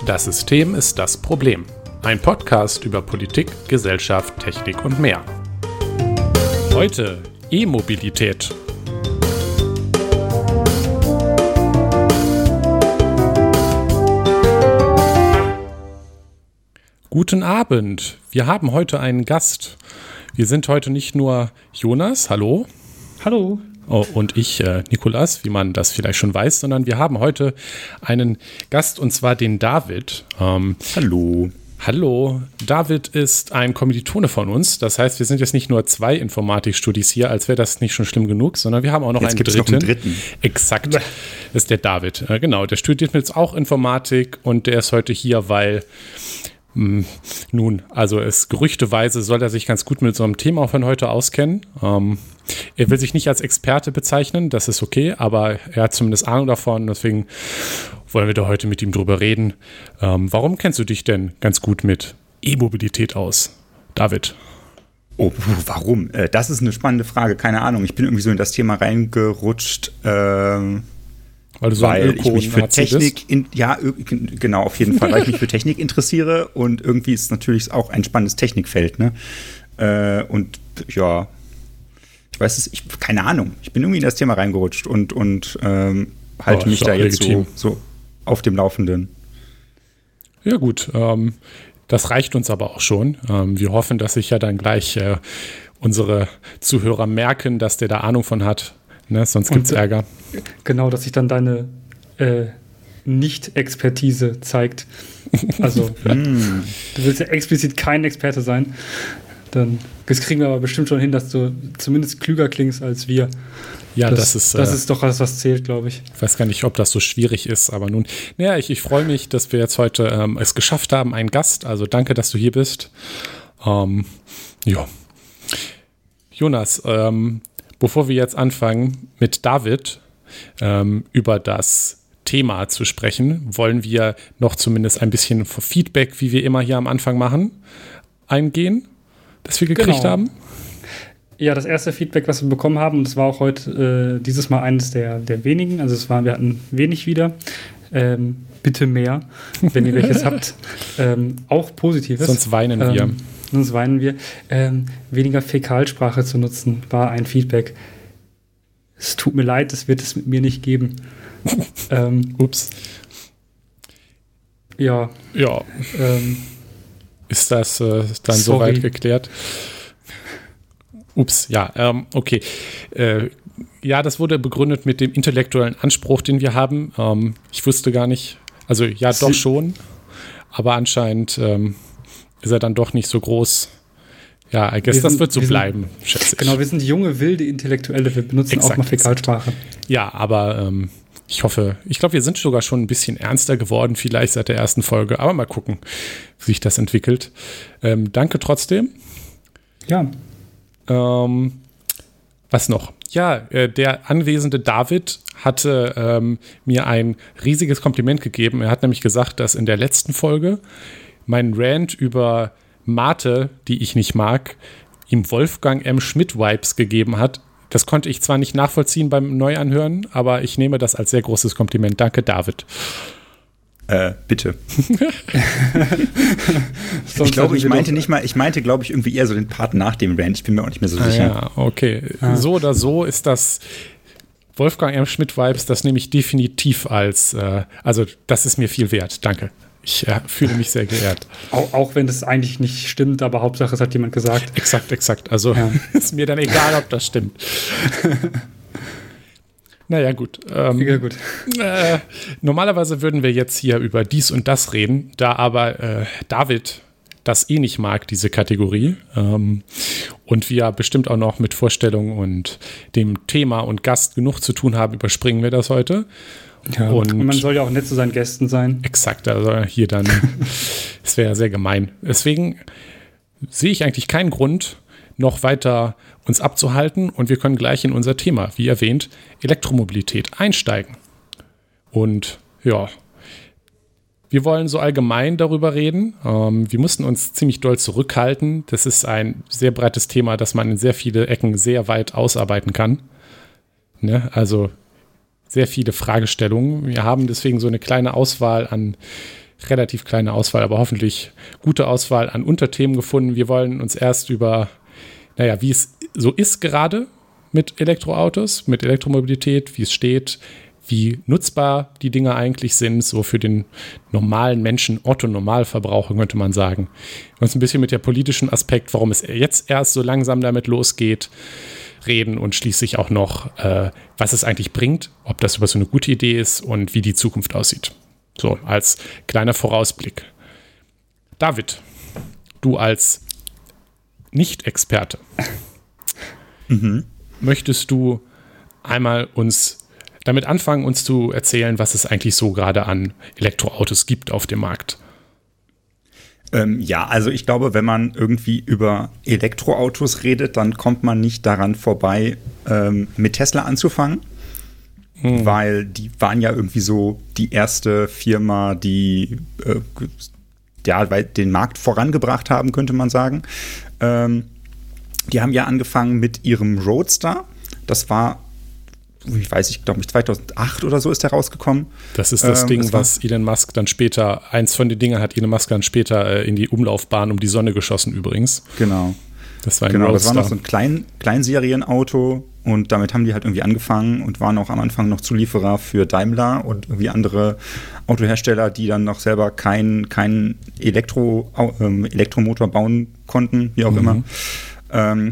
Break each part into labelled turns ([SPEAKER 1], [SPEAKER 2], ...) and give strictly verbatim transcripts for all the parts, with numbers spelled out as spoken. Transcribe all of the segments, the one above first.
[SPEAKER 1] Das System ist das Problem. Ein Podcast über Politik, Gesellschaft, Technik und mehr. Heute E-Mobilität. Guten Abend. Wir haben heute einen Gast. Wir sind heute nicht nur Jonas, hallo.
[SPEAKER 2] Hallo.
[SPEAKER 1] Oh, und ich, äh, Nikolas, wie man das vielleicht schon weiß, sondern wir haben heute einen Gast, und zwar den David. Ähm,
[SPEAKER 3] hallo.
[SPEAKER 1] Hallo. David ist ein Kommilitone von uns. Das heißt, wir sind jetzt nicht nur zwei Informatikstudis hier, als wäre das nicht schon schlimm genug, sondern wir haben auch noch
[SPEAKER 3] jetzt
[SPEAKER 1] einen
[SPEAKER 3] gibt's
[SPEAKER 1] dritten.
[SPEAKER 3] Noch einen dritten.
[SPEAKER 1] Exakt. Das ist der David. Äh, genau, der studiert jetzt auch Informatik und der ist heute hier, weil Hm, nun, also es gerüchteweise soll er sich ganz gut mit so einem Thema von heute auskennen. Ähm, er will sich nicht als Experte bezeichnen, das ist okay, aber er hat zumindest Ahnung davon, deswegen wollen wir da heute mit ihm drüber reden. Ähm, warum kennst du dich denn ganz gut mit E-Mobilität aus, David?
[SPEAKER 3] Oh, warum? Äh, das ist eine spannende Frage, keine Ahnung. Ich bin irgendwie so in das Thema reingerutscht, ähm
[SPEAKER 1] Weil, du so
[SPEAKER 3] weil
[SPEAKER 1] ein
[SPEAKER 3] ich mich für Technik, in, ja, genau, auf jeden Fall, weil ich mich für Technik interessiere und irgendwie ist es natürlich auch ein spannendes Technikfeld, ne? Äh, und ja, ich weiß es, ich, keine Ahnung, ich bin irgendwie in das Thema reingerutscht und, und ähm, halte
[SPEAKER 1] oh,
[SPEAKER 3] mich da jetzt so, so auf dem Laufenden.
[SPEAKER 1] Ja gut, ähm, das reicht uns aber auch schon. Ähm, wir hoffen, dass sich ja dann gleich äh, unsere Zuhörer merken, dass der da Ahnung von hat. Ne, sonst gibt es Ärger.
[SPEAKER 2] Genau, dass sich dann deine äh, Nicht-Expertise zeigt. Also, du willst ja explizit kein Experte sein. Dann, das kriegen wir aber bestimmt schon hin, dass du zumindest klüger klingst als wir.
[SPEAKER 1] Ja,
[SPEAKER 2] das,
[SPEAKER 1] das ist
[SPEAKER 2] das
[SPEAKER 1] äh,
[SPEAKER 2] ist doch alles, was zählt, glaube ich.
[SPEAKER 1] Ich weiß gar nicht, ob das so schwierig ist, aber nun, naja, ich, ich freue mich, dass wir jetzt heute ähm, es geschafft haben, einen Gast. Also danke, dass du hier bist. Ähm, ja. Jonas, ähm, bevor wir jetzt anfangen, mit David ähm, über das Thema zu sprechen, wollen wir noch zumindest ein bisschen Feedback, wie wir immer hier am Anfang machen, eingehen, das wir gekriegt
[SPEAKER 2] genau.
[SPEAKER 1] haben.
[SPEAKER 2] Ja, das erste Feedback, was wir bekommen haben, und das war auch heute äh, dieses Mal eines der, der wenigen, also es war, wir hatten wenig wieder, ähm, bitte mehr, wenn ihr welches habt, ähm, auch Positives.
[SPEAKER 1] Sonst weinen wir.
[SPEAKER 2] Ähm, Sonst weinen wir. Ähm, weniger Fäkalsprache zu nutzen, war ein Feedback. Es tut mir leid, das wird es mit mir nicht geben. ähm,
[SPEAKER 1] Ups.
[SPEAKER 2] Ja.
[SPEAKER 1] Ja.
[SPEAKER 2] Ähm,
[SPEAKER 1] Ist das äh, dann soweit geklärt? Ups, ja, ähm, okay. Äh, ja, das wurde begründet mit dem intellektuellen Anspruch, den wir haben. Ähm, ich wusste gar nicht, also ja, doch schon, aber anscheinend ähm, ist er dann doch nicht so groß. Ja, I guess,
[SPEAKER 2] wir
[SPEAKER 1] das
[SPEAKER 2] sind,
[SPEAKER 1] wird so
[SPEAKER 2] wir
[SPEAKER 1] bleiben,
[SPEAKER 2] sind,
[SPEAKER 1] schätze ich.
[SPEAKER 2] Genau, wir sind junge, wilde Intellektuelle, wir benutzen
[SPEAKER 1] exakt,
[SPEAKER 2] auch mal Fäkalsprache.
[SPEAKER 1] Ja, aber ähm, ich hoffe, ich glaube, wir sind sogar schon ein bisschen ernster geworden, vielleicht seit der ersten Folge, aber mal gucken, wie sich das entwickelt. Ähm, danke trotzdem.
[SPEAKER 2] Ja.
[SPEAKER 1] Ähm, was noch? Ja, äh, der anwesende David hatte ähm, mir ein riesiges Kompliment gegeben. Er hat nämlich gesagt, dass in der letzten Folge mein Rant über Mate, die ich nicht mag, ihm Wolfgang M. Schmidt-Vibes gegeben hat. Das konnte ich zwar nicht nachvollziehen beim Neuanhören, aber ich nehme das als sehr großes Kompliment. Danke, David.
[SPEAKER 3] Äh, bitte. Ich glaube, ich meinte nicht mal, ich meinte, glaube ich, irgendwie eher so den Part nach dem Rant. Ich bin mir auch nicht mehr so sicher.
[SPEAKER 1] Ah, ja, okay.
[SPEAKER 2] Ah.
[SPEAKER 1] So oder so ist das Wolfgang M. Schmidt-Vibes, das nehme ich definitiv als, äh, also das ist mir viel wert. Danke. Ich äh, fühle mich sehr geehrt.
[SPEAKER 2] Auch, auch wenn das eigentlich nicht stimmt, aber Hauptsache, es hat jemand gesagt.
[SPEAKER 1] Exakt, exakt. Also ja. Ist mir dann egal, ob das stimmt. Naja, gut. Ähm,
[SPEAKER 2] ja, gut.
[SPEAKER 1] Äh, normalerweise würden wir jetzt hier über dies und das reden, da aber äh, David das eh nicht mag, diese Kategorie, ähm, und wir bestimmt auch noch mit Vorstellung und dem Thema und Gast genug zu tun haben, überspringen wir das heute.
[SPEAKER 2] Ja, und, und man soll ja auch nett zu seinen Gästen sein.
[SPEAKER 1] Exakt, also hier dann, es wäre ja sehr gemein. Deswegen sehe ich eigentlich keinen Grund, noch weiter uns abzuhalten, und wir können gleich in unser Thema, wie erwähnt, Elektromobilität einsteigen. Und ja, wir wollen so allgemein darüber reden. Ähm, wir mussten uns ziemlich doll zurückhalten. Das ist ein sehr breites Thema, das man in sehr viele Ecken sehr weit ausarbeiten kann. Ne? Also sehr viele Fragestellungen. Wir haben deswegen so eine kleine Auswahl an relativ kleine Auswahl, aber hoffentlich gute Auswahl an Unterthemen gefunden. Wir wollen uns erst über, naja, wie es so ist gerade mit Elektroautos, mit Elektromobilität, wie es steht, wie nutzbar die Dinge eigentlich sind, so für den normalen Menschen, Otto-Normalverbraucher, könnte man sagen. Uns ein bisschen mit der politischen Aspekt, warum es jetzt erst so langsam damit losgeht, reden und schließlich auch noch, äh, was es eigentlich bringt, ob das über so eine gute Idee ist und wie die Zukunft aussieht. So, als kleiner Vorausblick. David, du als Nicht-Experte, mhm. möchtest du einmal uns damit anfangen, uns zu erzählen, was es eigentlich so gerade an Elektroautos gibt auf dem Markt?
[SPEAKER 3] Ähm, ja, also ich glaube, wenn man irgendwie über Elektroautos redet, dann kommt man nicht daran vorbei, ähm, mit Tesla anzufangen, hm. weil die waren ja irgendwie so die erste Firma, die äh, ja, den Markt vorangebracht haben, könnte man sagen. Ähm, die haben ja angefangen mit ihrem Roadster. Das war ich weiß, ich glaube, zweitausendacht oder so ist der rausgekommen.
[SPEAKER 1] Das ist das ähm, Ding, das was Elon Musk dann später, eins von den Dingen hat Elon Musk dann später äh, in die Umlaufbahn um die Sonne geschossen übrigens.
[SPEAKER 3] Genau.
[SPEAKER 1] Das war ein
[SPEAKER 3] genau,
[SPEAKER 1] Roadster.
[SPEAKER 3] Das war noch so ein Klein, Kleinserienauto und damit haben die halt irgendwie angefangen und waren auch am Anfang noch Zulieferer für Daimler und irgendwie andere Autohersteller, die dann noch selber keinen kein Elektro, ähm, Elektromotor bauen konnten, wie auch mhm. immer. Ähm,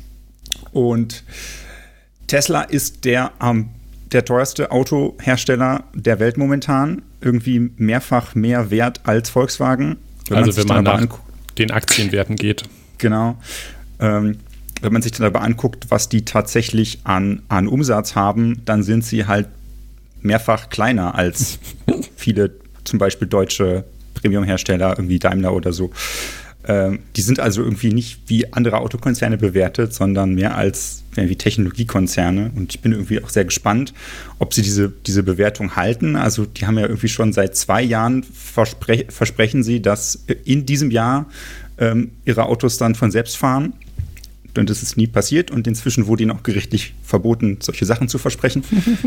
[SPEAKER 3] und Tesla ist der, ähm, der teuerste Autohersteller der Welt momentan. Irgendwie mehrfach mehr wert als Volkswagen.
[SPEAKER 1] Wenn also man wenn man nach angu- den Aktienwerten geht.
[SPEAKER 3] Genau. Ähm, wenn man sich dann aber anguckt, was die tatsächlich an, an Umsatz haben, dann sind sie halt mehrfach kleiner als viele zum Beispiel deutsche Premium-Hersteller, irgendwie Daimler oder so. Ähm, die sind also irgendwie nicht wie andere Autokonzerne bewertet, sondern mehr als wie Technologiekonzerne. Und ich bin irgendwie auch sehr gespannt, ob sie diese, diese Bewertung halten. Also die haben ja irgendwie schon seit zwei Jahren verspre- versprechen sie, dass in diesem Jahr ähm, ihre Autos dann von selbst fahren. Und das ist nie passiert. Und inzwischen wurde ihnen auch gerichtlich verboten, solche Sachen zu versprechen.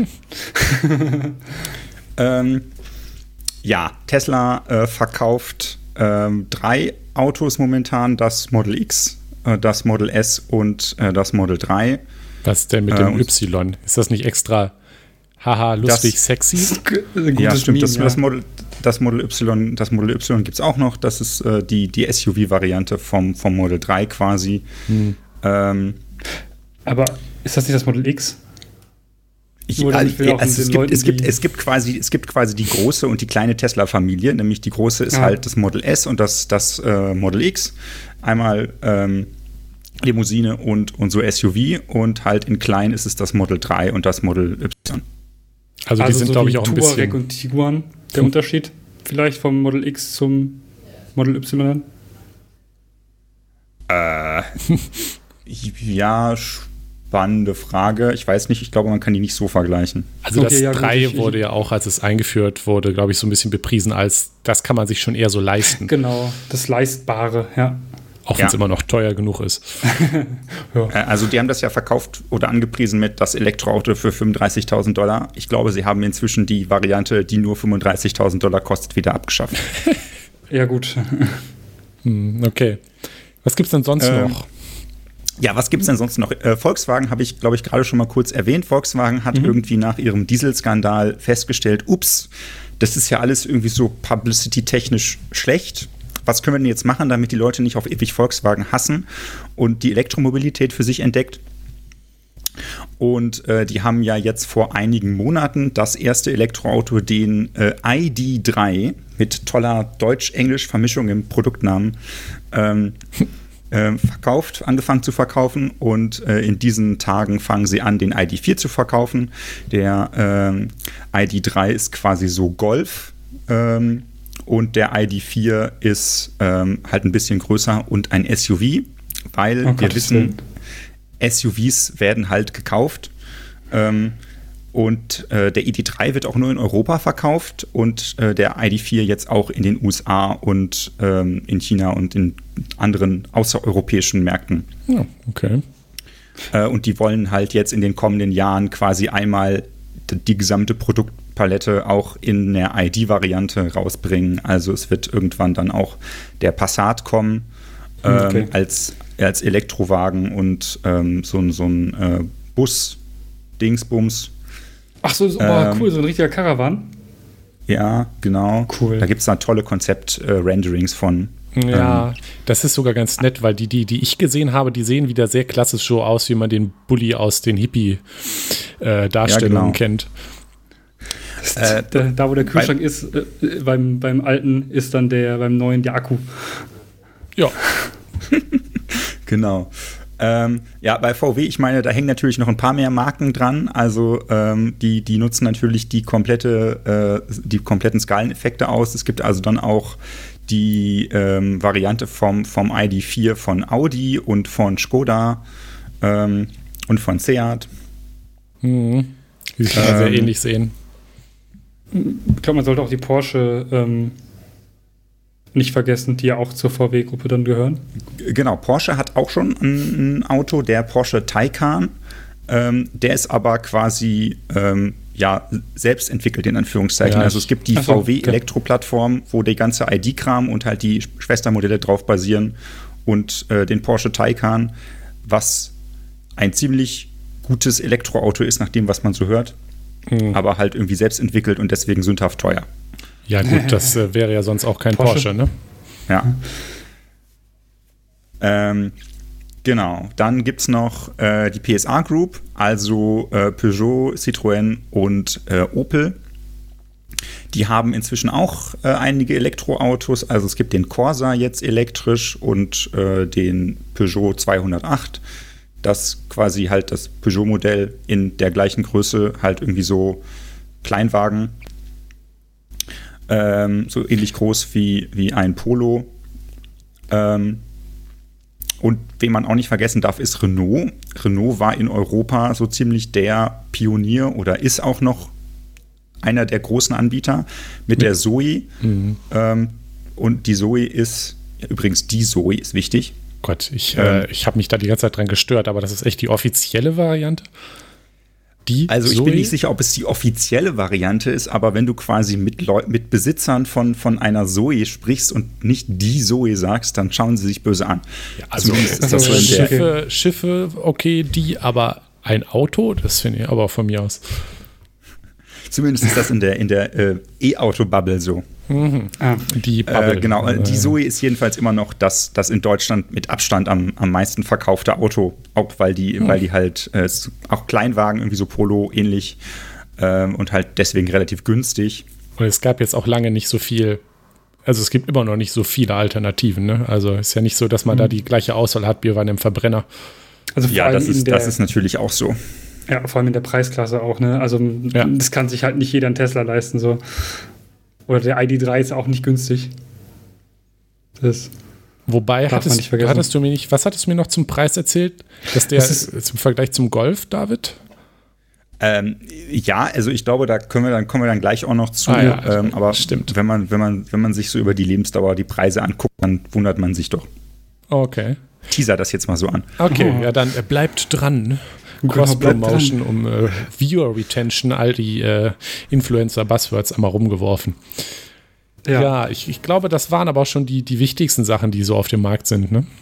[SPEAKER 3] ähm, ja, Tesla äh, verkauft ähm, drei Autos momentan, das Model X, äh, das Model S und äh, das Model drei.
[SPEAKER 1] Was denn mit dem äh, Y? Ist das nicht extra haha, lustig, das, sexy?
[SPEAKER 3] Ja, stimmt. Meme, das, ja. Das, Model, das Model Y, das Model Y gibt es auch noch. Das ist äh, die, die S U V-Variante vom, vom Model drei quasi. Hm. Ähm,
[SPEAKER 2] Aber ist das nicht das Model X?
[SPEAKER 3] Ich, also, also es, gibt, es, gibt, es, gibt quasi, es gibt quasi die große und die kleine Tesla-Familie. Nämlich die große ist ja. halt das Model S und das, das äh, Model X. Einmal ähm, Limousine und, und so S U V. Und halt in klein ist es das Model drei und das Model Y.
[SPEAKER 1] Also, also die sind, so glaube ich, auch ein bisschen.
[SPEAKER 2] Touareg und Tiguan, der hm. Unterschied vielleicht vom Model X zum Model Y?
[SPEAKER 3] Äh, ja, spannende Frage. Ich weiß nicht, ich glaube, man kann die nicht so vergleichen.
[SPEAKER 1] Also okay, das
[SPEAKER 2] ja,
[SPEAKER 1] drei
[SPEAKER 2] gut, ich,
[SPEAKER 1] wurde ja auch, als es eingeführt wurde, glaube ich, so ein bisschen bepriesen als, das kann man sich schon eher so leisten.
[SPEAKER 2] Genau, das Leistbare, ja.
[SPEAKER 1] Auch wenn es ja. immer noch teuer genug ist.
[SPEAKER 3] ja. Also die haben das ja verkauft oder angepriesen mit das Elektroauto für fünfunddreißigtausend Dollar. Ich glaube, sie haben inzwischen die Variante, die nur fünfunddreißigtausend Dollar kostet, wieder abgeschafft.
[SPEAKER 2] Ja, gut.
[SPEAKER 1] Okay. Was gibt es denn sonst ähm, noch?
[SPEAKER 3] Ja, was gibt es denn sonst noch? Äh, Volkswagen habe ich, glaube ich, gerade schon mal kurz erwähnt. Volkswagen hat mhm. irgendwie nach ihrem Dieselskandal festgestellt, ups, das ist ja alles irgendwie so publicity-technisch schlecht. Was können wir denn jetzt machen, damit die Leute nicht auf ewig Volkswagen hassen und die Elektromobilität für sich entdeckt? Und äh, die haben ja jetzt vor einigen Monaten das erste Elektroauto, den äh, I D drei, mit toller Deutsch-Englisch-Vermischung im Produktnamen, ähm, äh, verkauft, angefangen zu verkaufen. Und äh, in diesen Tagen fangen sie an, den I D vier zu verkaufen. Der äh, I D drei ist quasi so Golf. Ähm, und der I D vier ist ähm, halt ein bisschen größer und ein S U V, weil oh, wir wissen, S U Vs werden halt gekauft. Ähm, und äh, der I D drei wird auch nur in Europa verkauft und äh, der I D vier jetzt auch in den U S A und ähm, in China und in anderen außereuropäischen Märkten.
[SPEAKER 1] Ja, okay.
[SPEAKER 3] Äh, und die wollen halt jetzt in den kommenden Jahren quasi einmal die gesamte Produktpalette Produktpalette auch in der I D-Variante rausbringen. Also es wird irgendwann dann auch der Passat kommen ähm,
[SPEAKER 2] Okay.
[SPEAKER 3] als, als Elektrowagen und ähm, so, ein- so ein äh, Bus-Dingsbums.
[SPEAKER 2] Ach so, so
[SPEAKER 3] Ähm,
[SPEAKER 2] oh, cool, so ein richtiger Caravan.
[SPEAKER 3] Ja, genau.
[SPEAKER 2] Cool.
[SPEAKER 3] Da gibt es da tolle Konzept-Renderings von.
[SPEAKER 1] Ja, das ist sogar ganz nett, weil die, die, die ich gesehen habe, die sehen wieder sehr klassisch so aus, wie man den Bulli aus den Hippie-Darstellungen
[SPEAKER 3] Ja, genau.
[SPEAKER 1] kennt.
[SPEAKER 3] Äh,
[SPEAKER 2] Da, da wo der Kühlschrank ist, äh, beim, beim alten ist dann der, beim neuen der Akku.
[SPEAKER 1] Ja,
[SPEAKER 3] Genau. Ähm, ja, bei V W, ich meine, da hängen natürlich noch ein paar mehr Marken dran. Also ähm, die, die nutzen natürlich die komplette, äh, die kompletten Skaleneffekte aus. Es gibt also dann auch die ähm, Variante vom, vom I D vier von Audi und von Skoda ähm, und von Seat.
[SPEAKER 1] mhm. Die sich ähm, sehr
[SPEAKER 3] Ähm,
[SPEAKER 1] ähnlich sehen.
[SPEAKER 2] Ich glaube, man sollte auch die Porsche ähm, nicht vergessen, die ja auch zur V W-Gruppe dann gehören.
[SPEAKER 3] Genau, Porsche hat auch schon ein, ein Auto, der Porsche Taycan. Ähm, der ist aber quasi ähm, ja, selbst entwickelt, in Anführungszeichen.
[SPEAKER 1] Ja,
[SPEAKER 3] also es gibt die
[SPEAKER 2] Ach so,
[SPEAKER 3] V W-Elektro-Plattform, wo der ganze I D-Kram und halt die Schwestermodelle drauf basieren und äh, den Porsche Taycan, was ein ziemlich gutes Elektroauto ist, nach dem, was man so hört,
[SPEAKER 1] Mhm.
[SPEAKER 3] aber halt irgendwie selbst entwickelt und deswegen sündhaft teuer.
[SPEAKER 1] Ja, gut, das äh, wäre ja sonst auch kein Porsche,
[SPEAKER 2] Porsche.
[SPEAKER 1] ne?
[SPEAKER 3] Ja. Ähm, genau. Dann gibt es noch äh, die P S A Group, also äh, Peugeot, Citroën und äh, Opel. Die haben inzwischen auch äh, einige Elektroautos. Also es gibt den Corsa jetzt elektrisch und äh, den Peugeot zweihundertacht. Das quasi halt das Peugeot-Modell in der gleichen Größe, halt irgendwie so Kleinwagen. Ähm, so ähnlich groß wie, wie ein Polo. Ähm, und wen man auch nicht vergessen darf, ist Renault. Renault war in Europa so ziemlich der Pionier oder ist auch noch einer der großen Anbieter mit der Zoe.
[SPEAKER 1] Mhm.
[SPEAKER 3] Ähm, und die Zoe ist, ja, übrigens die Zoe ist wichtig.
[SPEAKER 1] Gott, ich,
[SPEAKER 3] Ähm.
[SPEAKER 1] äh, ich habe mich da die ganze Zeit dran gestört, aber das ist echt die offizielle Variante? Die
[SPEAKER 3] Also ich
[SPEAKER 1] Zoe?
[SPEAKER 3] bin nicht sicher, ob es die offizielle Variante ist, aber wenn du quasi mit, Leu mit Besitzern von, von einer Zoe sprichst und nicht die Zoe sagst, dann schauen sie sich böse an.
[SPEAKER 1] Ja, also
[SPEAKER 3] Zumindest ist
[SPEAKER 2] also
[SPEAKER 3] das so in der,
[SPEAKER 1] Schiffe, Schiffe, okay, die, aber ein Auto, das finde ich aber von mir aus.
[SPEAKER 3] zumindest ist das in der, in der äh, E-Auto-Bubble so.
[SPEAKER 2] Ah,
[SPEAKER 1] Die Bubble.
[SPEAKER 3] Äh, genau,
[SPEAKER 1] äh,
[SPEAKER 3] die Zoe ist jedenfalls immer noch das, das in Deutschland mit Abstand am, am meisten verkaufte Auto, auch weil die, weil die halt äh, ist auch Kleinwagen, irgendwie so Polo ähnlich ähm, und halt deswegen relativ günstig.
[SPEAKER 1] Und es gab jetzt auch lange nicht so viel, also es gibt immer noch nicht so viele Alternativen, ne? Also ist ja nicht so, dass man da die gleiche Auswahl hat wie bei einem Verbrenner.
[SPEAKER 2] also vor
[SPEAKER 3] Ja,
[SPEAKER 2] allem
[SPEAKER 3] das
[SPEAKER 2] in
[SPEAKER 3] ist,
[SPEAKER 2] der,
[SPEAKER 3] das ist natürlich auch so.
[SPEAKER 2] ja, vor allem in der Preisklasse auch, ne? Also
[SPEAKER 1] Ja.
[SPEAKER 2] das kann sich halt nicht jeder einen Tesla leisten, so. Oder der I D drei ist auch nicht günstig. Das
[SPEAKER 1] Wobei,
[SPEAKER 2] Darf man
[SPEAKER 1] hattest,
[SPEAKER 2] nicht vergessen.
[SPEAKER 1] hattest du mir nicht, was hattest du mir noch zum Preis erzählt? Dass der
[SPEAKER 2] Das ist-
[SPEAKER 1] im Vergleich zum Golf, David?
[SPEAKER 3] Ähm, ja, also ich glaube, da können wir dann kommen wir dann gleich auch noch zu.
[SPEAKER 1] Ah ja,
[SPEAKER 3] ähm, aber
[SPEAKER 1] stimmt.
[SPEAKER 3] wenn man wenn man wenn man sich so über die Lebensdauer die Preise anguckt, dann wundert man sich doch.
[SPEAKER 1] Okay.
[SPEAKER 3] Teaser das jetzt mal so an.
[SPEAKER 1] Okay,
[SPEAKER 2] Oh.
[SPEAKER 1] ja, dann äh, bleibt dran.
[SPEAKER 2] Genau,
[SPEAKER 1] Cross-Promotion, um äh, Viewer-Retention, all die äh, Influencer-Buzzwords einmal rumgeworfen. Ja,
[SPEAKER 2] ja.
[SPEAKER 1] ich, ich glaube, das waren aber auch schon die, die wichtigsten Sachen, die so auf dem Markt sind, ne?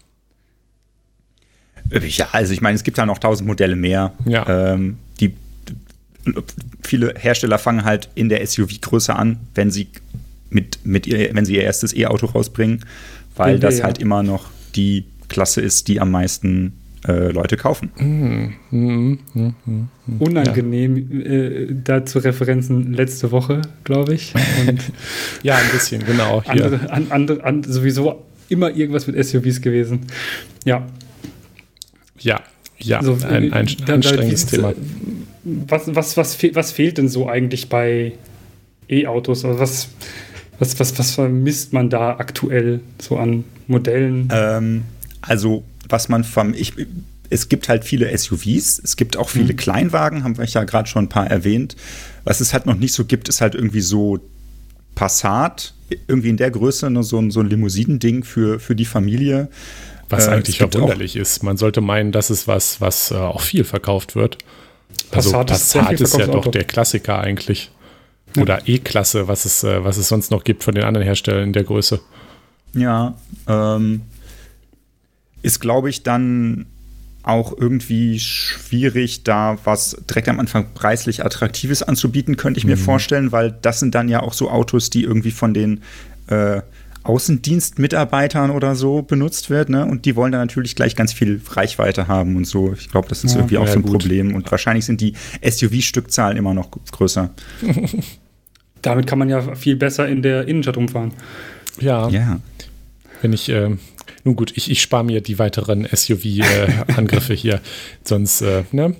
[SPEAKER 3] Ja, also ich meine, es gibt da noch tausend Modelle mehr.
[SPEAKER 1] Ja.
[SPEAKER 3] Ähm, die viele Hersteller fangen halt in der S U V-Größe an, wenn sie mit, mit ihr, wenn sie ihr erstes E-Auto rausbringen, weil
[SPEAKER 2] B M W,
[SPEAKER 3] das
[SPEAKER 2] ja.
[SPEAKER 3] halt immer noch die Klasse ist, die am meisten äh, Leute kaufen.
[SPEAKER 1] Mhm, mhm, mhm, mhm.
[SPEAKER 2] Unangenehm äh, dazu Referenzen letzte Woche, glaube ich. Und
[SPEAKER 1] Ja, ein bisschen, genau. Hier.
[SPEAKER 2] andere, an, andere, an, sowieso immer irgendwas mit S U Vs gewesen. Ja.
[SPEAKER 1] Ja, ja,
[SPEAKER 2] Also,
[SPEAKER 1] ein, ein
[SPEAKER 2] da- da-
[SPEAKER 1] anstrengendes
[SPEAKER 2] wie-
[SPEAKER 1] Thema.
[SPEAKER 2] Was, was, was, fe was fehlt denn so eigentlich bei E-Autos? Also was, was, was, was vermisst man da aktuell so an Modellen?
[SPEAKER 3] Ähm, also, was man vom. Ich, es gibt halt viele S U Vs, es gibt auch viele
[SPEAKER 2] Mhm.
[SPEAKER 3] Kleinwagen, haben wir ja gerade schon ein paar erwähnt. Was es halt noch nicht so gibt, ist halt irgendwie so Passat, irgendwie in der Größe, ne, so, ein- so ein Limousinen-Ding für, für die Familie.
[SPEAKER 1] Was
[SPEAKER 3] Äh,
[SPEAKER 1] eigentlich
[SPEAKER 3] es gibt
[SPEAKER 1] verwunderlich ist. Man sollte meinen, das ist was, was äh, auch viel verkauft wird. Also
[SPEAKER 2] Passat
[SPEAKER 1] Passat,
[SPEAKER 2] ist sehr viel
[SPEAKER 1] ist ja
[SPEAKER 2] verkauftes
[SPEAKER 1] doch
[SPEAKER 2] Auto.
[SPEAKER 1] der Klassiker eigentlich. Oder E-Klasse, was es, äh, was es sonst noch gibt von den anderen Herstellern in der Größe.
[SPEAKER 3] Ja, ähm, ist, glaube ich, dann auch irgendwie schwierig, da was direkt am Anfang preislich Attraktives anzubieten, könnte ich mir mhm. vorstellen, weil das sind dann ja auch so Autos, die irgendwie von den äh, Außendienstmitarbeitern oder so benutzt wird, ne? Und die wollen dann natürlich gleich ganz viel Reichweite haben und so. Ich glaube, das ist ja, irgendwie auch ja, so ein gut. Problem. Und wahrscheinlich sind die S U V-Stückzahlen immer noch größer.
[SPEAKER 2] Damit kann man ja viel besser in der Innenstadt rumfahren.
[SPEAKER 1] Ja. ja. Wenn ich, äh, nun gut, ich, ich spare mir die weiteren S U V-Angriffe äh, hier. Sonst, äh, ne?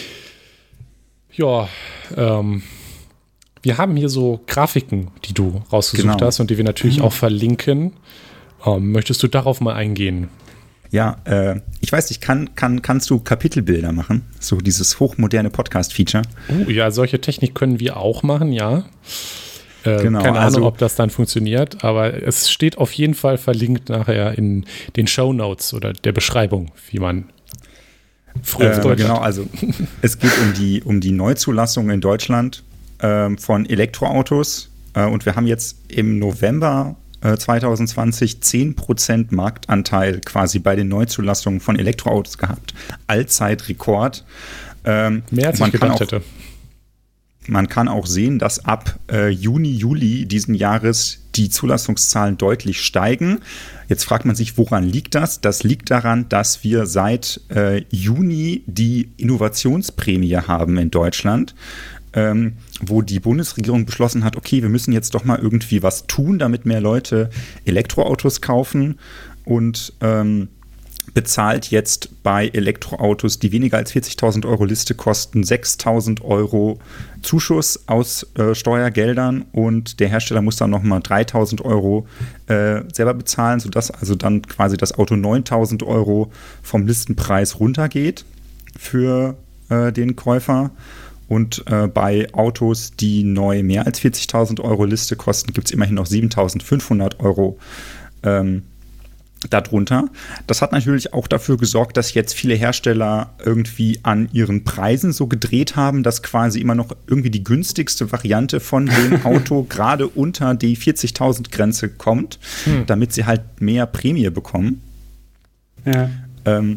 [SPEAKER 1] Ja, ähm. Wir haben hier so Grafiken, die du rausgesucht genau. hast und die wir natürlich mhm. auch verlinken. Ähm, möchtest du darauf mal eingehen?
[SPEAKER 3] Ja, äh, ich weiß nicht, kann, kann, kannst du Kapitelbilder machen? So dieses hochmoderne Podcast-Feature.
[SPEAKER 1] Oh ja, solche Technik können wir auch machen, ja. Äh, genau, keine Ahnung, also, ob das dann funktioniert, aber es steht auf jeden Fall verlinkt nachher in den Shownotes oder der Beschreibung, wie man früher
[SPEAKER 3] äh, Genau, also es geht um die, um die Neuzulassung in Deutschland von Elektroautos äh, und wir haben jetzt im November äh, zwanzig zwanzig zehn Prozent Marktanteil quasi bei den Neuzulassungen von Elektroautos gehabt. Allzeitrekord. Ähm,
[SPEAKER 1] Mehr als ich gedacht hätte.
[SPEAKER 3] Man kann auch sehen, dass ab äh, Juni, Juli diesen Jahres die Zulassungszahlen deutlich steigen. Jetzt fragt man sich, woran liegt das? Das liegt daran, dass wir seit äh, Juni die Innovationsprämie haben in Deutschland. Ähm, wo die Bundesregierung beschlossen hat, okay, wir müssen jetzt doch mal irgendwie was tun, damit mehr Leute Elektroautos kaufen und ähm, bezahlt jetzt bei Elektroautos, die weniger als vierzigtausend Euro Liste kosten, sechstausend Euro Zuschuss aus äh, Steuergeldern und der Hersteller muss dann nochmal dreitausend Euro äh, selber bezahlen, sodass also dann quasi das Auto neuntausend Euro vom Listenpreis runtergeht für äh, den Käufer. Und äh, bei Autos, die neu mehr als vierzigtausend Euro Liste kosten, gibt es immerhin noch siebentausendfünfhundert Euro ähm, darunter. Das hat natürlich auch dafür gesorgt, dass jetzt viele Hersteller irgendwie an ihren Preisen so gedreht haben, dass quasi immer noch irgendwie die günstigste Variante von dem Auto gerade unter die vierzigtausend Grenze kommt, hm. damit sie halt mehr Prämie bekommen.
[SPEAKER 2] Ja.
[SPEAKER 3] Ähm,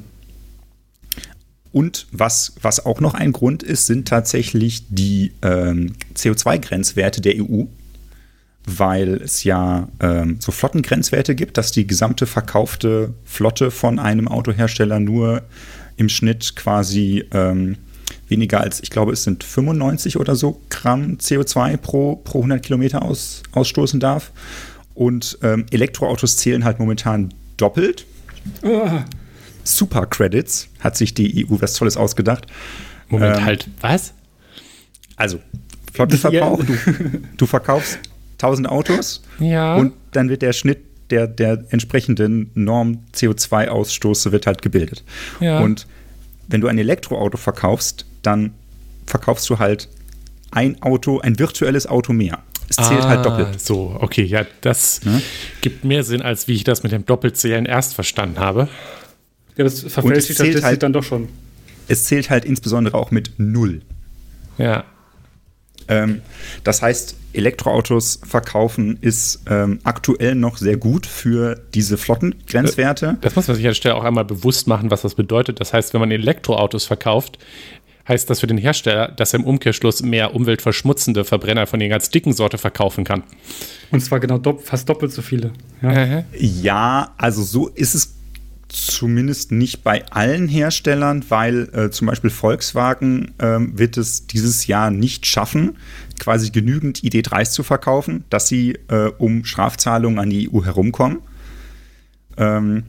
[SPEAKER 3] Und was, was auch noch ein Grund ist, sind tatsächlich die ähm, C O zwei Grenzwerte der E U, weil es ja ähm, so Flottengrenzwerte gibt, dass die gesamte verkaufte Flotte von einem Autohersteller nur im Schnitt quasi ähm, weniger als, ich glaube, es sind fünfundneunzig oder so Gramm C O zwei pro, pro hundert Kilometer aus, ausstoßen darf. Und ähm, Elektroautos zählen halt momentan doppelt.
[SPEAKER 2] Oh.
[SPEAKER 3] Supercredits hat sich die E U was Tolles ausgedacht.
[SPEAKER 1] Moment, ähm, halt, was?
[SPEAKER 3] Also, Flottenverbrauch, du, du verkaufst tausend Autos
[SPEAKER 1] ja.
[SPEAKER 3] und dann wird der Schnitt der, der entsprechenden Norm C O zwei Ausstoße wird halt gebildet.
[SPEAKER 1] Ja.
[SPEAKER 3] Und wenn du ein Elektroauto verkaufst, dann verkaufst du halt ein Auto, ein virtuelles Auto mehr. Es zählt ah, halt doppelt.
[SPEAKER 1] So, okay, ja, das ja? gibt mehr Sinn, als wie ich das mit dem Doppelzählen erst verstanden habe.
[SPEAKER 2] Ja, das verfälscht die Statistik halt, dann doch schon.
[SPEAKER 3] Es zählt halt insbesondere auch mit Null.
[SPEAKER 1] Ja.
[SPEAKER 3] Ähm, das heißt, Elektroautos verkaufen ist ähm, aktuell noch sehr gut für diese Flottengrenzwerte.
[SPEAKER 1] Das muss man sich an der Stelle auch einmal bewusst machen, was das bedeutet. Das heißt, wenn man Elektroautos verkauft, heißt das für den Hersteller, dass er im Umkehrschluss mehr umweltverschmutzende Verbrenner von der ganz dicken Sorte verkaufen kann.
[SPEAKER 2] Und zwar genau dopp- fast doppelt so viele.
[SPEAKER 3] Ja. ja, also so ist es zumindest nicht bei allen Herstellern, weil äh, zum Beispiel Volkswagen ähm, wird es dieses Jahr nicht schaffen, quasi genügend I D dreis zu verkaufen, dass sie äh, um Strafzahlungen an die E U herumkommen. Ähm,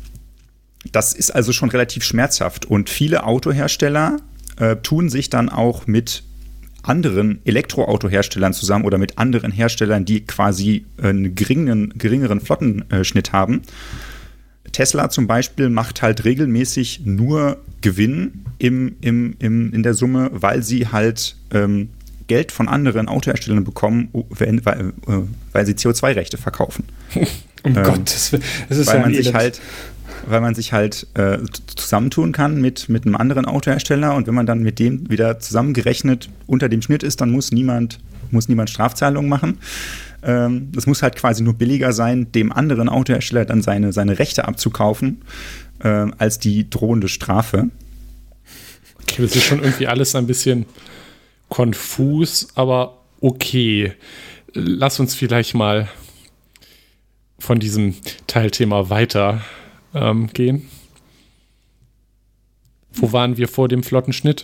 [SPEAKER 3] das ist also schon relativ schmerzhaft und viele Autohersteller äh, tun sich dann auch mit anderen Elektroautoherstellern zusammen oder mit anderen Herstellern, die quasi einen geringen, geringeren Flottenschnitt haben. Tesla zum Beispiel macht halt regelmäßig nur Gewinn im, im, im, in der Summe, weil sie halt ähm, Geld von anderen Autoherstellern bekommen, wenn, weil, äh, weil sie C O zwei Rechte verkaufen.
[SPEAKER 2] Um ähm, Gottes Willen. Das ist
[SPEAKER 3] weil
[SPEAKER 2] ja
[SPEAKER 3] man sich halt, weil man sich halt äh, zusammentun kann mit, mit einem anderen Autohersteller und wenn man dann mit dem wieder zusammengerechnet unter dem Schnitt ist, dann muss niemand muss niemand Strafzahlungen machen. Ähm, das muss halt quasi nur billiger sein, dem anderen Autohersteller dann seine, seine Rechte abzukaufen, äh, als die drohende Strafe.
[SPEAKER 1] Okay, das ist schon irgendwie alles ein bisschen konfus, aber okay. Lass uns vielleicht mal von diesem Teilthema weiter ähm, gehen. Wo waren wir vor dem Flottenschnitt?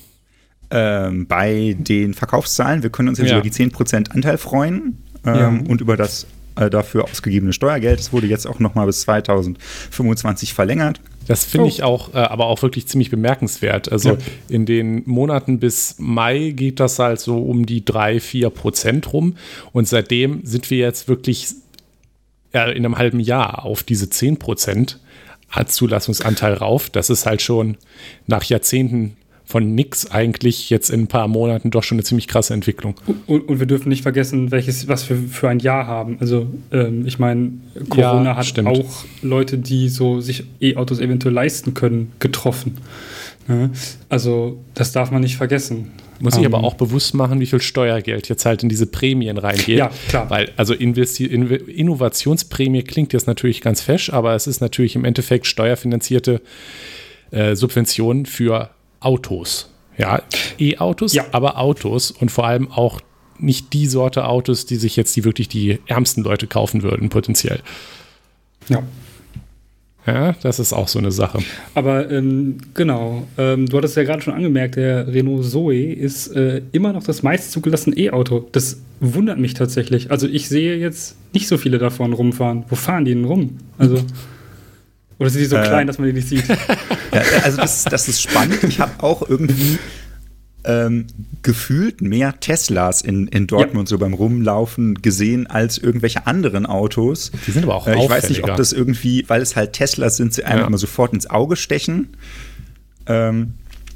[SPEAKER 3] Ähm, bei den Verkaufszahlen. Wir können uns jetzt
[SPEAKER 1] Ja.
[SPEAKER 3] über die zehn Prozent Anteil freuen ähm,
[SPEAKER 2] Ja.
[SPEAKER 3] und über das äh, dafür ausgegebene Steuergeld. Das wurde jetzt auch nochmal bis zweitausendfünfundzwanzig verlängert.
[SPEAKER 1] Das finde
[SPEAKER 2] Oh.
[SPEAKER 1] ich auch, äh, aber auch wirklich ziemlich bemerkenswert. Also
[SPEAKER 2] Ja.
[SPEAKER 1] in den Monaten bis Mai geht das halt so um die drei, vier Prozent rum. Und seitdem sind wir jetzt wirklich ja, in einem halben Jahr auf diese zehn Prozent Zulassungsanteil rauf. Das ist halt schon nach Jahrzehnten von nix eigentlich jetzt in ein paar Monaten doch schon eine ziemlich krasse Entwicklung.
[SPEAKER 2] Und, und wir dürfen nicht vergessen, welches, was wir für ein Jahr haben. Also ähm, ich meine, Corona
[SPEAKER 1] Ja,
[SPEAKER 2] hat
[SPEAKER 1] stimmt.
[SPEAKER 2] auch Leute, die so sich E-Autos eventuell leisten können, getroffen. Ne? Also das darf man nicht vergessen.
[SPEAKER 1] Muss ich
[SPEAKER 2] Ähm,
[SPEAKER 1] aber auch bewusst machen, wie viel Steuergeld jetzt halt in diese Prämien reingeht.
[SPEAKER 2] Ja, klar.
[SPEAKER 1] Weil, also Investi Inve- Innovationsprämie klingt jetzt natürlich ganz fesch, aber es ist natürlich im Endeffekt steuerfinanzierte äh, Subventionen für Autos. Ja, E-Autos,
[SPEAKER 2] Ja.
[SPEAKER 1] aber Autos und vor allem auch nicht die Sorte Autos, die sich jetzt die wirklich die ärmsten Leute kaufen würden, potenziell.
[SPEAKER 2] Ja.
[SPEAKER 1] Ja, das ist auch so eine Sache.
[SPEAKER 2] Aber ähm, genau, ähm, du hattest ja gerade schon angemerkt, der Renault Zoe ist äh, immer noch das meist zugelassene E-Auto. Das wundert mich tatsächlich. Also ich sehe jetzt nicht so viele davon rumfahren. Wo fahren die denn rum? Also oder sind die so
[SPEAKER 3] Äh.
[SPEAKER 2] klein, dass man die nicht sieht?
[SPEAKER 3] Ja, also das, das ist spannend. Ich habe auch irgendwie ähm, gefühlt mehr Teslas in, in Dortmund so beim Rumlaufen gesehen als irgendwelche anderen Autos.
[SPEAKER 1] Die sind aber auch
[SPEAKER 3] Äh, ich weiß nicht,
[SPEAKER 1] auffälliger.
[SPEAKER 3] ob das irgendwie, weil es halt Teslas sind, sie einem
[SPEAKER 1] Ja.
[SPEAKER 3] immer sofort ins Auge stechen. Ähm,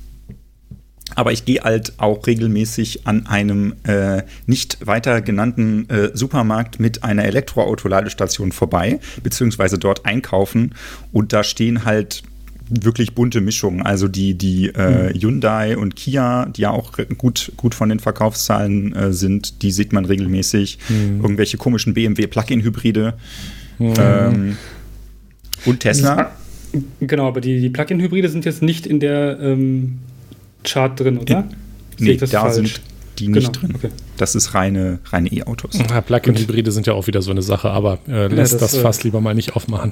[SPEAKER 3] aber ich gehe halt auch regelmäßig an einem äh, nicht weiter genannten äh, Supermarkt mit einer Elektroautoladestation vorbei, beziehungsweise dort einkaufen. Und da stehen halt wirklich bunte Mischungen. Also die, die äh, Hyundai und Kia, die ja auch gut, gut von den Verkaufszahlen äh, sind, die sieht man regelmäßig.
[SPEAKER 1] Mhm.
[SPEAKER 3] Irgendwelche komischen B M W Plug-in-Hybride.
[SPEAKER 1] Mhm.
[SPEAKER 3] Ähm, und Tesla.
[SPEAKER 2] Genau, aber die, die Plug-in-Hybride sind jetzt nicht in der ähm, Chart drin, oder? Sehe
[SPEAKER 3] Nee,
[SPEAKER 2] ich das
[SPEAKER 3] da
[SPEAKER 2] falsch?
[SPEAKER 3] sind die nicht
[SPEAKER 2] Genau,
[SPEAKER 3] drin.
[SPEAKER 2] okay.
[SPEAKER 3] Das ist reine, reine E-Autos.
[SPEAKER 1] Ja, Plug-in-Hybride sind ja auch wieder so eine Sache, aber äh, lässt
[SPEAKER 2] das,
[SPEAKER 1] das,
[SPEAKER 2] äh,
[SPEAKER 1] Fass lieber mal nicht aufmachen.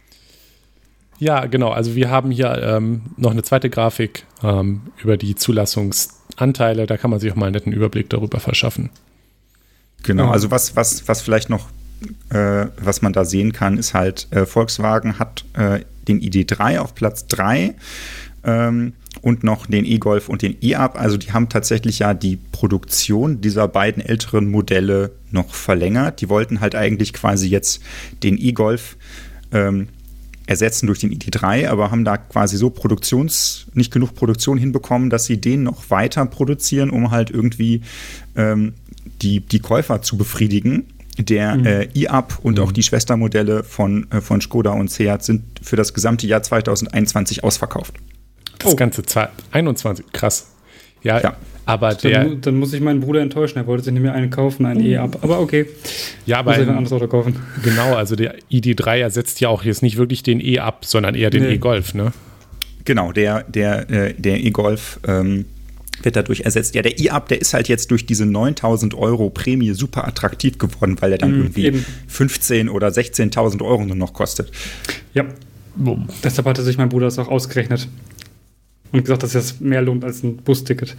[SPEAKER 1] Ja, genau. Also wir haben hier ähm, noch eine zweite Grafik ähm, über die Zulassungsanteile. Da kann man sich auch mal einen netten Überblick darüber verschaffen.
[SPEAKER 3] Genau,
[SPEAKER 2] Ja.
[SPEAKER 3] also was, was, was vielleicht noch, äh, was man da sehen kann, ist halt, äh, Volkswagen hat äh, den I D drei auf Platz drei ähm, und noch den E-Golf und den E-Up. Also die haben tatsächlich ja die Produktion dieser beiden älteren Modelle noch verlängert. Die wollten halt eigentlich quasi jetzt den E-Golf ähm, ersetzen durch den I D drei, aber haben da quasi so Produktions, nicht genug Produktion hinbekommen, dass sie den noch weiter produzieren, um halt irgendwie ähm, die, die Käufer zu befriedigen. Der
[SPEAKER 2] Mhm.
[SPEAKER 3] äh, E-Up und
[SPEAKER 1] Mhm.
[SPEAKER 3] auch die Schwestermodelle von, äh, von Skoda und Seat sind für das gesamte Jahr zweitausendeinundzwanzig ausverkauft.
[SPEAKER 1] Das
[SPEAKER 2] Oh.
[SPEAKER 1] ganze Zahl einundzwanzig, krass. Ja,
[SPEAKER 3] Ja.
[SPEAKER 1] aber
[SPEAKER 2] Dann,
[SPEAKER 1] der,
[SPEAKER 2] mu- dann muss ich meinen Bruder enttäuschen. Er wollte sich nicht mehr einen kaufen, einen E-Up. Aber okay,
[SPEAKER 1] ja,
[SPEAKER 2] muss
[SPEAKER 1] aber
[SPEAKER 2] ich ein anderes Auto kaufen.
[SPEAKER 1] genau, also der I D drei ersetzt ja auch jetzt nicht wirklich den E-Up, sondern eher den
[SPEAKER 2] Nee.
[SPEAKER 1] E-Golf, ne?
[SPEAKER 3] Genau, der, der, äh, der E-Golf ähm, wird dadurch ersetzt. Ja, der E-Up, der ist halt jetzt durch diese neuntausend Euro Prämie super attraktiv geworden, weil er dann
[SPEAKER 2] Mhm,
[SPEAKER 3] irgendwie
[SPEAKER 2] eben.
[SPEAKER 3] fünfzehntausend oder sechzehntausend Euro nur noch kostet.
[SPEAKER 2] Ja, deshalb hatte sich mein Bruder das auch ausgerechnet. Und gesagt, dass das mehr lohnt als ein Busticket.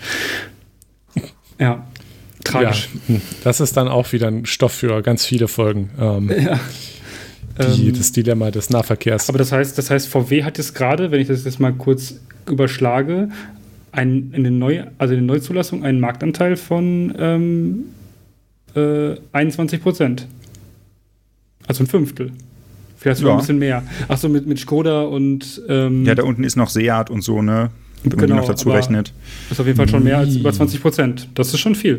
[SPEAKER 2] Ja, tragisch.
[SPEAKER 1] Ja, das ist dann auch wieder ein Stoff für ganz viele Folgen. Ähm,
[SPEAKER 2] Ja.
[SPEAKER 1] die,
[SPEAKER 2] Ähm,
[SPEAKER 1] das Dilemma des Nahverkehrs.
[SPEAKER 2] Aber das heißt, das heißt, V W hat jetzt gerade, wenn ich das jetzt mal kurz überschlage, ein, in den Neu, also in der Neuzulassung einen Marktanteil von ähm, äh, einundzwanzig Prozent. Also ein Fünftel. Vielleicht sogar
[SPEAKER 3] Ja.
[SPEAKER 2] ein bisschen mehr. Achso, mit, mit Skoda und ähm,
[SPEAKER 3] Ja, da unten ist noch Seat und so, ne? Wenn man die
[SPEAKER 2] Genau,
[SPEAKER 3] noch dazu
[SPEAKER 2] aber-
[SPEAKER 3] rechnet.
[SPEAKER 2] ist auf jeden Fall schon mehr als
[SPEAKER 1] Wie?
[SPEAKER 2] über zwanzig Prozent. Das ist schon viel.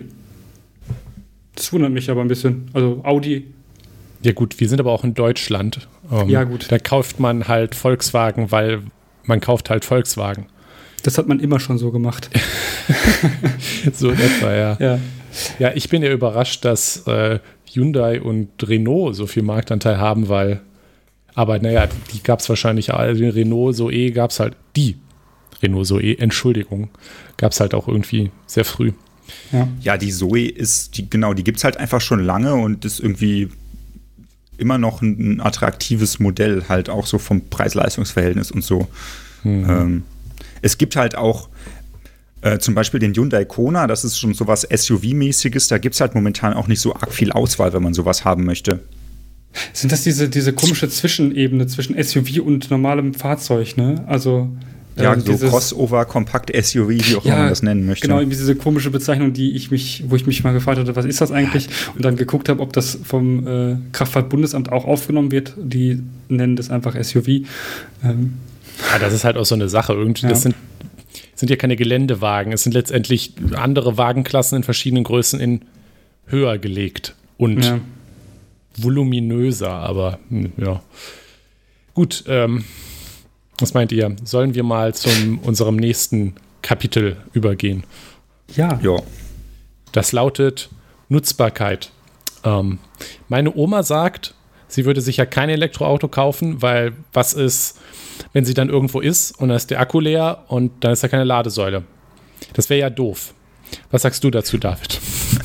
[SPEAKER 2] Das wundert mich aber ein bisschen. Also Audi,
[SPEAKER 1] Ja gut, wir sind aber auch in Deutschland. Ähm,
[SPEAKER 2] Ja, gut.
[SPEAKER 1] Da kauft man halt Volkswagen, weil man kauft halt Volkswagen.
[SPEAKER 2] das hat man immer schon so gemacht.
[SPEAKER 1] So in etwa, ja.
[SPEAKER 2] Ja.
[SPEAKER 1] Ja, ich bin ja überrascht, dass äh, Hyundai und Renault so viel Marktanteil haben, weil, aber naja, die gab es wahrscheinlich, also den Renault Zoe gab es halt, die Renault Zoe, Entschuldigung, gab es halt auch irgendwie sehr früh.
[SPEAKER 3] Ja, ja, die Zoe ist, die, genau, die gibt es halt einfach schon lange und ist irgendwie immer noch ein, ein attraktives Modell, halt auch so vom Preis-Leistungs-Verhältnis und so. Mhm. Ähm, es gibt halt auch äh, zum Beispiel den Hyundai Kona, das ist schon sowas S U V-mäßiges, da gibt es halt momentan auch nicht so arg viel Auswahl, wenn man sowas haben möchte.
[SPEAKER 2] Sind das diese, diese komische Zwischenebene zwischen S U V und normalem Fahrzeug, ne? Also
[SPEAKER 3] Ja, so dieses Crossover, Kompakt S U V, wie auch immer ja, man das nennen möchte.
[SPEAKER 2] Genau, diese komische Bezeichnung, die ich mich, wo ich mich mal gefragt hatte, was ist das eigentlich? Und dann geguckt habe, ob das vom äh, Kraftfahrtbundesamt auch aufgenommen wird. Die nennen das einfach S U V. Ähm.
[SPEAKER 1] Ja, das ist halt auch so eine Sache. Irgendwie, ja. Das sind, sind ja keine Geländewagen. Es sind letztendlich andere Wagenklassen in verschiedenen Größen in höher gelegt und ja. voluminöser. Aber ja, gut, ähm, was meint ihr? Sollen wir mal zu unserem nächsten Kapitel übergehen?
[SPEAKER 2] Ja.
[SPEAKER 3] ja.
[SPEAKER 1] Das lautet Nutzbarkeit. Ähm, meine Oma sagt, sie würde sich ja kein Elektroauto kaufen, weil was ist, wenn sie dann irgendwo ist und dann ist der Akku leer und dann ist da keine Ladesäule. Das wäre ja doof. Was sagst du dazu, David?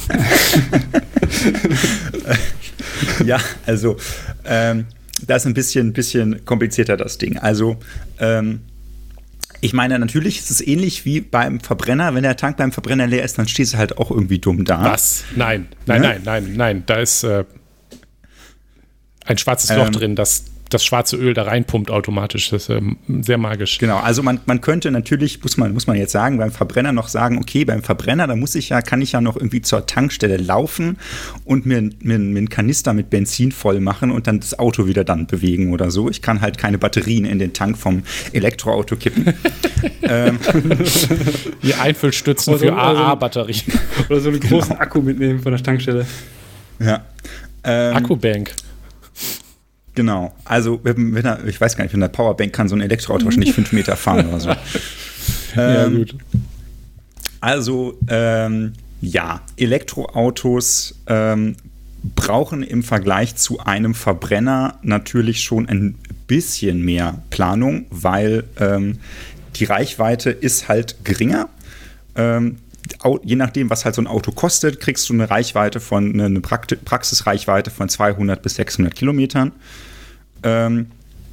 [SPEAKER 3] Ja, also ähm das ist ein bisschen, bisschen komplizierter, das Ding. Also, ähm, ich meine, natürlich ist es ähnlich wie beim Verbrenner. Wenn der Tank beim Verbrenner leer ist, dann stehst du halt auch irgendwie dumm da.
[SPEAKER 1] Was? Nein, nein, ja? nein, nein, nein. Da ist äh, ein schwarzes Loch ähm, drin, das das schwarze Öl da reinpumpt automatisch. Das ist ähm, sehr magisch.
[SPEAKER 3] Genau, also man, man könnte natürlich, muss man, muss man jetzt sagen, beim Verbrenner noch sagen, okay, beim Verbrenner, da muss ich ja, kann ich ja noch irgendwie zur Tankstelle laufen und mir, mir, mir einen Kanister mit Benzin voll machen und dann das Auto wieder dann bewegen oder so. Ich kann halt keine Batterien in den Tank vom Elektroauto kippen. ähm,
[SPEAKER 1] Die Einfüllstützen für A A-Batterien.
[SPEAKER 2] Oder so einen großen genau. Akku mitnehmen von der Tankstelle.
[SPEAKER 3] Ja. Ähm,
[SPEAKER 1] Akkubank.
[SPEAKER 3] Genau, also wenn er, ich weiß gar nicht, mit einer Powerbank kann so ein Elektroauto wahrscheinlich fünf Meter fahren oder so.
[SPEAKER 1] Ja,
[SPEAKER 3] ähm,
[SPEAKER 1] gut.
[SPEAKER 3] Also, ähm, ja, Elektroautos ähm, brauchen im Vergleich zu einem Verbrenner natürlich schon ein bisschen mehr Planung, weil ähm, die Reichweite ist halt geringer. Ähm, Je nachdem, was halt so ein Auto kostet, kriegst du eine Reichweite von, eine Praxisreichweite von zweihundert bis sechshundert Kilometern. Ähm,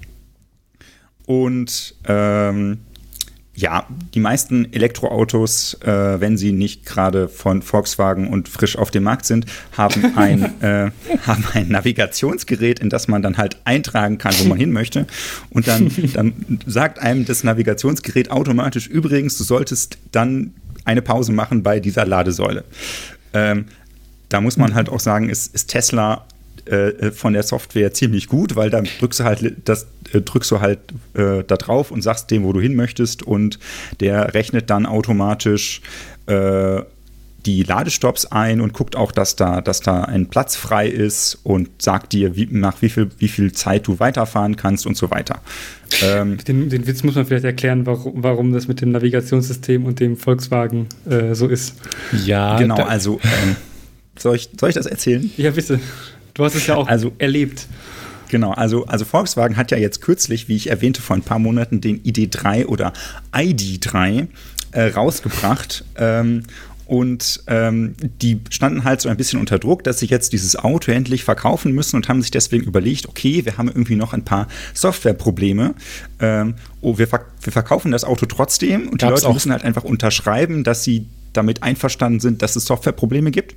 [SPEAKER 3] und ähm, ja, die meisten Elektroautos, äh, wenn sie nicht gerade von Volkswagen und frisch auf dem Markt sind, haben ein, äh, haben ein Navigationsgerät, in das man dann halt eintragen kann, wo man hin möchte. Und dann, dann sagt einem das Navigationsgerät automatisch, übrigens, du solltest dann eine Pause machen bei dieser Ladesäule. Ähm, da muss man halt auch sagen, ist, ist Tesla äh, von der Software ziemlich gut, weil dann drückst du halt, das, äh, drückst du halt äh, da drauf und sagst dem, wo du hin möchtest, und der rechnet dann automatisch äh, die Ladestops ein und guckt auch, dass da, dass da ein Platz frei ist und sagt dir, wie, nach wie viel, wie viel Zeit du weiterfahren kannst und so weiter. Ähm,
[SPEAKER 2] den, den Witz muss man vielleicht erklären, warum, warum das mit dem Navigationssystem und dem Volkswagen äh, so ist.
[SPEAKER 1] Ja,
[SPEAKER 3] genau, also ähm, soll, ich, soll ich das erzählen?
[SPEAKER 2] Ja, bitte. Du hast es ja auch
[SPEAKER 3] also,
[SPEAKER 2] erlebt.
[SPEAKER 3] Genau, also, also Volkswagen hat ja jetzt kürzlich, wie ich erwähnte, vor ein paar Monaten den I D drei oder I D drei äh, rausgebracht. Ähm, Und ähm, die standen halt so ein bisschen unter Druck, dass sie jetzt dieses Auto endlich verkaufen müssen, und haben sich deswegen überlegt, okay, wir haben irgendwie noch ein paar Softwareprobleme. Ähm, oh, wir, verk- wir verkaufen das Auto trotzdem, und
[SPEAKER 1] Gab's
[SPEAKER 3] die Leute müssen halt einfach unterschreiben, dass sie damit einverstanden sind, dass es Softwareprobleme gibt.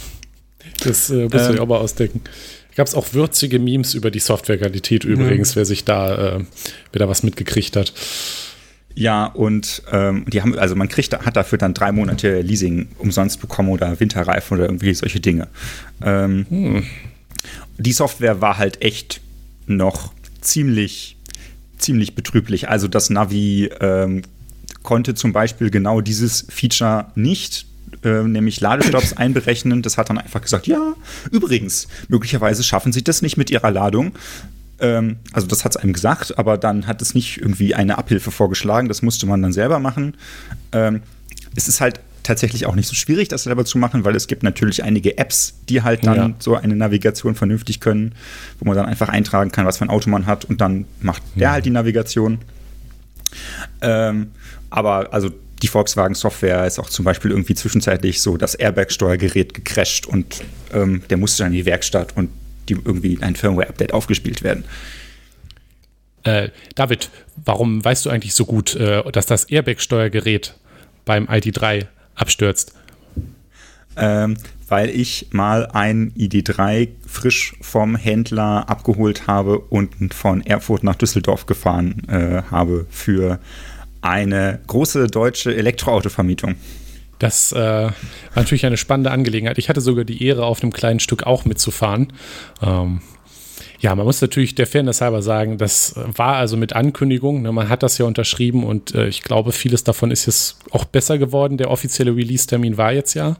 [SPEAKER 1] Das äh, musst du dir auch mal ausdenken. Gab es auch würzige Memes über die Softwarequalität übrigens, mhm. wer sich da, äh, wer da was mitgekriegt hat.
[SPEAKER 3] Ja, und ähm, die haben, also man kriegt, hat dafür dann drei Monate Leasing umsonst bekommen oder Winterreifen oder irgendwie solche Dinge. Ähm, hm. Die Software war halt echt noch ziemlich, ziemlich betrüblich. Also das Navi ähm, konnte zum Beispiel genau dieses Feature nicht, äh, nämlich Ladestops einberechnen. Das hat dann einfach gesagt, ja, übrigens, möglicherweise schaffen Sie das nicht mit Ihrer Ladung. Also das hat es einem gesagt, aber dann hat es nicht irgendwie eine Abhilfe vorgeschlagen. Das musste man dann selber machen. Ähm, es ist halt tatsächlich auch nicht so schwierig, das selber zu machen, weil es gibt natürlich einige Apps, die halt dann ja. so eine Navigation vernünftig können, wo man dann einfach eintragen kann, was für ein Auto man hat und dann macht der ja. halt die Navigation. Ähm, aber also die Volkswagen-Software ist auch zum Beispiel irgendwie zwischenzeitlich so das Airbag-Steuergerät gecrasht und ähm, der musste dann in die Werkstatt und die irgendwie ein Firmware-Update aufgespielt werden.
[SPEAKER 1] Äh, David, warum weißt du eigentlich so gut, äh, dass das Airbag-Steuergerät beim I D drei abstürzt?
[SPEAKER 3] Ähm, weil ich mal ein I D drei frisch vom Händler abgeholt habe und von Erfurt nach Düsseldorf gefahren äh, habe für eine große deutsche Elektroautovermietung.
[SPEAKER 1] Das äh, war natürlich eine spannende Angelegenheit. Ich hatte sogar die Ehre, auf einem kleinen Stück auch mitzufahren. Ähm, ja, man muss natürlich der Fairness halber sagen, das war also mit Ankündigung. Ne, man hat das ja unterschrieben und äh, ich glaube, vieles davon ist jetzt auch besser geworden. Der offizielle Release-Termin war jetzt ja.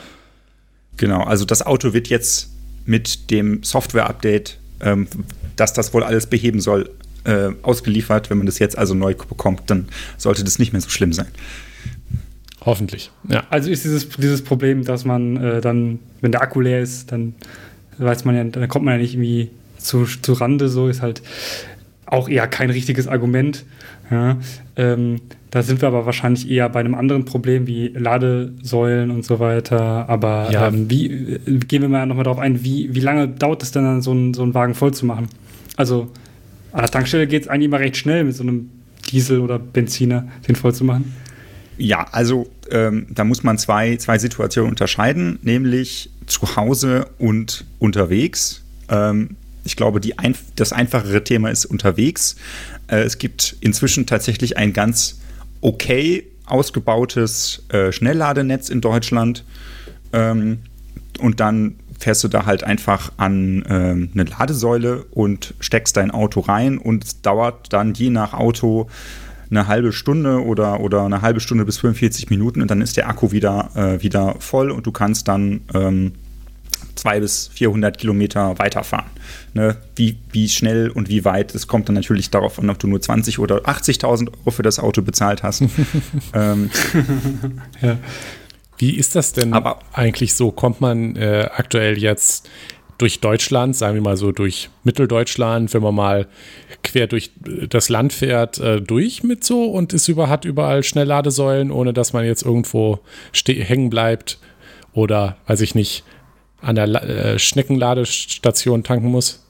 [SPEAKER 3] Genau, also das Auto wird jetzt mit dem Software-Update, ähm, dass das wohl alles beheben soll, äh, ausgeliefert. Wenn man das jetzt also neu bekommt, dann sollte das nicht mehr so schlimm sein.
[SPEAKER 1] Hoffentlich, ja.
[SPEAKER 2] Also ist dieses, dieses Problem, dass man äh, dann, wenn der Akku leer ist, dann weiß man ja, dann kommt man ja nicht irgendwie zu, zu Rande, so ist halt auch eher kein richtiges Argument. Ja. Ähm, da sind wir aber wahrscheinlich eher bei einem anderen Problem wie Ladesäulen und so weiter. Aber ja. ähm, wie äh, gehen wir mal nochmal darauf ein, wie, wie lange dauert es denn dann, so einen, so einen Wagen voll zu machen? Also an der Tankstelle geht es eigentlich immer recht schnell, mit so einem Diesel oder Benziner den voll zu machen.
[SPEAKER 3] Ja, also ähm, da muss man zwei, zwei Situationen unterscheiden, nämlich zu Hause und unterwegs. Ähm, ich glaube, die ein, das einfachere Thema ist unterwegs. Äh, es gibt inzwischen tatsächlich ein ganz okay ausgebautes äh, Schnellladenetz in Deutschland. Ähm, und dann fährst du da halt einfach an ähm, eine Ladesäule und steckst dein Auto rein und es dauert dann je nach Auto eine halbe Stunde oder, oder eine halbe Stunde bis fünfundvierzig Minuten und dann ist der Akku wieder, äh, wieder voll und du kannst dann ähm, zweihundert bis vierhundert Kilometer weiterfahren. Ne? Wie, wie schnell und wie weit, das kommt dann natürlich darauf an, ob du nur zwanzig oder achtzigtausend Euro für das Auto bezahlt hast. ähm,
[SPEAKER 1] ja. Wie ist das denn
[SPEAKER 3] aber
[SPEAKER 1] eigentlich so? Kommt man äh, aktuell jetzt durch Deutschland, sagen wir mal so durch Mitteldeutschland, wenn man mal quer durch das Land fährt, äh, durch mit so und ist über, hat überall Schnellladesäulen, ohne dass man jetzt irgendwo ste- hängen bleibt oder, weiß ich nicht, an der La- äh, Schneckenladestation tanken muss?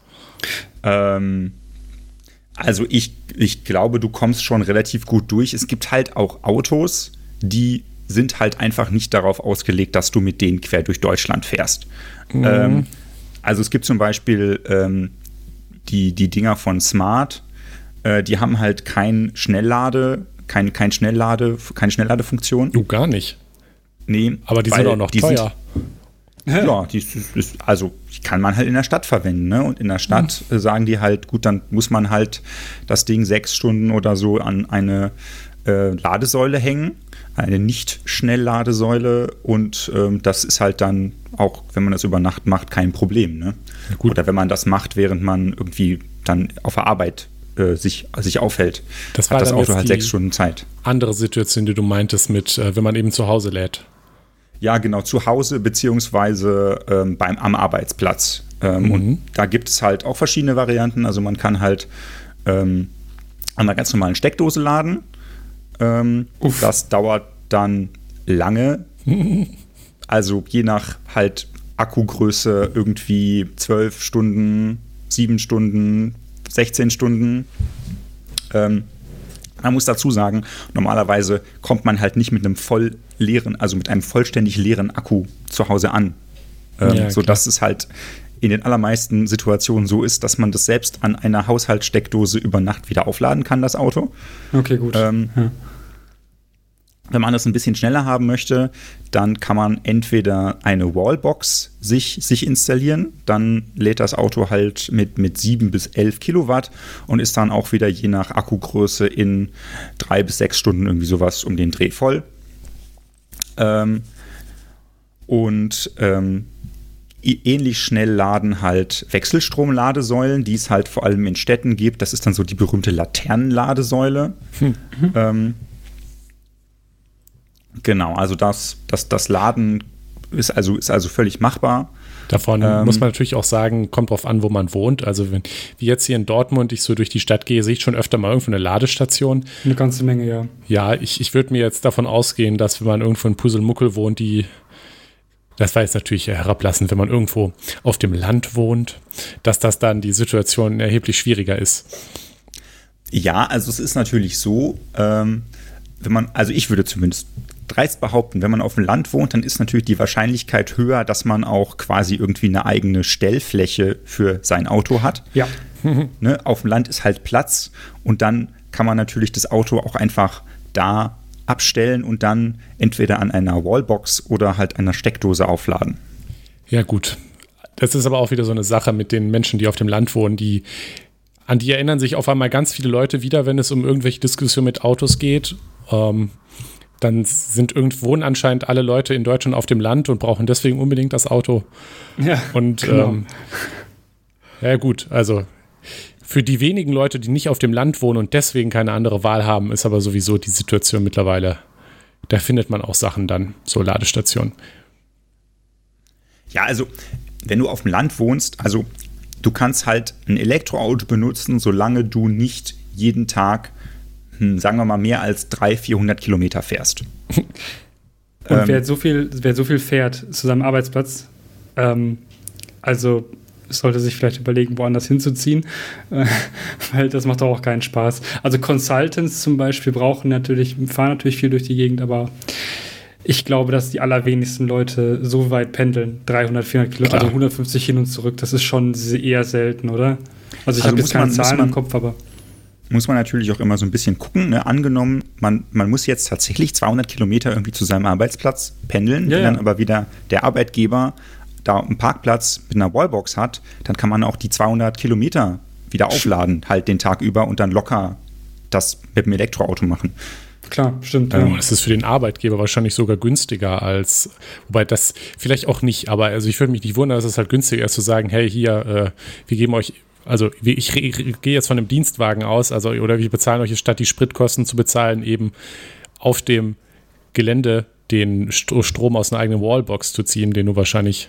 [SPEAKER 3] Ähm, also ich, ich glaube, du kommst schon relativ gut durch. Es gibt halt auch Autos, die sind halt einfach nicht darauf ausgelegt, dass du mit denen quer durch Deutschland fährst. Mhm. Ähm, Also es gibt zum Beispiel ähm, die, die Dinger von Smart, äh, die haben halt kein Schnelllade, kein, kein Schnelllade, keine Schnellladefunktion.
[SPEAKER 1] Du gar nicht.
[SPEAKER 3] Nee.
[SPEAKER 1] Aber die sind auch noch teuer.
[SPEAKER 3] Sind, ja, die ist, also die kann man halt in der Stadt verwenden, ne? Und in der Stadt mhm. sagen die halt, gut, dann muss man halt das Ding sechs Stunden oder so an eine äh, Ladesäule hängen, eine Nicht-Schnellladesäule und ähm, das ist halt dann auch, wenn man das über Nacht macht, kein Problem. Ne? Ja, gut. Oder wenn man das macht, während man irgendwie dann auf der Arbeit äh, sich, sich aufhält,
[SPEAKER 1] das
[SPEAKER 3] hat das Auto halt sechs Stunden Zeit.
[SPEAKER 1] Andere Situation, die du meintest mit, äh, wenn man eben zu Hause lädt.
[SPEAKER 3] Ja, genau, zu Hause beziehungsweise ähm, beim, am Arbeitsplatz. Ähm, mhm. Und da gibt es halt auch verschiedene Varianten. Also man kann halt ähm, an einer ganz normalen Steckdose laden. Ähm, das dauert dann lange. Also je nach halt Akkugröße irgendwie zwölf Stunden, sieben Stunden, sechzehn Stunden. Ähm, man muss dazu sagen, normalerweise kommt man halt nicht mit einem voll leeren, also mit einem vollständig leeren Akku zu Hause an. Ähm, ja, sodass es halt in den allermeisten Situationen so ist, dass man das selbst an einer Haushaltssteckdose über Nacht wieder aufladen kann, das Auto.
[SPEAKER 2] Okay, gut.
[SPEAKER 3] Ähm, ja. Wenn man das ein bisschen schneller haben möchte, dann kann man entweder eine Wallbox sich, sich installieren, dann lädt das Auto halt mit, mit sieben bis elf Kilowatt und ist dann auch wieder je nach Akkugröße in drei bis sechs Stunden irgendwie sowas um den Dreh voll. Ähm, und ähm, ähnlich schnell laden halt Wechselstrom-Ladesäulen, die es halt vor allem in Städten gibt. Das ist dann so die berühmte Laternenladesäule. Hm. Ähm, Genau, also das, das, das Laden ist also, ist also völlig machbar.
[SPEAKER 1] Davon
[SPEAKER 3] ähm,
[SPEAKER 1] muss man natürlich auch sagen, kommt drauf an, wo man wohnt. Also wenn, wie jetzt hier in Dortmund, ich so durch die Stadt gehe, sehe ich schon öfter mal irgendwo eine Ladestation.
[SPEAKER 2] Eine ganze Menge, ja.
[SPEAKER 1] Ja, ich, ich würde mir jetzt davon ausgehen, dass wenn man irgendwo in Puselmuckel wohnt, die, das war jetzt natürlich herablassend, wenn man irgendwo auf dem Land wohnt, dass das dann die Situation erheblich schwieriger ist.
[SPEAKER 3] Ja, also es ist natürlich so, ähm, wenn man, also ich würde zumindest dreist behaupten, wenn man auf dem Land wohnt, dann ist natürlich die Wahrscheinlichkeit höher, dass man auch quasi irgendwie eine eigene Stellfläche für sein Auto hat.
[SPEAKER 2] Ja.
[SPEAKER 3] Ne, auf dem Land ist halt Platz und dann kann man natürlich das Auto auch einfach da abstellen und dann entweder an einer Wallbox oder halt einer Steckdose aufladen.
[SPEAKER 1] Ja gut, das ist aber auch wieder so eine Sache mit den Menschen, die auf dem Land wohnen, die an die erinnern sich auf einmal ganz viele Leute wieder, wenn es um irgendwelche Diskussionen mit Autos geht. Ähm, dann sind irgendwo wohnen anscheinend alle Leute in Deutschland auf dem Land und brauchen deswegen unbedingt das Auto.
[SPEAKER 2] Ja,
[SPEAKER 1] und
[SPEAKER 2] genau.
[SPEAKER 1] ähm, ja gut, also für die wenigen Leute, die nicht auf dem Land wohnen und deswegen keine andere Wahl haben, ist aber sowieso die Situation mittlerweile, da findet man auch Sachen dann, so Ladestationen.
[SPEAKER 3] Ja, also wenn du auf dem Land wohnst, also du kannst halt ein Elektroauto benutzen, solange du nicht jeden Tag, hm, sagen wir mal, mehr als dreihundert, vierhundert Kilometer fährst.
[SPEAKER 2] Und ähm, wer, so viel, wer so viel fährt zu seinem Arbeitsplatz, ähm, also sollte sich vielleicht überlegen, woanders hinzuziehen, äh, weil das macht doch auch keinen Spaß. Also Consultants zum Beispiel brauchen natürlich, fahren natürlich viel durch die Gegend, aber ich glaube, dass die allerwenigsten Leute so weit pendeln, dreihundert, vierhundert Kilometer, also hundertfünfzig hin und zurück, das ist schon eher selten, oder? Also ich also habe jetzt keine man, Zahlen man, im Kopf, aber
[SPEAKER 3] muss man natürlich auch immer so ein bisschen gucken, ne? Angenommen, man, man muss jetzt tatsächlich zweihundert Kilometer irgendwie zu seinem Arbeitsplatz pendeln,
[SPEAKER 2] ja,
[SPEAKER 3] wenn
[SPEAKER 2] ja.
[SPEAKER 3] dann aber wieder der Arbeitgeber da einen Parkplatz mit einer Wallbox hat, dann kann man auch die zweihundert Kilometer wieder aufladen, halt den Tag über und dann locker das mit dem Elektroauto machen.
[SPEAKER 2] Klar, stimmt.
[SPEAKER 1] Ähm,
[SPEAKER 2] ja.
[SPEAKER 1] Das ist für den Arbeitgeber wahrscheinlich sogar günstiger als, wobei das vielleicht auch nicht, aber also ich würde mich nicht wundern, dass es halt günstiger ist zu sagen, hey, hier, äh, wir geben euch, also ich, ich, ich gehe jetzt von einem Dienstwagen aus, also oder wir bezahlen euch statt die Spritkosten zu bezahlen, eben auf dem Gelände den Strom aus einer eigenen Wallbox zu ziehen, den du wahrscheinlich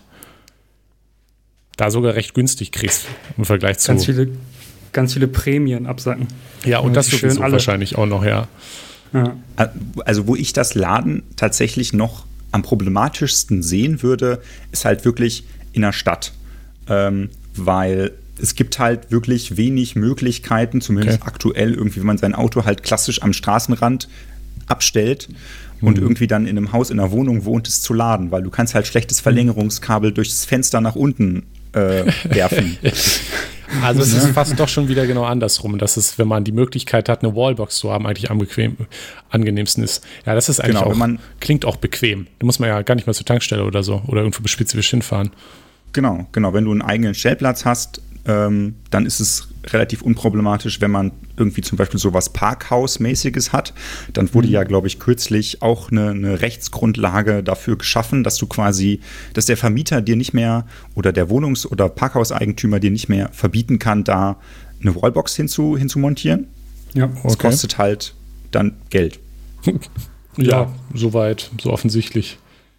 [SPEAKER 1] da sogar recht günstig kriegst im Vergleich zu.
[SPEAKER 2] Ganz viele, ganz viele Prämien absacken.
[SPEAKER 1] Ja, und, und das sowieso wahrscheinlich auch noch, ja.
[SPEAKER 2] ja.
[SPEAKER 3] Also wo ich das Laden tatsächlich noch am problematischsten sehen würde, ist halt wirklich in der Stadt. Ähm, weil es gibt halt wirklich wenig Möglichkeiten, zumindest okay. aktuell irgendwie, wenn man sein Auto halt klassisch am Straßenrand abstellt und mhm. irgendwie dann in einem Haus, in einer Wohnung wohnt, es zu laden, weil du kannst halt schlechtes Verlängerungskabel durchs Fenster nach unten äh, werfen.
[SPEAKER 1] Also es ist fast doch schon wieder genau andersrum, dass es, wenn man die Möglichkeit hat, eine Wallbox zu haben, eigentlich am bequem, angenehmsten ist. Ja, das ist eigentlich
[SPEAKER 3] genau,
[SPEAKER 1] auch,
[SPEAKER 3] man,
[SPEAKER 1] klingt auch bequem. Da muss man ja gar nicht mal zur Tankstelle oder so oder irgendwo spezifisch hinfahren.
[SPEAKER 3] Genau, genau. Wenn du einen eigenen Stellplatz hast, ähm, dann ist es relativ unproblematisch, wenn man irgendwie zum Beispiel sowas Parkhaus-mäßiges hat. Dann wurde mhm. ja, glaube ich, kürzlich auch eine, eine Rechtsgrundlage dafür geschaffen, dass du quasi, dass der Vermieter dir nicht mehr oder der Wohnungs- oder Parkhauseigentümer dir nicht mehr verbieten kann, da eine Wallbox hinzu, hinzumontieren.
[SPEAKER 2] Ja,
[SPEAKER 3] das okay. kostet halt dann Geld.
[SPEAKER 1] ja, ja, soweit, so offensichtlich.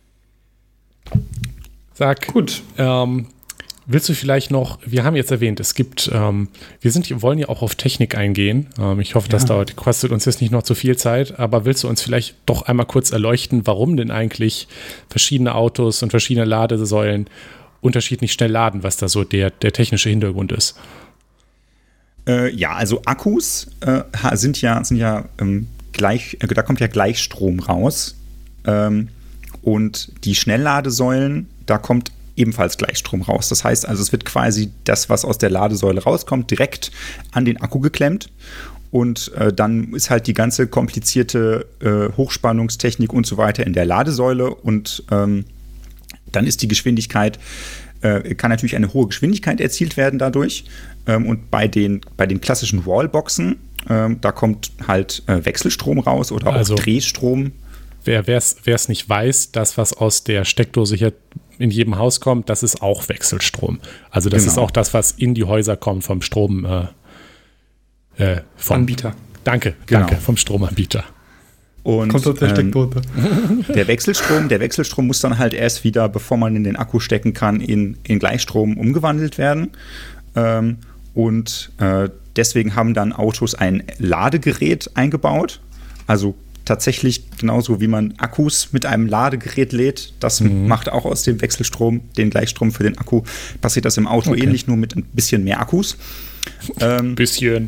[SPEAKER 1] Sag,
[SPEAKER 2] gut.
[SPEAKER 1] Ähm, willst du vielleicht noch, wir haben jetzt erwähnt, es gibt, ähm, wir sind, wollen ja auch auf Technik eingehen. Ähm, ich hoffe, das ja. dauert, kostet uns jetzt nicht noch zu viel Zeit, aber willst du uns vielleicht doch einmal kurz erleuchten, warum denn eigentlich verschiedene Autos und verschiedene Ladesäulen unterschiedlich schnell laden, was da so der, der technische Hintergrund ist?
[SPEAKER 3] Äh, ja, also Akkus äh, sind ja, sind ja ähm, gleich, äh, da kommt ja Gleichstrom raus. Ähm, und die Schnellladesäulen, da kommt ebenfalls Gleichstrom raus. Das heißt also, es wird quasi das, was aus der Ladesäule rauskommt, direkt an den Akku geklemmt. Und äh, dann ist halt die ganze komplizierte äh, Hochspannungstechnik und so weiter in der Ladesäule. Und ähm, dann ist die Geschwindigkeit, äh, kann natürlich eine hohe Geschwindigkeit erzielt werden dadurch. Ähm, und bei den, bei den klassischen Wallboxen, ähm, da kommt halt äh, Wechselstrom raus oder auch
[SPEAKER 1] also
[SPEAKER 3] Drehstrom.
[SPEAKER 1] Wer es nicht weiß, das, was aus der Steckdose hier in jedem Haus kommt, das ist auch Wechselstrom. Also das genau. ist auch das, was in die Häuser kommt vom Strom äh, äh, vom
[SPEAKER 2] Anbieter.
[SPEAKER 1] Danke,
[SPEAKER 3] genau.
[SPEAKER 1] danke, vom Stromanbieter.
[SPEAKER 3] Und,
[SPEAKER 2] kommt dort der
[SPEAKER 3] ähm,
[SPEAKER 2] Steckdose.
[SPEAKER 3] Der Wechselstrom, der Wechselstrom muss dann halt erst wieder, bevor man in den Akku stecken kann, in, in Gleichstrom umgewandelt werden. Ähm, und äh, deswegen haben dann Autos ein Ladegerät eingebaut. Also tatsächlich genauso wie man Akkus mit einem Ladegerät lädt. Das mhm. macht auch aus dem Wechselstrom den Gleichstrom für den Akku. Passiert das im Auto okay. ähnlich, nur mit ein bisschen mehr Akkus.
[SPEAKER 1] Ähm, bisschen.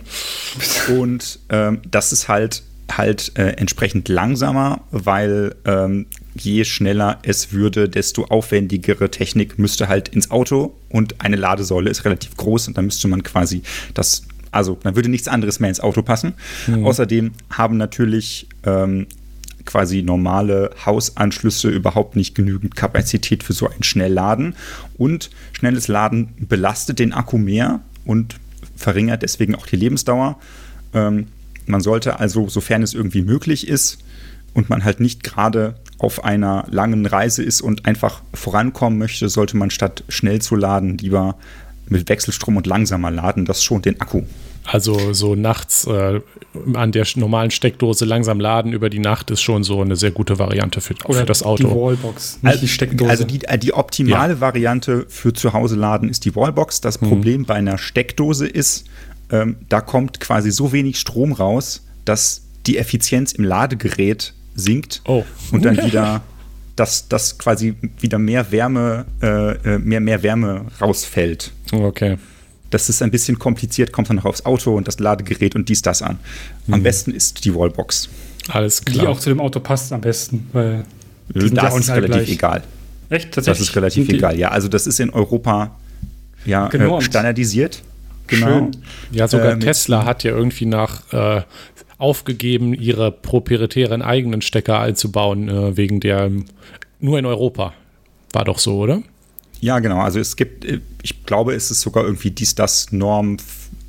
[SPEAKER 3] Und ähm, das ist halt halt äh, entsprechend langsamer, weil ähm, je schneller es würde, desto aufwendigere Technik müsste halt ins Auto und eine Ladesäule ist relativ groß und dann müsste man quasi das, also dann würde nichts anderes mehr ins Auto passen. Mhm. Außerdem haben natürlich ähm, quasi normale Hausanschlüsse überhaupt nicht genügend Kapazität für so ein Schnellladen und schnelles Laden belastet den Akku mehr und verringert deswegen auch die Lebensdauer. Ähm, Man sollte also, sofern es irgendwie möglich ist und man halt nicht gerade auf einer langen Reise ist und einfach vorankommen möchte, sollte man statt schnell zu laden lieber mit Wechselstrom und langsamer laden. Das schont den Akku.
[SPEAKER 1] Also so nachts äh, an der normalen Steckdose langsam laden über die Nacht ist schon so eine sehr gute Variante für, für das Auto.
[SPEAKER 2] Die Wallbox, nicht
[SPEAKER 3] also,
[SPEAKER 2] die Steckdose.
[SPEAKER 3] Also die, die optimale ja. Variante für zu Hause laden ist die Wallbox. Das mhm. Problem bei einer Steckdose ist, Ähm, da kommt quasi so wenig Strom raus, dass die Effizienz im Ladegerät sinkt
[SPEAKER 1] oh.
[SPEAKER 3] und dann wieder, dass, dass quasi wieder mehr Wärme, äh, mehr, mehr Wärme rausfällt.
[SPEAKER 1] Okay.
[SPEAKER 3] Das ist ein bisschen kompliziert, kommt dann noch aufs Auto und das Ladegerät und dies, das an. Am mhm. besten ist die Wallbox.
[SPEAKER 1] Alles klar.
[SPEAKER 2] Die auch zu dem Auto passt am besten, weil die
[SPEAKER 3] das ist relativ gleich. egal.
[SPEAKER 2] Echt? Tatsächlich?
[SPEAKER 3] Das ist relativ egal, ja. Also das ist in Europa ja, äh, standardisiert. Genau.
[SPEAKER 1] Schön. Ja, sogar
[SPEAKER 3] äh,
[SPEAKER 1] Tesla hat ja irgendwie nach äh, aufgegeben, ihre proprietären eigenen Stecker einzubauen, äh, wegen der nur in Europa. War doch so, oder?
[SPEAKER 3] Ja, genau. Also es gibt, ich glaube, es ist sogar irgendwie dies, das Norm,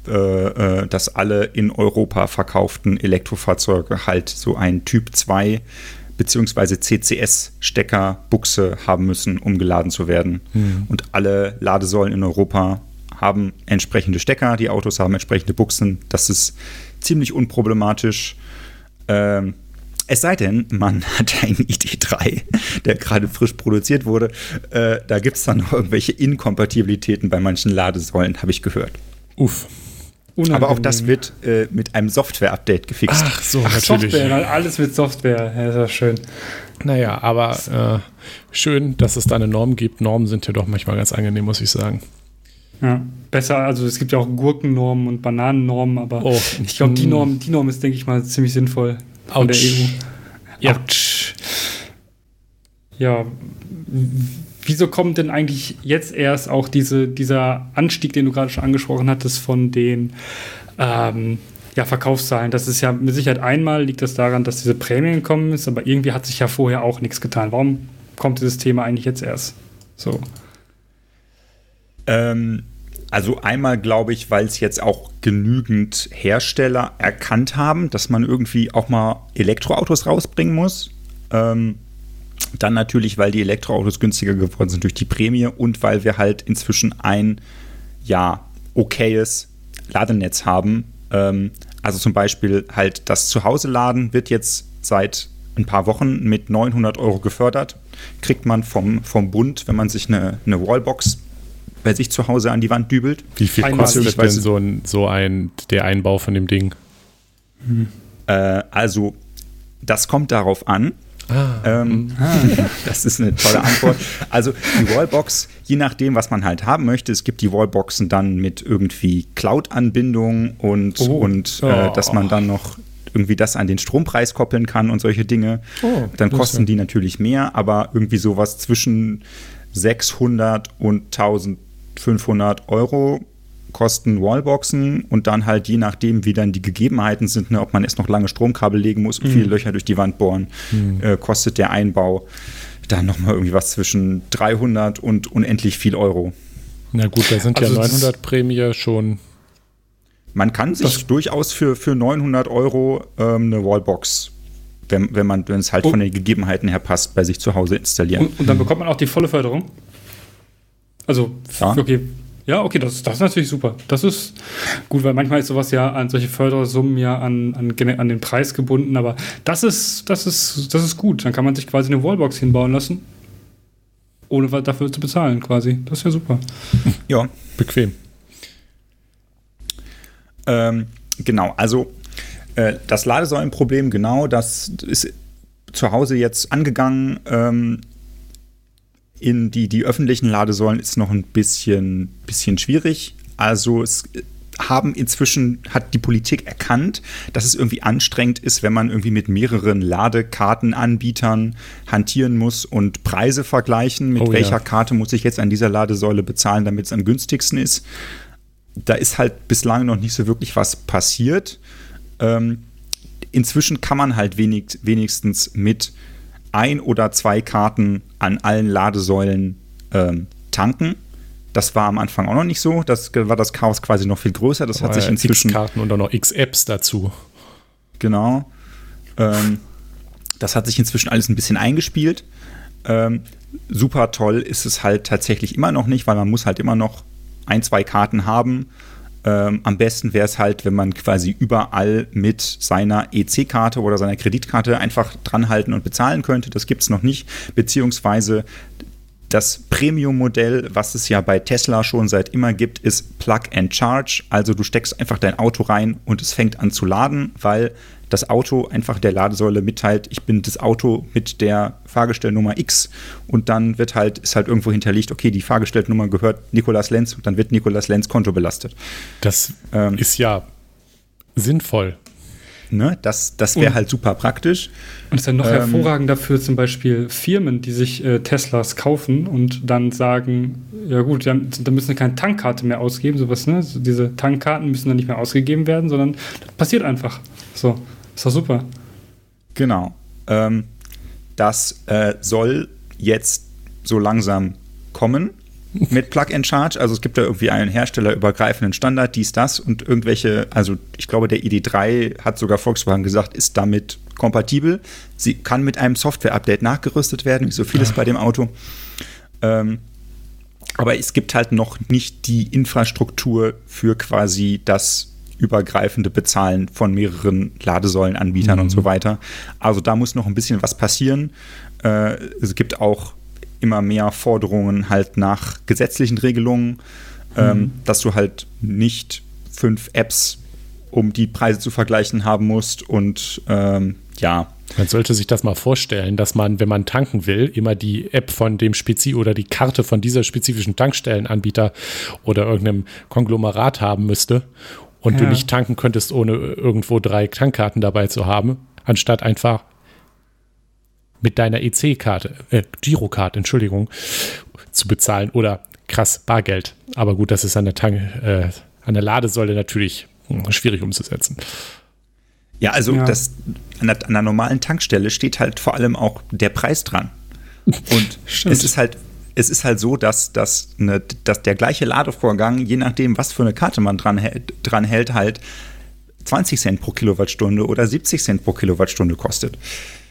[SPEAKER 3] äh, dass alle in Europa verkauften Elektrofahrzeuge halt so ein Typ zwei beziehungsweise C C S-Steckerbuchse haben müssen, um geladen zu werden. Mhm. Und alle Ladesäulen in Europa haben entsprechende Stecker, die Autos haben entsprechende Buchsen. Das ist ziemlich unproblematisch. Ähm, es sei denn, man hat einen I D drei, der gerade frisch produziert wurde. Äh, da gibt es dann noch irgendwelche Inkompatibilitäten bei manchen Ladesäulen, habe ich gehört.
[SPEAKER 1] Uff.
[SPEAKER 3] Unangenehm. Aber auch das wird äh, mit einem Software-Update gefixt.
[SPEAKER 1] Ach so,
[SPEAKER 2] Ach,
[SPEAKER 1] natürlich.
[SPEAKER 2] Software, alles mit Software. Ja, ist ja schön.
[SPEAKER 1] Naja, aber äh, schön, dass es da eine Norm gibt. Normen sind ja doch manchmal ganz angenehm, muss ich sagen.
[SPEAKER 2] Ja, besser, also es gibt ja auch Gurkennormen und Bananennormen, aber
[SPEAKER 1] oh.
[SPEAKER 2] ich glaube, die Norm, die Norm ist, denke ich mal, ziemlich sinnvoll von
[SPEAKER 1] Ouch.
[SPEAKER 2] der E U.
[SPEAKER 1] Ja.
[SPEAKER 2] Ouch. Ja, wieso kommt denn eigentlich jetzt erst auch diese, dieser Anstieg, den du gerade schon angesprochen hattest, von den ähm, ja, Verkaufszahlen? Das ist ja mit Sicherheit einmal, liegt das daran, dass diese Prämien gekommen ist, aber irgendwie hat sich ja vorher auch nichts getan. Warum kommt dieses Thema eigentlich jetzt erst? So.
[SPEAKER 3] Ähm, also einmal glaube ich, weil es jetzt auch genügend Hersteller erkannt haben, dass man irgendwie auch mal Elektroautos rausbringen muss. Ähm, dann natürlich, weil die Elektroautos günstiger geworden sind durch die Prämie und weil wir halt inzwischen ein, ja, okayes Ladenetz haben. Ähm, also zum Beispiel halt das Zuhause-Laden wird jetzt seit ein paar Wochen mit neunhundert Euro gefördert. Kriegt man vom, vom Bund, wenn man sich eine, eine Wallbox bei sich zu Hause an die Wand dübelt.
[SPEAKER 1] Wie viel
[SPEAKER 2] Einmal
[SPEAKER 1] kostet denn so ein, so ein, der Einbau von dem Ding?
[SPEAKER 3] Hm. Äh, also, das kommt darauf an.
[SPEAKER 1] Ah.
[SPEAKER 3] Ähm, das ist eine tolle Antwort. Also, die Wallbox, je nachdem, was man halt haben möchte, es gibt die Wallboxen dann mit irgendwie Cloud-Anbindung und, oh. und äh, oh. dass man dann noch irgendwie das an den Strompreis koppeln kann und solche Dinge. Oh, dann kosten die natürlich mehr, aber irgendwie sowas zwischen sechshundert und eintausendfünfhundert Euro kosten Wallboxen und dann halt je nachdem, wie dann die Gegebenheiten sind, ne, ob man erst noch lange Stromkabel legen muss und mhm. viele Löcher durch die Wand bohren, mhm. äh, kostet der Einbau dann nochmal irgendwie was zwischen dreihundert und unendlich viel Euro.
[SPEAKER 1] Na gut, da sind also ja neunhundert Prämie schon.
[SPEAKER 3] Man kann sich das durchaus für, für neunhundert Euro ähm, eine Wallbox, wenn, wenn man, wenn es halt oh. von den Gegebenheiten her passt, bei sich zu Hause installieren.
[SPEAKER 2] Und, und dann bekommt man auch die volle Förderung? Also,
[SPEAKER 3] ja.
[SPEAKER 2] okay. Ja, okay, das, das ist natürlich super. Das ist gut, weil manchmal ist sowas ja an solche Fördersummen ja an, an, an den Preis gebunden, aber das ist, das ist, das ist gut. Dann kann man sich quasi eine Wallbox hinbauen lassen, ohne was dafür zu bezahlen quasi. Das ist ja super.
[SPEAKER 3] Ja,
[SPEAKER 1] bequem.
[SPEAKER 3] Ähm, genau, also äh, das Ladesäulenproblem, genau, das ist zu Hause jetzt angegangen. Ähm, in die, die öffentlichen Ladesäulen ist noch ein bisschen, bisschen schwierig. Also es haben inzwischen, hat die Politik erkannt, dass es irgendwie anstrengend ist, wenn man irgendwie mit mehreren Ladekartenanbietern hantieren muss und Preise vergleichen. Mit
[SPEAKER 1] oh,
[SPEAKER 3] welcher
[SPEAKER 1] ja.
[SPEAKER 3] Karte muss ich jetzt an dieser Ladesäule bezahlen, damit es am günstigsten ist. Da ist halt bislang noch nicht so wirklich was passiert. Ähm, inzwischen kann man halt wenig, wenigstens mit ein oder zwei Karten an allen Ladesäulen ähm, tanken. Das war am Anfang auch noch nicht so. Das war das Chaos quasi noch viel größer. Das hat sich inzwischen
[SPEAKER 1] X-Karten und auch noch X-Apps dazu.
[SPEAKER 3] Genau. Ähm, das hat sich inzwischen alles ein bisschen eingespielt. Ähm, super toll ist es halt tatsächlich immer noch nicht, weil man muss halt immer noch ein, zwei Karten haben. Ähm, am besten wäre es halt, wenn man quasi überall mit seiner E C-Karte oder seiner Kreditkarte einfach dranhalten und bezahlen könnte. Das gibt es noch nicht. Beziehungsweise das Premium-Modell, was es ja bei Tesla schon seit immer gibt, ist Plug and Charge. Also du steckst einfach dein Auto rein und es fängt an zu laden, weil das Auto einfach der Ladesäule mitteilt, ich bin das Auto mit der Fahrgestellnummer X und dann wird halt, ist halt irgendwo hinterlegt, okay, die Fahrgestellnummer gehört Nikolaus Lenz und dann wird Nikolaus Lenz Konto belastet.
[SPEAKER 1] Das
[SPEAKER 3] ähm,
[SPEAKER 1] ist ja sinnvoll.
[SPEAKER 3] Ne, das das wäre halt super praktisch.
[SPEAKER 2] Und ist ja noch
[SPEAKER 3] ähm,
[SPEAKER 2] hervorragend dafür zum Beispiel Firmen, die sich äh, Teslas kaufen und dann sagen, ja gut, da müssen wir keine Tankkarte mehr ausgeben, sowas, ne? So diese Tankkarten müssen dann nicht mehr ausgegeben werden, sondern das passiert einfach. So, ist doch super.
[SPEAKER 3] Genau. Ähm, das äh, soll jetzt so langsam kommen mit Plug and Charge. Also es gibt da irgendwie einen herstellerübergreifenden Standard, dies, das und irgendwelche, also ich glaube der I D drei hat sogar Volkswagen gesagt, ist damit kompatibel. Sie kann mit einem Software-Update nachgerüstet werden, wie so vieles bei dem Auto. Ähm, aber es gibt halt noch nicht die Infrastruktur für quasi das übergreifende Bezahlen von mehreren Ladesäulenanbietern mhm. und so weiter. Also da muss noch ein bisschen was passieren. Äh, es gibt auch immer mehr Forderungen halt nach gesetzlichen Regelungen, mhm. ähm, dass du halt nicht fünf Apps, um die Preise zu vergleichen, haben musst und ähm, ja.
[SPEAKER 1] Man sollte sich das mal vorstellen, dass man, wenn man tanken will, immer die App von dem Spezi oder die Karte von dieser spezifischen Tankstellenanbieter oder irgendeinem Konglomerat haben müsste und ja. du nicht tanken könntest, ohne irgendwo drei Tankkarten dabei zu haben, anstatt einfach mit deiner E C-Karte, äh, Girokarte, Entschuldigung, zu bezahlen oder krass Bargeld. Aber gut, das ist an der, Tank, äh, an der Ladesäule natürlich hm, schwierig umzusetzen.
[SPEAKER 3] Ja, also
[SPEAKER 2] ja.
[SPEAKER 3] Das, an, der, an der normalen Tankstelle steht halt vor allem auch der Preis dran. Und es ist halt es ist halt so, dass, dass, eine, dass der gleiche Ladevorgang, je nachdem, was für eine Karte man dran hält, dran hält halt zwanzig Cent pro Kilowattstunde oder siebzig Cent pro Kilowattstunde kostet.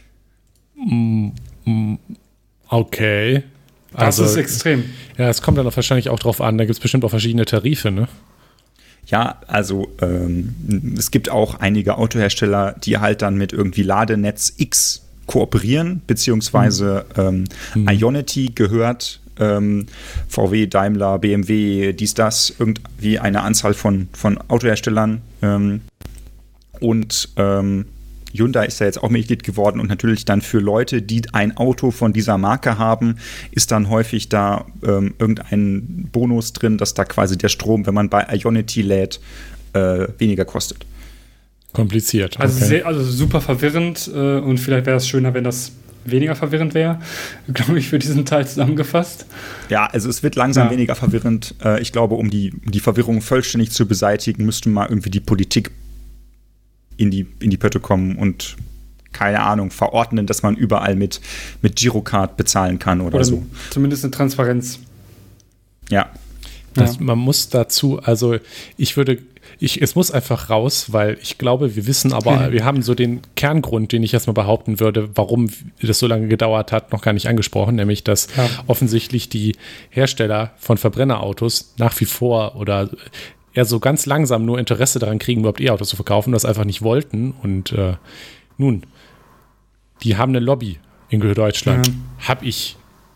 [SPEAKER 1] Okay.
[SPEAKER 2] Das
[SPEAKER 1] also,
[SPEAKER 2] ist extrem.
[SPEAKER 1] Ja, es kommt dann auch wahrscheinlich auch drauf an, da gibt es bestimmt auch verschiedene Tarife, ne?
[SPEAKER 3] Ja, also ähm, es gibt auch einige Autohersteller, die halt dann mit irgendwie Ladenetz X kooperieren, beziehungsweise ähm, mhm. Ionity gehört ähm, V W, Daimler, B M W, dies, das, irgendwie eine Anzahl von, von Autoherstellern ähm, und ähm, Hyundai ist da jetzt auch Mitglied geworden und natürlich dann für Leute, die ein Auto von dieser Marke haben, ist dann häufig da ähm, irgendein Bonus drin, dass da quasi der Strom, wenn man bei Ionity lädt, äh, weniger kostet.
[SPEAKER 1] Kompliziert. Okay.
[SPEAKER 2] Also, sehr, also super verwirrend äh, und vielleicht wäre es schöner, wenn das weniger verwirrend wäre, glaube ich, für diesen Teil zusammengefasst.
[SPEAKER 3] Ja, also es wird langsam
[SPEAKER 2] ja.
[SPEAKER 3] weniger verwirrend. Äh, ich glaube, um die, um die Verwirrung vollständig zu beseitigen, müsste mal irgendwie die Politik in die, in die Pötte kommen und, keine Ahnung, verordnen, dass man überall mit, mit Girocard bezahlen kann oder, oder so.
[SPEAKER 2] Zumindest eine Transparenz.
[SPEAKER 3] Ja.
[SPEAKER 1] Das,
[SPEAKER 2] Ja.
[SPEAKER 1] Man muss dazu, also ich würde, ich, es muss einfach raus, weil ich glaube, wir wissen aber, wir haben so den Kerngrund, den ich erstmal behaupten würde, warum das so lange gedauert hat, noch gar nicht angesprochen, nämlich, dass
[SPEAKER 2] Ja.
[SPEAKER 1] offensichtlich die Hersteller von Verbrennerautos nach wie vor oder eher so ganz langsam nur Interesse daran kriegen, überhaupt E-Autos zu verkaufen, das einfach nicht wollten. Und äh, nun, die haben eine Lobby in Deutschland,
[SPEAKER 2] Ja.
[SPEAKER 1] habe ich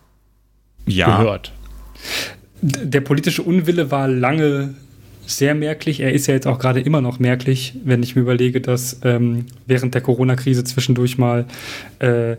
[SPEAKER 3] Ja,
[SPEAKER 1] gehört.
[SPEAKER 2] D- Der politische Unwille war lange sehr merklich. Er ist ja jetzt auch gerade immer noch merklich, wenn ich mir überlege, dass ähm, während der Corona-Krise zwischendurch mal äh, äh,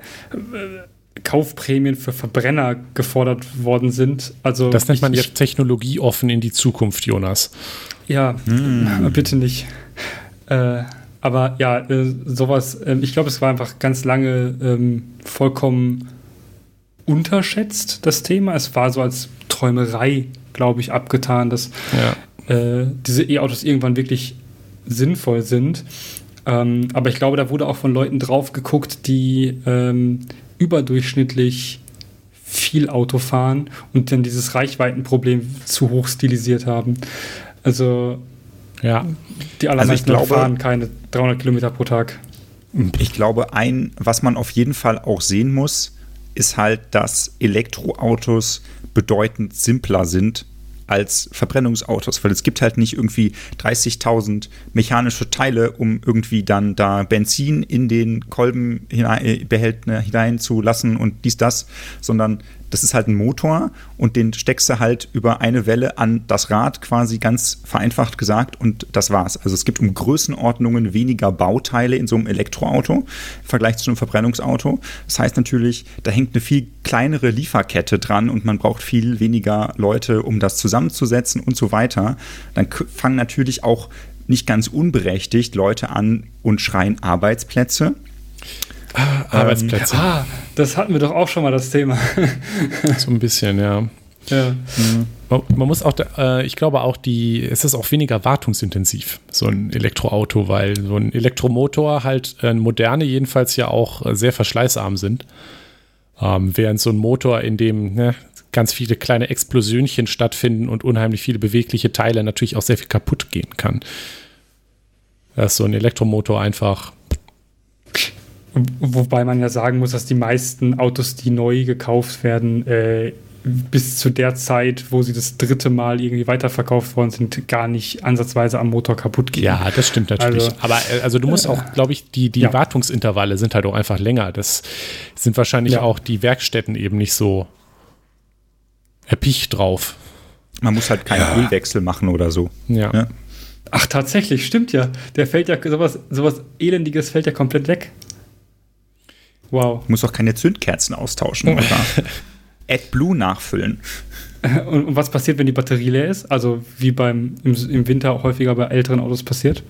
[SPEAKER 2] Kaufprämien für Verbrenner gefordert worden sind. Also
[SPEAKER 1] Das nennt man
[SPEAKER 2] ich,
[SPEAKER 1] jetzt technologieoffen in die Zukunft, Jonas.
[SPEAKER 2] Ja, bitte nicht. Äh, aber ja, äh, sowas, äh, ich glaube, es war einfach ganz lange ähm, vollkommen unterschätzt, das Thema. Es war so als Träumerei, glaube ich, abgetan, dass
[SPEAKER 1] Ja.
[SPEAKER 2] äh, diese E-Autos irgendwann wirklich sinnvoll sind. Ähm, aber ich glaube, da wurde auch von Leuten drauf geguckt, die ähm, überdurchschnittlich viel Auto fahren und dann dieses Reichweitenproblem zu hoch stilisiert haben. Also
[SPEAKER 1] Ja,
[SPEAKER 2] die allermeisten
[SPEAKER 3] Also ich
[SPEAKER 2] Leute
[SPEAKER 3] glaube-
[SPEAKER 2] fahren keine dreihundert Kilometer pro Tag.
[SPEAKER 3] ich glaube, ein, was man auf jeden Fall auch sehen muss, ist halt, dass Elektroautos bedeutend simpler sind als Verbrennungsautos, weil es gibt halt nicht irgendwie dreißigtausend mechanische Teile, um irgendwie dann da Benzin in den Kolbenbehälter hineinzulassen und dies, das, sondern das ist halt ein Motor und den steckst du halt über eine Welle an das Rad, quasi ganz vereinfacht gesagt, und das war's. Also es gibt um Größenordnungen weniger Bauteile in so einem Elektroauto im Vergleich zu einem Verbrennungsauto. Das heißt natürlich, da hängt eine viel kleinere Lieferkette dran und man braucht viel weniger Leute, um das zusammenzusetzen und so weiter. Dann k- fangen natürlich auch nicht ganz unberechtigt Leute an und schreien Arbeitsplätze.
[SPEAKER 1] Arbeitsplätze.
[SPEAKER 2] Ah, das hatten wir doch auch schon mal, das Thema.
[SPEAKER 1] So ein bisschen, ja.
[SPEAKER 2] Ja.
[SPEAKER 1] Man, man muss auch, da, äh, ich glaube auch, die, es ist auch weniger wartungsintensiv, so ein Elektroauto, weil so ein Elektromotor halt, äh, moderne jedenfalls ja auch äh, sehr verschleißarm sind. Ähm, während so ein Motor, in dem ne, ganz viele kleine Explosionchen stattfinden und unheimlich viele bewegliche Teile natürlich auch sehr viel kaputt gehen kann. Da ist so ein Elektromotor einfach.
[SPEAKER 2] Wobei man ja sagen muss, dass die meisten Autos, die neu gekauft werden, äh, bis zu der Zeit, wo sie das dritte Mal irgendwie weiterverkauft worden sind, gar nicht ansatzweise am Motor kaputt gehen.
[SPEAKER 1] Ja, das stimmt natürlich.
[SPEAKER 2] Also,
[SPEAKER 1] Aber äh, also du musst auch, glaube ich, die, die
[SPEAKER 2] ja.
[SPEAKER 1] Wartungsintervalle sind halt auch einfach länger. Das sind wahrscheinlich
[SPEAKER 2] Ja.
[SPEAKER 1] auch die Werkstätten eben nicht so erpicht drauf.
[SPEAKER 3] Man muss halt keinen Ölwechsel machen oder so.
[SPEAKER 1] Ja.
[SPEAKER 3] Ja.
[SPEAKER 2] Ach, tatsächlich, stimmt ja. Der fällt ja, sowas, sowas Elendiges fällt ja komplett weg. Wow.
[SPEAKER 3] Muss auch keine Zündkerzen austauschen oder AdBlue nachfüllen.
[SPEAKER 2] Und, und was passiert, wenn die Batterie leer ist? Also wie beim im, im Winter auch häufiger bei älteren Autos passiert?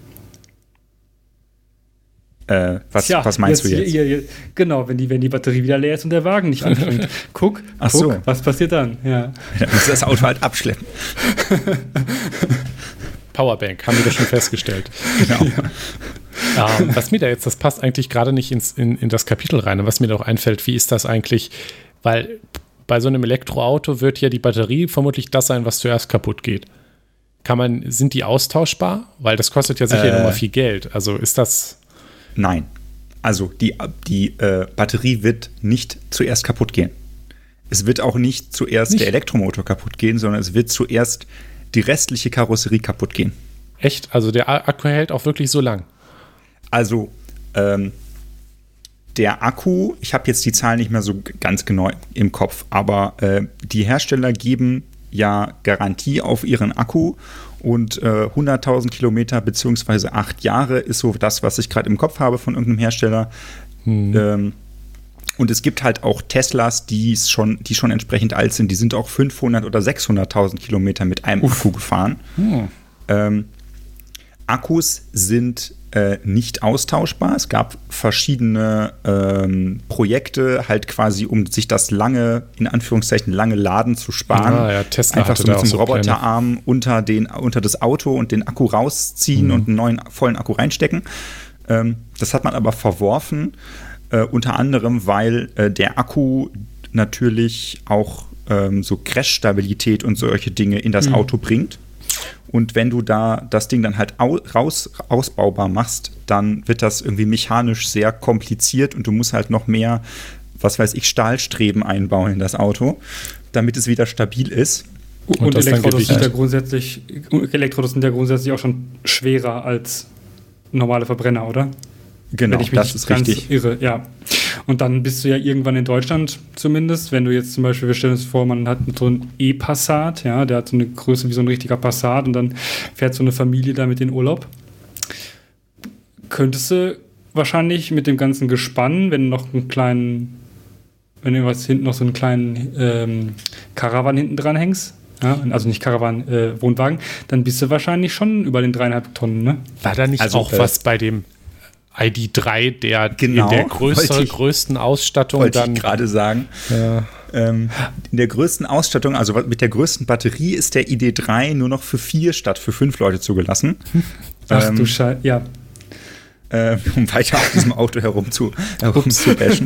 [SPEAKER 3] Äh, was,
[SPEAKER 2] Tja,
[SPEAKER 3] was meinst du jetzt?
[SPEAKER 2] Hier, hier, genau, wenn die, wenn die Batterie wieder leer ist und der Wagen nicht anspringt. Guck,
[SPEAKER 3] Ach
[SPEAKER 2] guck,
[SPEAKER 3] so.
[SPEAKER 2] was passiert dann? Ja.
[SPEAKER 3] Dann musst du das Auto halt abschleppen.
[SPEAKER 1] Powerbank, haben wir das schon festgestellt.
[SPEAKER 3] Genau.
[SPEAKER 1] ähm, was mir da jetzt, das passt eigentlich gerade nicht ins, in, in das Kapitel rein, und was mir da auch einfällt, wie ist das eigentlich, weil bei so einem Elektroauto wird ja die Batterie vermutlich das sein, was zuerst kaputt geht. Kann man, sind die austauschbar? Weil das kostet ja sicher
[SPEAKER 3] Äh.
[SPEAKER 1] nochmal viel Geld. Also ist das.
[SPEAKER 3] Nein. Also die, die äh, Batterie wird nicht zuerst kaputt gehen. Es wird auch nicht zuerst
[SPEAKER 1] Nicht?
[SPEAKER 3] der Elektromotor kaputt gehen, sondern es wird zuerst die restliche Karosserie kaputt gehen.
[SPEAKER 1] Echt? Also der A- Akku hält auch wirklich so lang.
[SPEAKER 3] Also ähm, der Akku, ich habe jetzt die Zahlen nicht mehr so g- ganz genau im Kopf, aber äh, die Hersteller geben ja Garantie auf ihren Akku und äh, hunderttausend Kilometer beziehungsweise acht Jahre ist so das, was ich gerade im Kopf habe von irgendeinem Hersteller.
[SPEAKER 1] Hm.
[SPEAKER 3] Ähm, und es gibt halt auch Teslas, die schon, die schon entsprechend alt sind. Die sind auch fünfhundert oder sechshunderttausend Kilometer mit einem Akku gefahren.
[SPEAKER 1] Hm.
[SPEAKER 3] Ähm, Akkus sind äh, nicht austauschbar. Es gab verschiedene ähm, Projekte, halt quasi, um sich das lange, in Anführungszeichen, lange Laden zu sparen.
[SPEAKER 1] Ah, ja, Tesla
[SPEAKER 3] Einfach
[SPEAKER 1] hatte
[SPEAKER 3] so
[SPEAKER 1] da
[SPEAKER 3] mit
[SPEAKER 1] auch
[SPEAKER 3] einem
[SPEAKER 1] so Pläne.
[SPEAKER 3] Roboterarm unter, den, unter das Auto und den Akku rausziehen
[SPEAKER 1] Mhm.
[SPEAKER 3] und einen neuen vollen Akku reinstecken. Ähm, das hat man aber verworfen, äh, unter anderem, weil äh, der Akku natürlich auch ähm, so Crash-Stabilität und solche Dinge in das mhm. Auto bringt. Und wenn du da das Ding dann halt au- raus, ausbaubar machst, dann wird das irgendwie mechanisch sehr kompliziert und du musst halt noch mehr, was weiß ich, Stahlstreben einbauen in das Auto, damit es wieder stabil ist.
[SPEAKER 2] Und, und Elektroautos sind ja grundsätzlich, Elektroautos sind ja grundsätzlich auch schon schwerer als normale Verbrenner, oder?
[SPEAKER 3] Genau,
[SPEAKER 2] wenn ich mich
[SPEAKER 3] das ist richtig.
[SPEAKER 2] Irre, ja. Und dann bist du ja irgendwann in Deutschland zumindest, wenn du jetzt zum Beispiel, wir stellen uns vor, man hat so einen E-Passat, ja, der hat so eine Größe wie so ein richtiger Passat und dann fährt so eine Familie damit in Urlaub. Könntest du wahrscheinlich mit dem ganzen Gespann, wenn du noch einen kleinen, wenn du was hinten noch so einen kleinen ähm, Caravan hinten dran hängst, ja, also nicht Caravan, äh, Wohnwagen, dann bist du wahrscheinlich schon über den dreieinhalb Tonnen, ne?
[SPEAKER 1] War da nicht
[SPEAKER 3] also,
[SPEAKER 1] auch
[SPEAKER 3] äh,
[SPEAKER 1] was bei dem I D drei, der
[SPEAKER 3] genau,
[SPEAKER 1] in der größere, ich, größten Ausstattung
[SPEAKER 3] wollte
[SPEAKER 1] dann...
[SPEAKER 3] ich gerade sagen.
[SPEAKER 1] Ja.
[SPEAKER 3] Ähm, in der größten Ausstattung, also mit der größten Batterie, ist der I D drei nur noch für vier statt für fünf Leute zugelassen.
[SPEAKER 2] Ach
[SPEAKER 3] ähm,
[SPEAKER 2] du Scheiße, ja.
[SPEAKER 3] Äh, um weiter auf diesem Auto herum zu, herum zu bashen.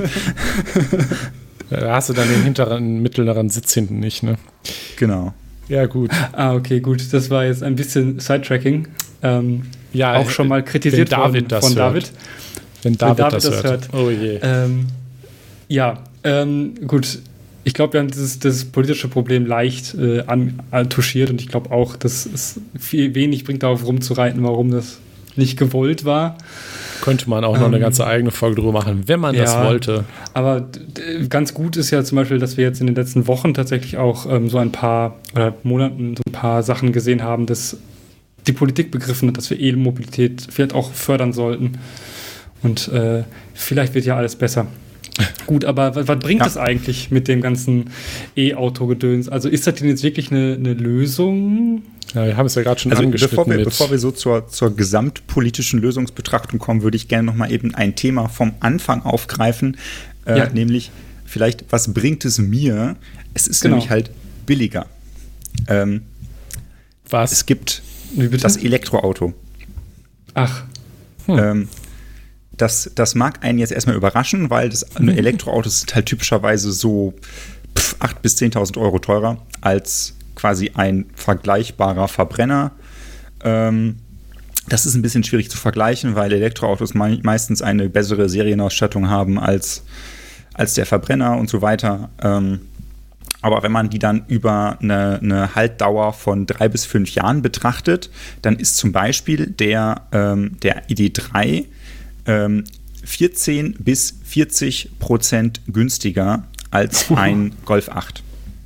[SPEAKER 1] Da hast du dann den hinteren, mittleren Sitz hinten nicht, ne?
[SPEAKER 3] Genau.
[SPEAKER 1] Ja, gut.
[SPEAKER 2] Ah, okay, gut. Das war jetzt ein bisschen Sidetracking. Ähm, ja, auch schon mal kritisiert
[SPEAKER 1] wenn David
[SPEAKER 2] von,
[SPEAKER 1] das
[SPEAKER 2] von
[SPEAKER 1] hört.
[SPEAKER 2] David.
[SPEAKER 1] Wenn David,
[SPEAKER 2] wenn David
[SPEAKER 1] das,
[SPEAKER 2] das
[SPEAKER 1] hört.
[SPEAKER 2] hört.
[SPEAKER 1] Oh je.
[SPEAKER 2] Ähm, ja, ähm, gut. Ich glaube, wir haben dieses das politische Problem leicht äh, an, an, touchiert und ich glaube auch, dass es viel wenig bringt, darauf rumzureiten, warum das nicht gewollt war.
[SPEAKER 1] Könnte man auch noch ähm, eine ganze eigene Folge drüber machen, wenn man ja, das wollte.
[SPEAKER 2] Aber d- ganz gut ist ja zum Beispiel, dass wir jetzt in den letzten Wochen tatsächlich auch ähm, so ein paar oder Monaten so ein paar Sachen gesehen haben, dass die Politik begriffen hat, dass wir E-Mobilität vielleicht auch fördern sollten. Und äh, vielleicht wird ja alles besser. Gut, aber was, was bringt
[SPEAKER 3] ja.
[SPEAKER 2] das eigentlich mit dem ganzen E-Auto-Gedöns? Also ist das denn jetzt wirklich eine, eine Lösung?
[SPEAKER 1] Ja, wir haben es ja gerade schon
[SPEAKER 3] also
[SPEAKER 1] angeschnitten.
[SPEAKER 3] Bevor wir,
[SPEAKER 1] mit
[SPEAKER 3] bevor wir so zur, zur gesamtpolitischen Lösungsbetrachtung kommen, würde ich gerne noch mal eben ein Thema vom Anfang aufgreifen, äh,
[SPEAKER 2] ja.
[SPEAKER 3] nämlich vielleicht, was bringt es mir? Es ist
[SPEAKER 2] genau.
[SPEAKER 3] nämlich halt billiger. Ähm,
[SPEAKER 1] was?
[SPEAKER 3] Es gibt das Elektroauto.
[SPEAKER 2] Ach.
[SPEAKER 3] Hm. Ähm, das, das mag einen jetzt erstmal überraschen, weil das Elektroautos sind halt typischerweise so achttausend bis zehntausend Euro teurer als quasi ein vergleichbarer Verbrenner. Ähm, das ist ein bisschen schwierig zu vergleichen, weil Elektroautos me- meistens eine bessere Serienausstattung haben als, als der Verbrenner und so weiter. Ähm, aber wenn man die dann über eine, eine Haltdauer von drei bis fünf Jahren betrachtet, dann ist zum Beispiel der, ähm, der I D drei ähm, vierzehn bis vierzig Prozent günstiger als ein Golf acht.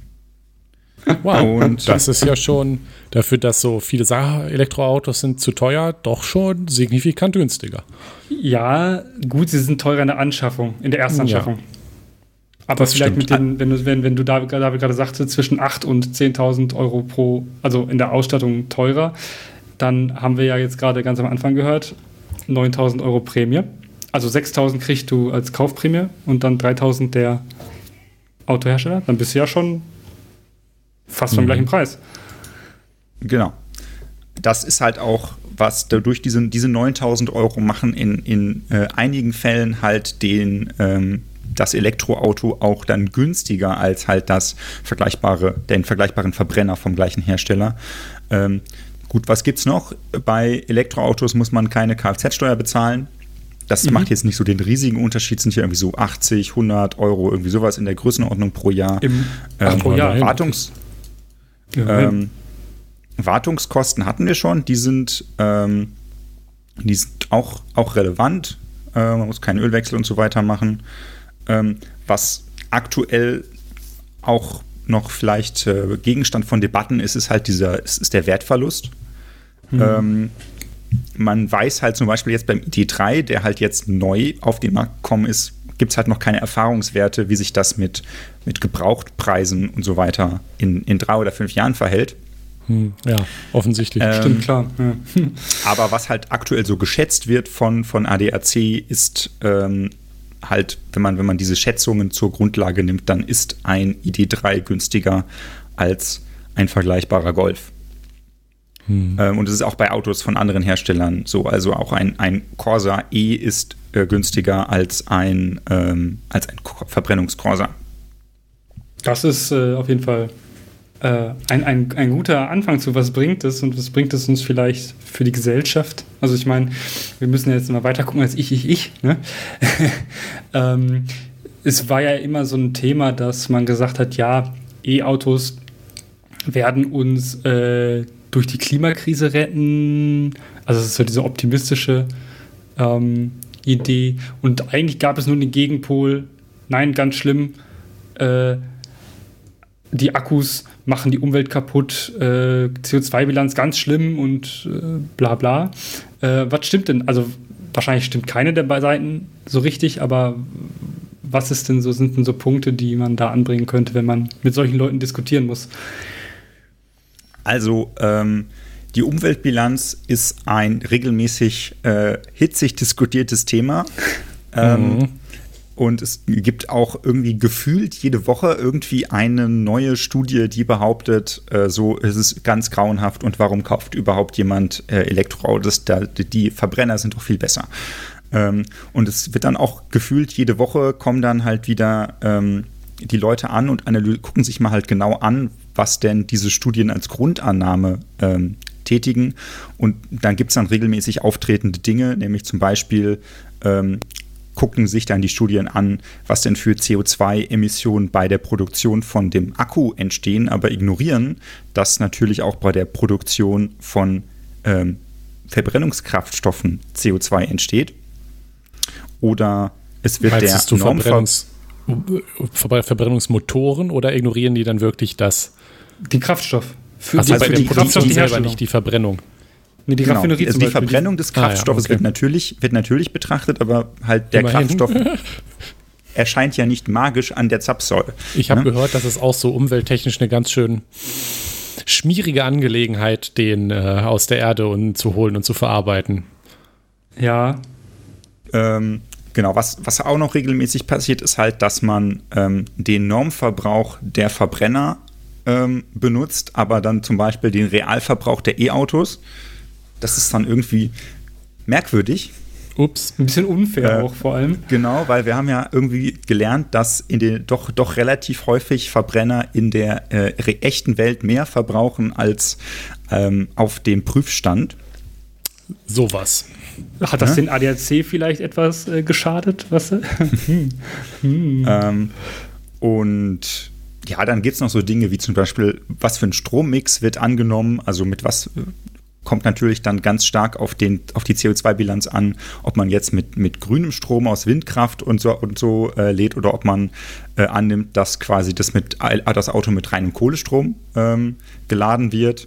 [SPEAKER 1] Wow, und das ist ja schon dafür, dass so viele sagen, Elektroautos sind zu teuer, doch schon signifikant günstiger.
[SPEAKER 2] Ja, gut, sie sind teurer in der Anschaffung, in der Erstanschaffung. Ja. Aber
[SPEAKER 1] das
[SPEAKER 2] vielleicht
[SPEAKER 1] stimmt.
[SPEAKER 2] mit den, wenn du, wenn, wenn du da, da gerade sagte, zwischen achttausend und zehntausend Euro pro, also in der Ausstattung teurer, dann haben wir ja jetzt gerade ganz am Anfang gehört, neuntausend Euro Prämie. Also sechstausend kriegst du als Kaufprämie und dann dreitausend der Autohersteller. Dann bist du ja schon fast vom mhm. gleichen Preis.
[SPEAKER 3] Genau. Das ist halt auch, was durch diese, diese neuntausend Euro machen in, in äh, einigen Fällen halt den, ähm, das Elektroauto auch dann günstiger als halt das vergleichbare, den vergleichbaren Verbrenner vom gleichen Hersteller. Ähm, gut, was gibt's noch? Bei Elektroautos muss man keine Kfz-Steuer bezahlen. Das mhm. macht jetzt nicht so den riesigen Unterschied, sind hier irgendwie so achtzig, hundert Euro, irgendwie sowas in der Größenordnung pro Jahr.
[SPEAKER 2] Im,
[SPEAKER 3] ähm,
[SPEAKER 2] ach, pro Jahr.
[SPEAKER 3] Wartungs,
[SPEAKER 2] ja,
[SPEAKER 3] ähm, Wartungskosten hatten wir schon, die sind, ähm, die sind auch, auch relevant. Äh, man muss keinen Ölwechsel und so weiter machen. Ähm, was aktuell auch noch vielleicht äh, Gegenstand von Debatten ist, ist halt dieser, ist, ist der Wertverlust. Mhm. Ähm, man weiß halt zum Beispiel jetzt beim I D drei, der halt jetzt neu auf den Markt gekommen ist, gibt es halt noch keine Erfahrungswerte, wie sich das mit, mit Gebrauchtpreisen und so weiter in, in drei oder fünf Jahren verhält.
[SPEAKER 1] Hm, ja, offensichtlich.
[SPEAKER 2] Ähm, Stimmt, klar. Ja.
[SPEAKER 3] Aber was halt aktuell so geschätzt wird von, von A D A C ist ähm, halt, wenn man, wenn man diese Schätzungen zur Grundlage nimmt, dann ist ein I D drei günstiger als ein vergleichbarer Golf. Hm. Ähm, und es ist auch bei Autos von anderen Herstellern so. Also auch ein, ein Corsa E ist äh, günstiger als ein, ähm, als ein Verbrennungscorsa.
[SPEAKER 2] Das ist äh, auf jeden Fall äh, ein, ein, ein guter Anfang zu, was bringt es und was bringt es uns vielleicht für die Gesellschaft. Also ich meine, wir müssen ja jetzt mal weiter gucken als ich, ich, ich. Ne? ähm, es war ja immer so ein Thema, dass man gesagt hat, ja, E-Autos werden uns äh, durch die Klimakrise retten. Also es ist so diese optimistische ähm, Idee. Und eigentlich gab es nur den Gegenpol. Nein, ganz schlimm. Äh, die Akkus machen die Umwelt kaputt. Äh, C O zwei Bilanz ganz schlimm und äh, bla bla. Äh, was stimmt denn? Also wahrscheinlich stimmt keine der Seiten so richtig, aber was ist denn so, sind denn so Punkte, die man da anbringen könnte, wenn man mit solchen Leuten diskutieren muss?
[SPEAKER 3] Also ähm, die Umweltbilanz ist ein regelmäßig äh, hitzig diskutiertes Thema. Ähm, mhm. Und es gibt auch irgendwie gefühlt jede Woche irgendwie eine neue Studie, die behauptet, äh, so ist es ganz grauenhaft und warum kauft überhaupt jemand äh, Elektroautos? Da, die Verbrenner sind doch viel besser. Ähm, und es wird dann auch gefühlt jede Woche kommen dann halt wieder ähm, die Leute an und analy- gucken sich mal halt genau an, was denn diese Studien als Grundannahme ähm, tätigen. Und dann gibt es dann regelmäßig auftretende Dinge, nämlich zum Beispiel ähm, gucken sich dann die Studien an, was denn für C O zwei Emissionen bei der Produktion von dem Akku entstehen, aber ignorieren, dass natürlich auch bei der Produktion von ähm, Verbrennungskraftstoffen C O zwei entsteht. Oder es wird
[SPEAKER 1] Meinst
[SPEAKER 3] der
[SPEAKER 1] du Verbrennungs- Verbrennungsmotoren oder ignorieren die dann wirklich das?
[SPEAKER 2] Die Kraftstoff.
[SPEAKER 1] Für also die, bei der Produktion die selber, nicht die Verbrennung.
[SPEAKER 2] Nee, die
[SPEAKER 3] genau. Also die Verbrennung des Kraftstoffes ah, ja, okay. wird, natürlich, wird natürlich betrachtet, aber halt der Immerhin. Kraftstoff erscheint ja nicht magisch an der Zapfsäule.
[SPEAKER 1] Ich habe ne? gehört, dass es auch so umwelttechnisch eine ganz schön schmierige Angelegenheit, den äh, aus der Erde und zu holen und zu verarbeiten.
[SPEAKER 2] Ja.
[SPEAKER 3] Ähm, genau, was, was auch noch regelmäßig passiert, ist halt, dass man ähm, den Normverbrauch der Verbrenner ähm, benutzt, aber dann zum Beispiel den Realverbrauch der E-Autos. Das ist dann irgendwie merkwürdig.
[SPEAKER 2] Ups, ein bisschen unfair äh, auch vor allem.
[SPEAKER 3] Genau, weil wir haben ja irgendwie gelernt, dass in den doch, doch relativ häufig Verbrenner in der äh, echten Welt mehr verbrauchen als ähm, auf dem Prüfstand.
[SPEAKER 1] Sowas.
[SPEAKER 2] Hat das ja? den A D A C vielleicht etwas äh, geschadet? Was? hm.
[SPEAKER 3] hm. ähm, und ja, dann gibt es noch so Dinge wie zum Beispiel, was für ein Strommix wird angenommen, also mit was kommt natürlich dann ganz stark auf, den, auf die C O zwei Bilanz an, ob man jetzt mit, mit grünem Strom aus Windkraft und so, und so äh, lädt oder ob man äh, annimmt, dass quasi das, mit, das Auto mit reinem Kohlestrom ähm, geladen wird.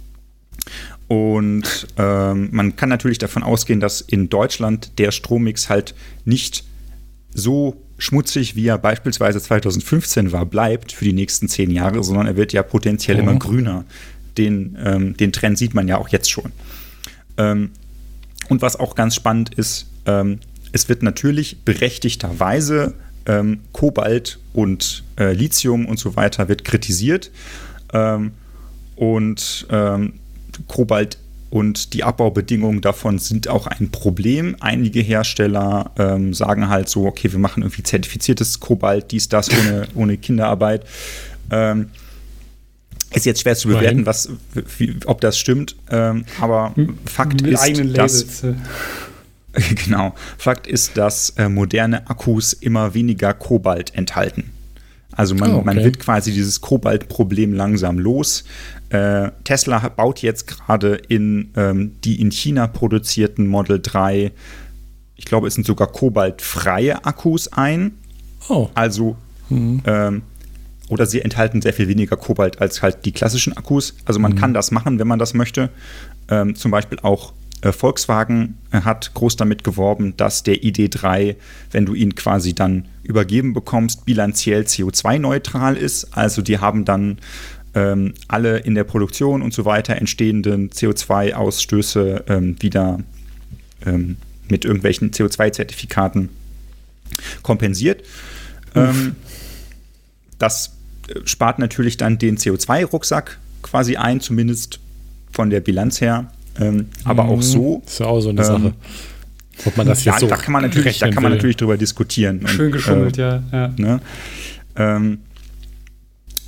[SPEAKER 3] Und ähm, man kann natürlich davon ausgehen, dass in Deutschland der Strommix halt nicht so schmutzig, wie er beispielsweise zweitausendfünfzehn war, bleibt für die nächsten zehn Jahre, sondern er wird ja potenziell mhm. immer grüner. Den, ähm, den Trend sieht man ja auch jetzt schon. Ähm, und was auch ganz spannend ist, ähm, es wird natürlich berechtigterweise ähm, Kobalt und äh, Lithium und so weiter wird kritisiert. Ähm, und ähm, Kobalt und die Abbaubedingungen davon sind auch ein Problem. Einige Hersteller ähm, sagen halt so, okay, wir machen irgendwie zertifiziertes Kobalt, dies, das, ohne, ohne Kinderarbeit. Ähm, Ist jetzt schwer zu bewerten, was, wie, ob das stimmt, ähm, aber Fakt
[SPEAKER 2] Mit
[SPEAKER 3] ist,
[SPEAKER 2] eigenen
[SPEAKER 3] dass genau, Fakt ist, dass äh, moderne Akkus immer weniger Kobalt enthalten. Also man, oh, okay. man wird quasi dieses Kobaltproblem langsam los. Äh, Tesla baut jetzt gerade in ähm, die in China produzierten Model drei, ich glaube, es sind sogar kobaltfreie Akkus ein.
[SPEAKER 1] Oh.
[SPEAKER 3] Also mhm. ähm, oder sie enthalten sehr viel weniger Kobalt als halt die klassischen Akkus. Also man mhm. kann das machen, wenn man das möchte. Ähm, zum Beispiel auch äh, Volkswagen hat groß damit geworben, dass der I D drei, wenn du ihn quasi dann übergeben bekommst, bilanziell C O zwei neutral ist. Also die haben dann ähm, alle in der Produktion und so weiter entstehenden C O zwei Ausstöße ähm, wieder ähm, mit irgendwelchen C O zwei Zertifikaten kompensiert. Ähm, das spart natürlich dann den C O zwei Rucksack quasi ein, zumindest von der Bilanz her. Ähm, aber mhm. auch so.
[SPEAKER 1] Das ist ja auch so eine ähm, Sache. Ob man das jetzt
[SPEAKER 3] ja,
[SPEAKER 1] so
[SPEAKER 3] da kann man natürlich, da kann man natürlich drüber diskutieren.
[SPEAKER 2] Schön
[SPEAKER 3] und,
[SPEAKER 2] geschummelt,
[SPEAKER 3] äh,
[SPEAKER 2] ja. ja.
[SPEAKER 3] Ne? Ähm,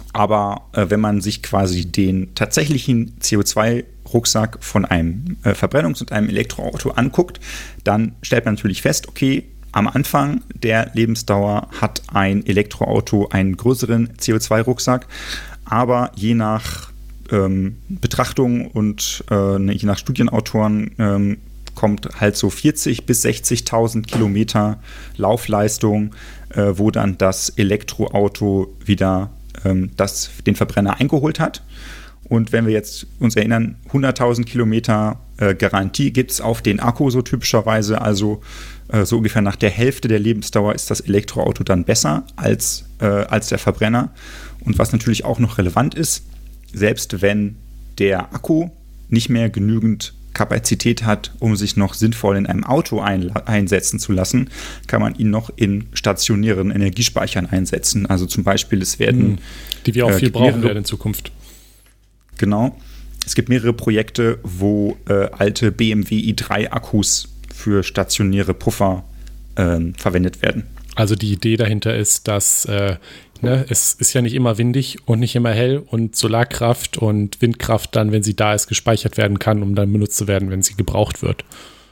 [SPEAKER 3] Aber äh, wenn man sich quasi den tatsächlichen C O zwei Rucksack von einem äh, Verbrennungs- und einem Elektroauto anguckt, dann stellt man natürlich fest, okay, am Anfang der Lebensdauer hat ein Elektroauto einen größeren C O zwei Rucksack, aber je nach ähm, Betrachtung und äh, je nach Studienautoren ähm, kommt halt so vierzig bis sechzigtausend Kilometer Laufleistung, äh, wo dann das Elektroauto wieder ähm, das, den Verbrenner eingeholt hat. Und wenn wir jetzt uns erinnern, hunderttausend Kilometer äh, Garantie gibt es auf den Akku so typischerweise, also äh, so ungefähr nach der Hälfte der Lebensdauer ist das Elektroauto dann besser als, äh, als der Verbrenner. Und was natürlich auch noch relevant ist, selbst wenn der Akku nicht mehr genügend Kapazität hat, um sich noch sinnvoll in einem Auto ein, einsetzen zu lassen, kann man ihn noch in stationären Energiespeichern einsetzen. Also zum Beispiel, es werden...
[SPEAKER 1] Die wir auch
[SPEAKER 3] äh,
[SPEAKER 1] viel brauchen werden in Zukunft.
[SPEAKER 3] Genau. Es gibt mehrere Projekte, wo äh, alte B M W i drei Akkus für stationäre Puffer äh, verwendet werden.
[SPEAKER 1] Also die Idee dahinter ist, dass äh, ne, es ist ja nicht immer windig und nicht immer hell und Solarkraft und Windkraft dann, wenn sie da ist, gespeichert werden kann, um dann benutzt zu werden, wenn sie gebraucht wird.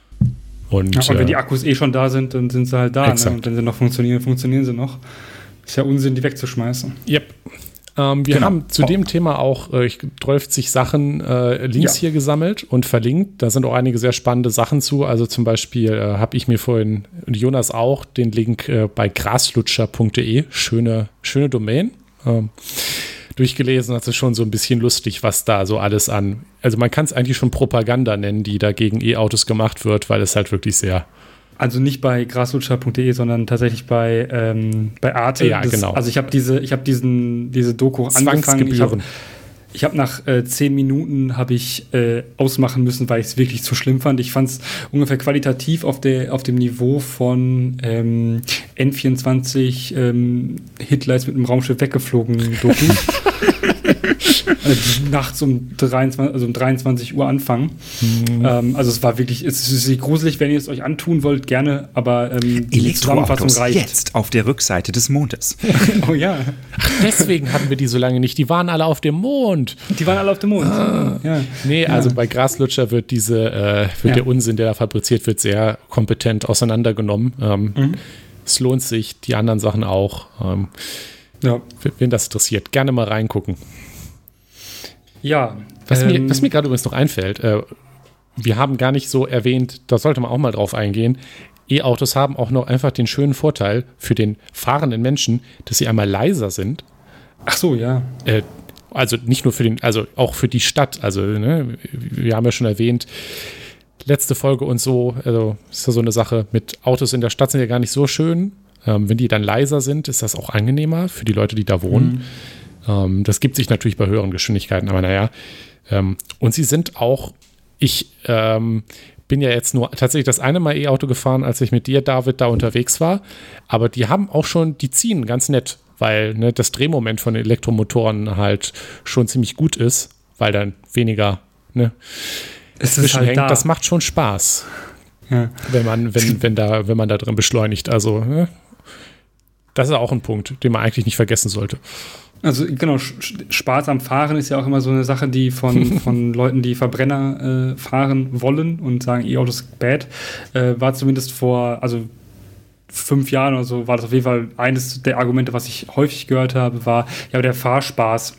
[SPEAKER 1] Und,
[SPEAKER 2] ja, und wenn
[SPEAKER 1] äh,
[SPEAKER 2] die Akkus eh schon da sind, dann sind sie halt da. Ne? Und wenn sie noch funktionieren, funktionieren sie noch. Ist ja Unsinn, die wegzuschmeißen.
[SPEAKER 1] Yep. Ähm, wir
[SPEAKER 3] genau.
[SPEAKER 1] haben zu dem Thema auch äh, dreißig Sachen, äh, Links ja. hier gesammelt und verlinkt. Da sind auch einige sehr spannende Sachen zu. Also zum Beispiel äh, habe ich mir vorhin, und Jonas auch, den Link äh, bei graslutscher punkt de, schöne, schöne Domain, ähm, durchgelesen. Das ist schon so ein bisschen lustig, was da so alles an, also man kann es eigentlich schon Propaganda nennen, die da gegen E-Autos gemacht wird, weil es halt wirklich sehr...
[SPEAKER 2] Also nicht bei graslutscher punkt de, sondern tatsächlich bei, ähm, bei Arte.
[SPEAKER 1] Ja,
[SPEAKER 2] das,
[SPEAKER 1] genau.
[SPEAKER 2] Also ich habe diese, ich habe diesen, diese Doku angefangen. Ich habe ich hab nach äh, zehn Minuten habe ich äh, ausmachen müssen, weil ich es wirklich zu schlimm fand. Ich fand es ungefähr qualitativ auf, der, auf dem Niveau von ähm, N vierundzwanzig ähm, Hitler ist mit einem Raumschiff weggeflogen Doku. Also nachts um dreiundzwanzig, also um dreiundzwanzig Uhr anfangen. Mhm. Ähm, also es war wirklich, es ist gruselig, wenn ihr es euch antun wollt, gerne, aber ähm,
[SPEAKER 3] die Zusammenfassung reicht. Jetzt auf der Rückseite des Mondes.
[SPEAKER 2] Oh ja.
[SPEAKER 1] Ach, deswegen hatten wir die so lange nicht. Die waren alle auf dem Mond.
[SPEAKER 2] Die waren alle auf dem Mond.
[SPEAKER 1] Ah. Ja. Nee, ja. Also bei Graslutscher wird diese, äh, wird ja. der Unsinn, der da fabriziert wird, sehr kompetent auseinandergenommen. Ähm, mhm. Es lohnt sich, die anderen Sachen auch. Ähm, ja. Wen das interessiert, gerne mal reingucken.
[SPEAKER 2] Ja.
[SPEAKER 1] Was
[SPEAKER 2] ähm,
[SPEAKER 1] mir, was mir gerade übrigens noch einfällt, äh, wir haben gar nicht so erwähnt, da sollte man auch mal drauf eingehen, E-Autos haben auch noch einfach den schönen Vorteil für den fahrenden Menschen, dass sie einmal leiser sind.
[SPEAKER 2] Ach so, ja.
[SPEAKER 1] Äh, also nicht nur für den, also auch für die Stadt. Also, ne, wir haben ja schon erwähnt, letzte Folge und so, also ist ja so eine Sache mit Autos in der Stadt sind ja gar nicht so schön. Ähm, wenn die dann leiser sind, ist das auch angenehmer für die Leute, die da wohnen. Mhm. Ähm, das gibt sich natürlich bei höheren Geschwindigkeiten, aber naja. Ähm, und sie sind auch, ich ähm, bin ja jetzt nur tatsächlich das eine Mal E-Auto gefahren, als ich mit dir, David, da unterwegs war. Aber die haben auch schon, die ziehen ganz nett, weil ne, das Drehmoment von Elektromotoren halt schon ziemlich gut ist, weil dann weniger ne,
[SPEAKER 2] es ist halt
[SPEAKER 1] hängt.
[SPEAKER 2] da.
[SPEAKER 1] Das macht schon Spaß, ja. wenn man, wenn, wenn da, wenn man da drin beschleunigt. Also ne, das ist auch ein Punkt, den man eigentlich nicht vergessen sollte.
[SPEAKER 2] Also genau, Spaß am Fahren ist ja auch immer so eine Sache, die von, von Leuten, die Verbrenner äh, fahren wollen und sagen, E-Autos bad, äh, war zumindest vor, also fünf Jahren oder so, war das auf jeden Fall eines der Argumente, was ich häufig gehört habe, war, ja, der Fahrspaß.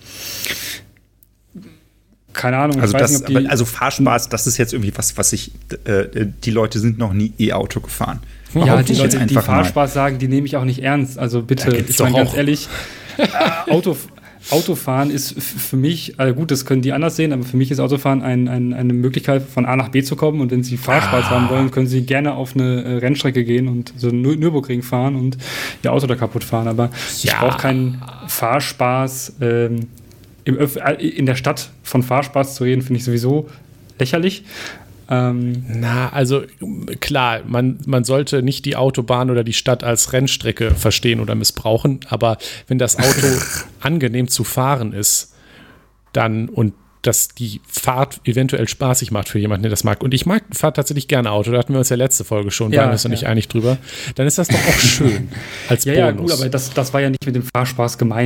[SPEAKER 2] Keine Ahnung.
[SPEAKER 3] Also,
[SPEAKER 2] ich weiß
[SPEAKER 3] das,
[SPEAKER 2] nicht, ob die,
[SPEAKER 3] also Fahrspaz, das ist jetzt irgendwie was, was ich, äh, die Leute sind noch nie E-Auto gefahren.
[SPEAKER 2] Ja, die Leute, die Fahrspaß sagen, die nehme ich auch nicht ernst. Also bitte, ich meine ganz ehrlich, äh, Auto, Autofahren ist f- für mich, also gut, das können die anders sehen, aber für mich ist Autofahren ein, ein, eine Möglichkeit, von A nach B zu kommen. Und wenn Sie Fahrspaß ah. haben wollen, können Sie gerne auf eine äh, Rennstrecke gehen und so einen Nürburgring fahren und Ihr Auto da kaputt fahren. Aber ja. ich brauche keinen Fahrspaß. Ähm, im Öf- in der Stadt von Fahrspaß zu reden, finde ich sowieso lächerlich. Ähm,
[SPEAKER 1] Na, also klar, man, man sollte nicht die Autobahn oder die Stadt als Rennstrecke verstehen oder missbrauchen, aber wenn das Auto angenehm zu fahren ist, dann und dass die Fahrt eventuell spaßig macht für jemanden, der das mag. Und ich mag fahre tatsächlich gerne Auto, da hatten wir uns ja letzte Folge schon,
[SPEAKER 2] ja,
[SPEAKER 1] waren wir uns ja nicht einig drüber. Dann ist das doch auch schön als
[SPEAKER 2] ja,
[SPEAKER 1] Bonus.
[SPEAKER 2] Ja, gut, aber das, das war ja nicht mit dem Fahrspaß gemeint.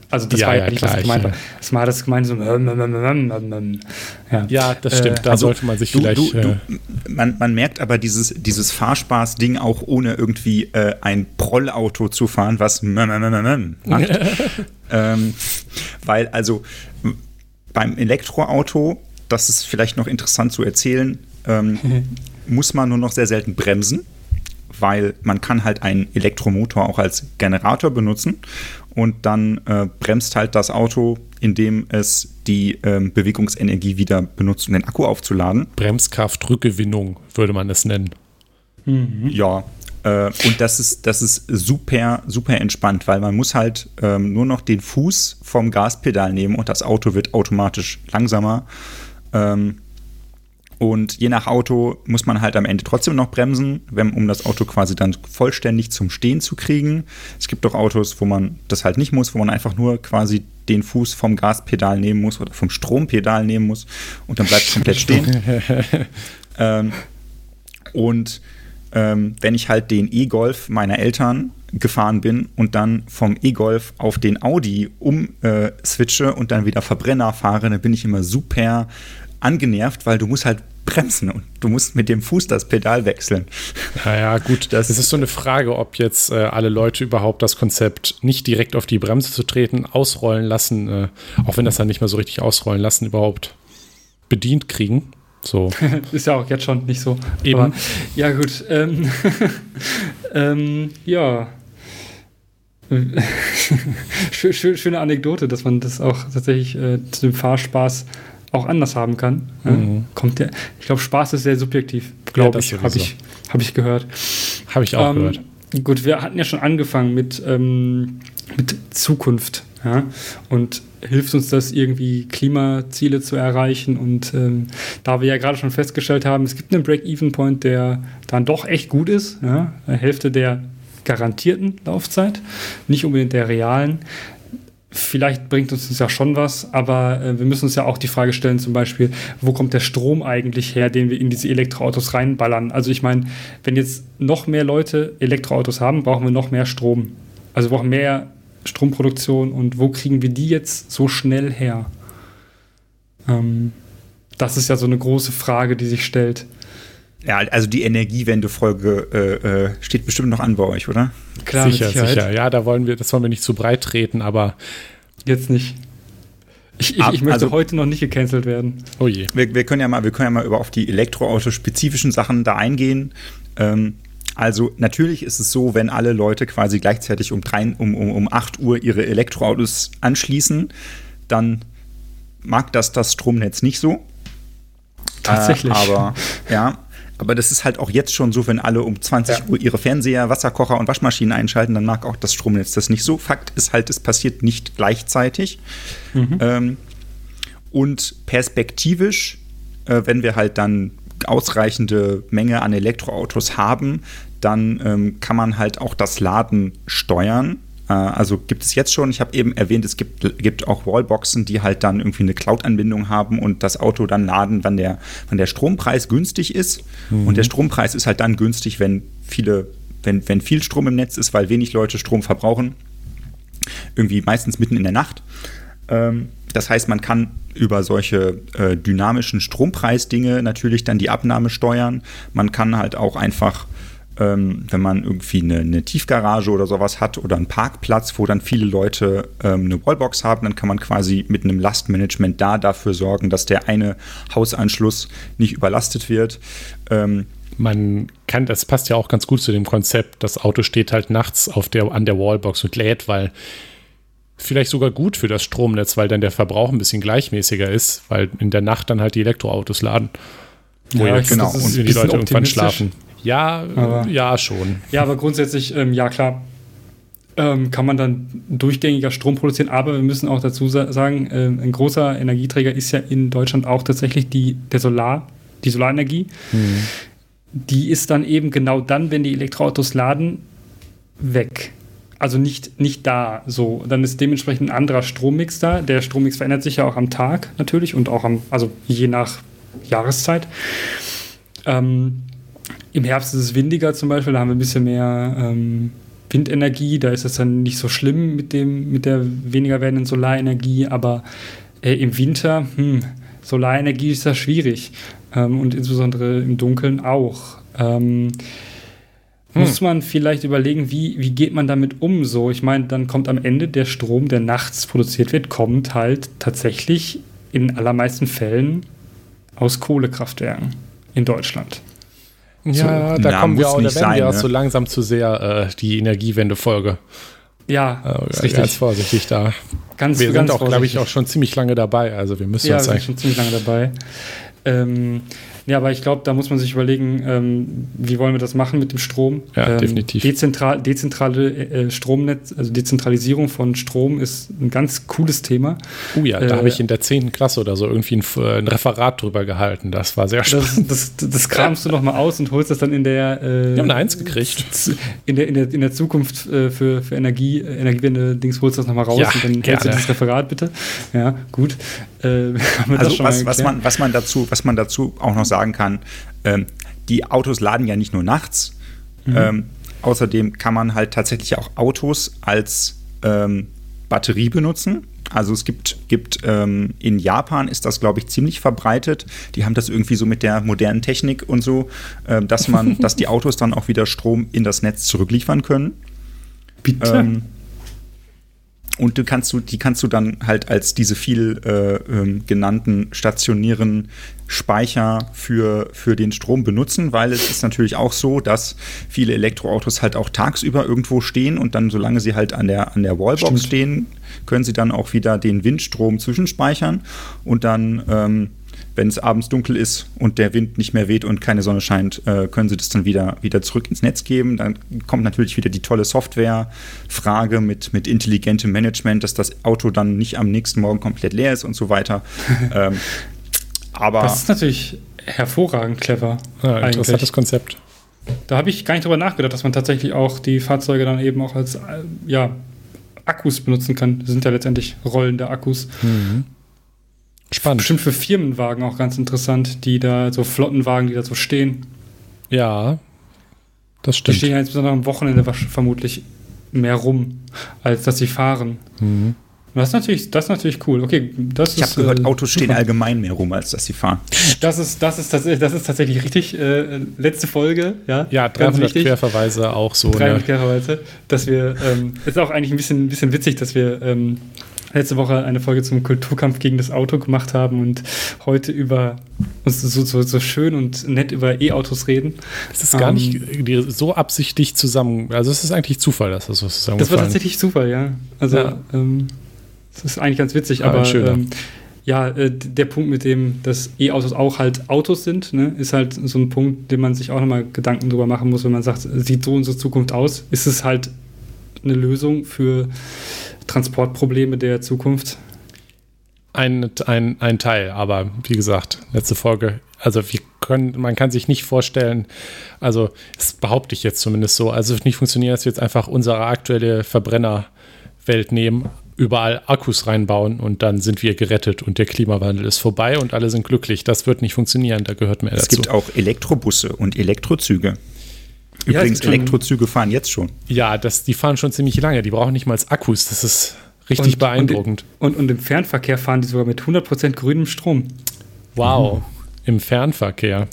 [SPEAKER 2] Also das
[SPEAKER 1] Ja,
[SPEAKER 2] war ja,
[SPEAKER 1] ja,
[SPEAKER 2] nicht,
[SPEAKER 1] klar,
[SPEAKER 2] was ich gemeint
[SPEAKER 1] ich,
[SPEAKER 2] habe. Das war das gemeint so. Ähm, ähm, ähm, ähm, ähm. Ja.
[SPEAKER 1] Ja, das stimmt.
[SPEAKER 2] Äh,
[SPEAKER 1] Da
[SPEAKER 3] also
[SPEAKER 1] sollte man sich
[SPEAKER 3] du,
[SPEAKER 1] vielleicht.
[SPEAKER 3] Du, du,
[SPEAKER 1] äh,
[SPEAKER 3] man, man merkt aber dieses, dieses Fahrspaß-Ding auch ohne irgendwie äh, ein Prollauto zu fahren, was m -m -m -m macht. ähm, weil also beim Elektroauto, das ist vielleicht noch interessant zu erzählen, ähm, muss man nur noch sehr selten bremsen, weil man kann halt einen Elektromotor auch als Generator benutzen und dann äh, bremst halt das Auto, indem es die ähm, Bewegungsenergie wieder benutzt, um den Akku aufzuladen.
[SPEAKER 1] Bremskraftrückgewinnung würde man es nennen.
[SPEAKER 3] Mhm. Ja, äh, und das ist, das ist super, super entspannt, weil man muss halt ähm, nur noch den Fuß vom Gaspedal nehmen und das Auto wird automatisch langsamer. Ähm, Und je nach Auto muss man halt am Ende trotzdem noch bremsen, wenn, um das Auto quasi dann vollständig zum Stehen zu kriegen. Es gibt auch Autos, wo man das halt nicht muss, wo man einfach nur quasi den Fuß vom Gaspedal nehmen muss oder vom Strompedal nehmen muss und dann bleibt es komplett stehen. ähm, und ähm, wenn ich halt den E-Golf meiner Eltern gefahren bin und dann vom E-Golf auf den Audi umswitche äh, und dann wieder Verbrenner fahre, dann bin ich immer super angenervt, weil du musst halt bremsen und du musst mit dem Fuß das Pedal wechseln.
[SPEAKER 1] Naja, gut.
[SPEAKER 3] Das
[SPEAKER 1] es ist so eine Frage, ob jetzt äh, alle Leute überhaupt das Konzept, nicht direkt auf die Bremse zu treten, ausrollen lassen, äh, auch wenn das dann nicht mehr so richtig ausrollen lassen, überhaupt bedient kriegen. So.
[SPEAKER 2] Ist ja auch jetzt schon nicht so.
[SPEAKER 1] Eben.
[SPEAKER 2] Aber, ja, gut. Ähm, ähm, ja. Schöne Anekdote, dass man das auch tatsächlich äh, zu dem Fahrspaß auch anders haben kann. Mhm. Ja, kommt der, ich glaube, Spaß ist sehr subjektiv, glaube
[SPEAKER 1] ja,
[SPEAKER 2] ich, habe ich, hab ich gehört.
[SPEAKER 1] Habe ich auch
[SPEAKER 2] ähm,
[SPEAKER 1] gehört.
[SPEAKER 2] Gut, wir hatten ja schon angefangen mit, ähm, mit Zukunft. Ja? Und hilft uns das irgendwie, Klimaziele zu erreichen? Und ähm, da wir ja gerade schon festgestellt haben, es gibt einen Break-Even-Point, der dann doch echt gut ist. Ja? Hälfte der garantierten Laufzeit, nicht unbedingt der realen. Vielleicht bringt uns das ja schon was, aber äh, wir müssen uns ja auch die Frage stellen, zum Beispiel, wo kommt der Strom eigentlich her, den wir in diese Elektroautos reinballern? Also ich meine, wenn jetzt noch mehr Leute Elektroautos haben, brauchen wir noch mehr Strom. Also wir brauchen mehr Stromproduktion und wo kriegen wir die jetzt so schnell her? Ähm, das ist ja so eine große Frage, die sich stellt.
[SPEAKER 3] Ja, also die Energiewende-Folge äh, äh, steht bestimmt noch an bei euch, oder?
[SPEAKER 2] Klar,
[SPEAKER 1] sicher, sicher. Ja, da wollen wir, das wollen wir nicht zu breit treten, aber
[SPEAKER 2] jetzt nicht. Ich, ich, ich möchte also, heute noch nicht gecancelt werden.
[SPEAKER 3] Oh je. Wir, wir können ja mal, wir können ja mal über auf die Elektroauto-spezifischen Sachen da eingehen. Ähm, also natürlich ist es so, wenn alle Leute quasi gleichzeitig um, drei, um, um, um acht Uhr ihre Elektroautos anschließen, dann mag das das Stromnetz nicht so.
[SPEAKER 2] Tatsächlich.
[SPEAKER 3] Äh, aber ja. Aber das ist halt auch jetzt schon so, wenn alle um zwanzig Uhr ihre Fernseher, Wasserkocher und Waschmaschinen einschalten, dann mag auch das Stromnetz das nicht so. Fakt ist halt, es passiert nicht gleichzeitig. Mhm. Ähm, und perspektivisch, äh, wenn wir halt dann ausreichende Menge an Elektroautos haben, dann ähm, kann man halt auch das Laden steuern. Also gibt es jetzt schon, ich habe eben erwähnt, es gibt, gibt auch Wallboxen, die halt dann irgendwie eine Cloud-Anbindung haben und das Auto dann laden, wann der, wann der Strompreis günstig ist. Mhm. Und der Strompreis ist halt dann günstig, wenn viele, wenn, wenn viel Strom im Netz ist, weil wenig Leute Strom verbrauchen. Irgendwie meistens mitten in der Nacht. Ähm, das heißt, man kann über solche äh, dynamischen Strompreisdinge natürlich dann die Abnahme steuern. Man kann halt auch einfach Ähm, wenn man irgendwie eine, eine Tiefgarage oder sowas hat oder einen Parkplatz, wo dann viele Leute ähm, eine Wallbox haben, dann kann man quasi mit einem Lastmanagement da dafür sorgen, dass der eine Hausanschluss nicht überlastet wird. Ähm,
[SPEAKER 1] man kann, das passt ja auch ganz gut zu dem Konzept, das Auto steht halt nachts auf der, an der Wallbox und lädt, weil vielleicht sogar gut für das Stromnetz, weil dann der Verbrauch ein bisschen gleichmäßiger ist, weil in der Nacht dann halt die Elektroautos laden. Wo
[SPEAKER 2] ja,
[SPEAKER 1] jetzt
[SPEAKER 2] genau.
[SPEAKER 1] Und die Leute irgendwann schlafen. Ja, aber, ja, schon.
[SPEAKER 2] Ja, aber grundsätzlich, ähm, ja klar, ähm, kann man dann durchgängiger Strom produzieren, aber wir müssen auch dazu sa- sagen, ähm, ein großer Energieträger ist ja in Deutschland auch tatsächlich die, der Solar, die Solarenergie. Mhm. Die ist dann eben genau dann, wenn die Elektroautos laden, weg. Also nicht, nicht da so. Dann ist dementsprechend ein anderer Strommix da. Der Strommix verändert sich ja auch am Tag natürlich und auch am, also je nach Jahreszeit. Ähm, Im Herbst ist es windiger zum Beispiel, da haben wir ein bisschen mehr ähm, Windenergie, da ist es dann nicht so schlimm mit, dem, mit der weniger werdenden Solarenergie, aber äh, im Winter, hm, Solarenergie ist da schwierig ähm, und insbesondere im Dunkeln auch. Ähm, hm. Muss man vielleicht überlegen, wie, wie geht man damit um so? Ich meine, dann kommt am Ende der Strom, der nachts produziert wird, kommt halt tatsächlich in allermeisten Fällen aus Kohlekraftwerken in Deutschland.
[SPEAKER 1] Ja,
[SPEAKER 3] so,
[SPEAKER 1] da
[SPEAKER 3] na,
[SPEAKER 1] kommen wir auch, da werden
[SPEAKER 3] sein,
[SPEAKER 1] wir
[SPEAKER 3] ne?
[SPEAKER 1] auch so langsam zu sehr äh, die Energiewende-Folge.
[SPEAKER 2] Ja,
[SPEAKER 1] äh,
[SPEAKER 2] ist richtig.
[SPEAKER 1] Ganz vorsichtig da.
[SPEAKER 2] Ganz,
[SPEAKER 1] wir
[SPEAKER 2] ganz
[SPEAKER 1] sind auch, glaube ich,
[SPEAKER 2] vorsichtig.
[SPEAKER 1] auch schon ziemlich lange dabei. Also wir müssen
[SPEAKER 2] Ja,
[SPEAKER 1] uns
[SPEAKER 2] wir sind
[SPEAKER 1] eigentlich...
[SPEAKER 2] schon ziemlich lange dabei. Ähm, ja, aber ich glaube, da muss man sich überlegen, ähm, wie wollen wir das machen mit dem Strom?
[SPEAKER 1] Ja,
[SPEAKER 2] ähm,
[SPEAKER 1] definitiv.
[SPEAKER 2] Dezentral, dezentrale äh, Stromnetz, also Dezentralisierung von Strom ist ein ganz cooles Thema.
[SPEAKER 1] Oh ja,
[SPEAKER 2] äh,
[SPEAKER 1] da habe ich in der zehnten Klasse oder so irgendwie ein, ein Referat drüber gehalten. Das war sehr spannend.
[SPEAKER 2] Das, das, das kramst du nochmal aus und holst das dann in der... Äh,
[SPEAKER 1] Wir haben eine Eins gekriegt.
[SPEAKER 2] In der, in der, in der Zukunft äh, für, für Energie, äh, Energiewende-Dings holst du das nochmal raus
[SPEAKER 1] Ja,
[SPEAKER 2] und dann hältst du
[SPEAKER 1] gerne.
[SPEAKER 2] das Referat bitte. Ja, gut. Äh, haben wir das
[SPEAKER 3] Also
[SPEAKER 2] schon
[SPEAKER 3] was,
[SPEAKER 2] mal
[SPEAKER 3] was,
[SPEAKER 2] geklärt?
[SPEAKER 3] man, was, man dazu, was man dazu auch noch sagen kann, ähm, die Autos laden ja nicht nur nachts.
[SPEAKER 2] Mhm.
[SPEAKER 3] Ähm, außerdem kann man halt tatsächlich auch Autos als ähm, Batterie benutzen. Also es gibt, gibt ähm, in Japan ist das, glaube ich, ziemlich verbreitet. Die haben das irgendwie so mit der modernen Technik und so, äh, dass man, dass die Autos dann auch wieder Strom in das Netz zurückliefern können.
[SPEAKER 2] Bitte?
[SPEAKER 3] Ähm, und du kannst du, die kannst du dann halt als diese viel äh, ähm, genannten stationären Speicher für, für den Strom benutzen, weil es ist natürlich auch so, dass viele Elektroautos halt auch tagsüber irgendwo stehen und dann, solange sie halt an der, an der Wallbox
[SPEAKER 2] Stimmt.
[SPEAKER 3] stehen, können sie dann auch wieder den Windstrom zwischenspeichern und dann, ähm, wenn es abends dunkel ist und der Wind nicht mehr weht und keine Sonne scheint, äh, können sie das dann wieder, wieder zurück ins Netz geben. Dann kommt natürlich wieder die tolle Software-Frage mit, mit intelligentem Management, dass das Auto dann nicht am nächsten Morgen komplett leer ist und so weiter. ähm, aber
[SPEAKER 2] Das ist natürlich hervorragend clever.
[SPEAKER 1] Ja,
[SPEAKER 2] eigentlich.
[SPEAKER 1] interessantes Konzept.
[SPEAKER 2] Da habe ich gar nicht drüber nachgedacht, dass man tatsächlich auch die Fahrzeuge dann eben auch als äh, ja, Akkus benutzen kann. Das sind ja letztendlich rollende Akkus.
[SPEAKER 1] Mhm. Spannend.
[SPEAKER 2] Bestimmt für Firmenwagen auch ganz interessant, die da, so Flottenwagen, die da so stehen.
[SPEAKER 1] Ja, das
[SPEAKER 2] Die
[SPEAKER 1] stimmt.
[SPEAKER 2] stehen ja insbesondere am Wochenende wasch- vermutlich mehr rum, als dass sie fahren.
[SPEAKER 1] Mhm.
[SPEAKER 2] Und das ist natürlich, das ist natürlich cool. Okay, das
[SPEAKER 3] ich
[SPEAKER 2] ist.
[SPEAKER 3] habe gehört,
[SPEAKER 2] äh,
[SPEAKER 3] Autos stehen
[SPEAKER 2] super.
[SPEAKER 3] allgemein mehr rum, als dass sie fahren.
[SPEAKER 2] Das ist, das ist, tatsächlich, das ist tatsächlich richtig. Äh, letzte Folge, ja.
[SPEAKER 1] Ja,
[SPEAKER 2] ganz
[SPEAKER 1] dreihundert
[SPEAKER 2] wichtig.
[SPEAKER 1] Querverweise auch so.
[SPEAKER 2] dreihundert
[SPEAKER 1] Ne?
[SPEAKER 2] Querverweise, dass wir, ähm, ist auch eigentlich ein bisschen, ein bisschen witzig, dass wir ähm, letzte Woche eine Folge zum Kulturkampf gegen das Auto gemacht haben und heute über uns so, so, so schön und nett über E-Autos reden.
[SPEAKER 1] Das ist gar
[SPEAKER 2] Ähm,
[SPEAKER 1] nicht die- so absichtlich zusammen. Also es ist eigentlich Zufall, dass das so
[SPEAKER 2] Das war
[SPEAKER 1] zusammengefallen ist.
[SPEAKER 2] tatsächlich Zufall, ja. Also,
[SPEAKER 1] Ja.
[SPEAKER 2] ähm, das ist eigentlich ganz witzig,
[SPEAKER 1] Ah,
[SPEAKER 2] aber
[SPEAKER 1] schöner.
[SPEAKER 2] ähm, ja, äh, d- der Punkt, mit dem, dass E-Autos auch halt Autos sind, ne, ist halt so ein Punkt, den man sich auch nochmal Gedanken drüber machen muss, wenn man sagt, sieht so unsere Zukunft aus? Ist es halt eine Lösung für Transportprobleme der Zukunft?
[SPEAKER 1] Ein, ein, ein Teil, aber wie gesagt, letzte Folge, also wir können, man kann sich nicht vorstellen, also das behaupte ich jetzt zumindest so, also es wird nicht funktionieren, dass wir jetzt einfach unsere aktuelle Verbrennerwelt nehmen, überall Akkus reinbauen und dann sind wir gerettet und der Klimawandel ist vorbei und alle sind glücklich. Das wird nicht funktionieren, da gehört mehr
[SPEAKER 3] Es
[SPEAKER 1] dazu.
[SPEAKER 3] gibt auch Elektrobusse und Elektrozüge.
[SPEAKER 2] Ja, es
[SPEAKER 3] Übrigens,
[SPEAKER 2] gibt schon-
[SPEAKER 3] Elektrozüge fahren jetzt schon.
[SPEAKER 1] Ja, das, die fahren schon ziemlich lange, die brauchen nicht mal Akkus, das ist richtig
[SPEAKER 2] Und-
[SPEAKER 1] beeindruckend.
[SPEAKER 2] Und, und im Fernverkehr fahren die sogar mit hundert Prozent grünem Strom.
[SPEAKER 1] Wow, im Fernverkehr.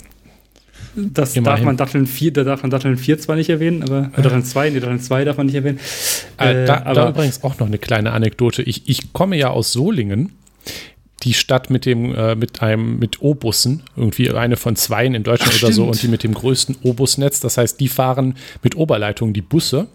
[SPEAKER 2] Das darf
[SPEAKER 1] Immerhin.
[SPEAKER 2] man Datteln vier, da darf man Datteln vier zwar nicht erwähnen, aber äh, Datteln zwei, nee, Datteln zwei darf man nicht erwähnen.
[SPEAKER 1] Äh,
[SPEAKER 2] Äh,
[SPEAKER 1] da, da
[SPEAKER 2] aber
[SPEAKER 1] übrigens auch noch eine kleine Anekdote. Ich, ich komme ja aus Solingen, die Stadt mit dem äh, mit einem mit O-Bussen, irgendwie eine von zweien in Deutschland
[SPEAKER 2] Ach,
[SPEAKER 1] oder so
[SPEAKER 2] stimmt.
[SPEAKER 1] und die mit dem größten O-Bus-Netz. Das heißt, die fahren mit Oberleitung die Busse.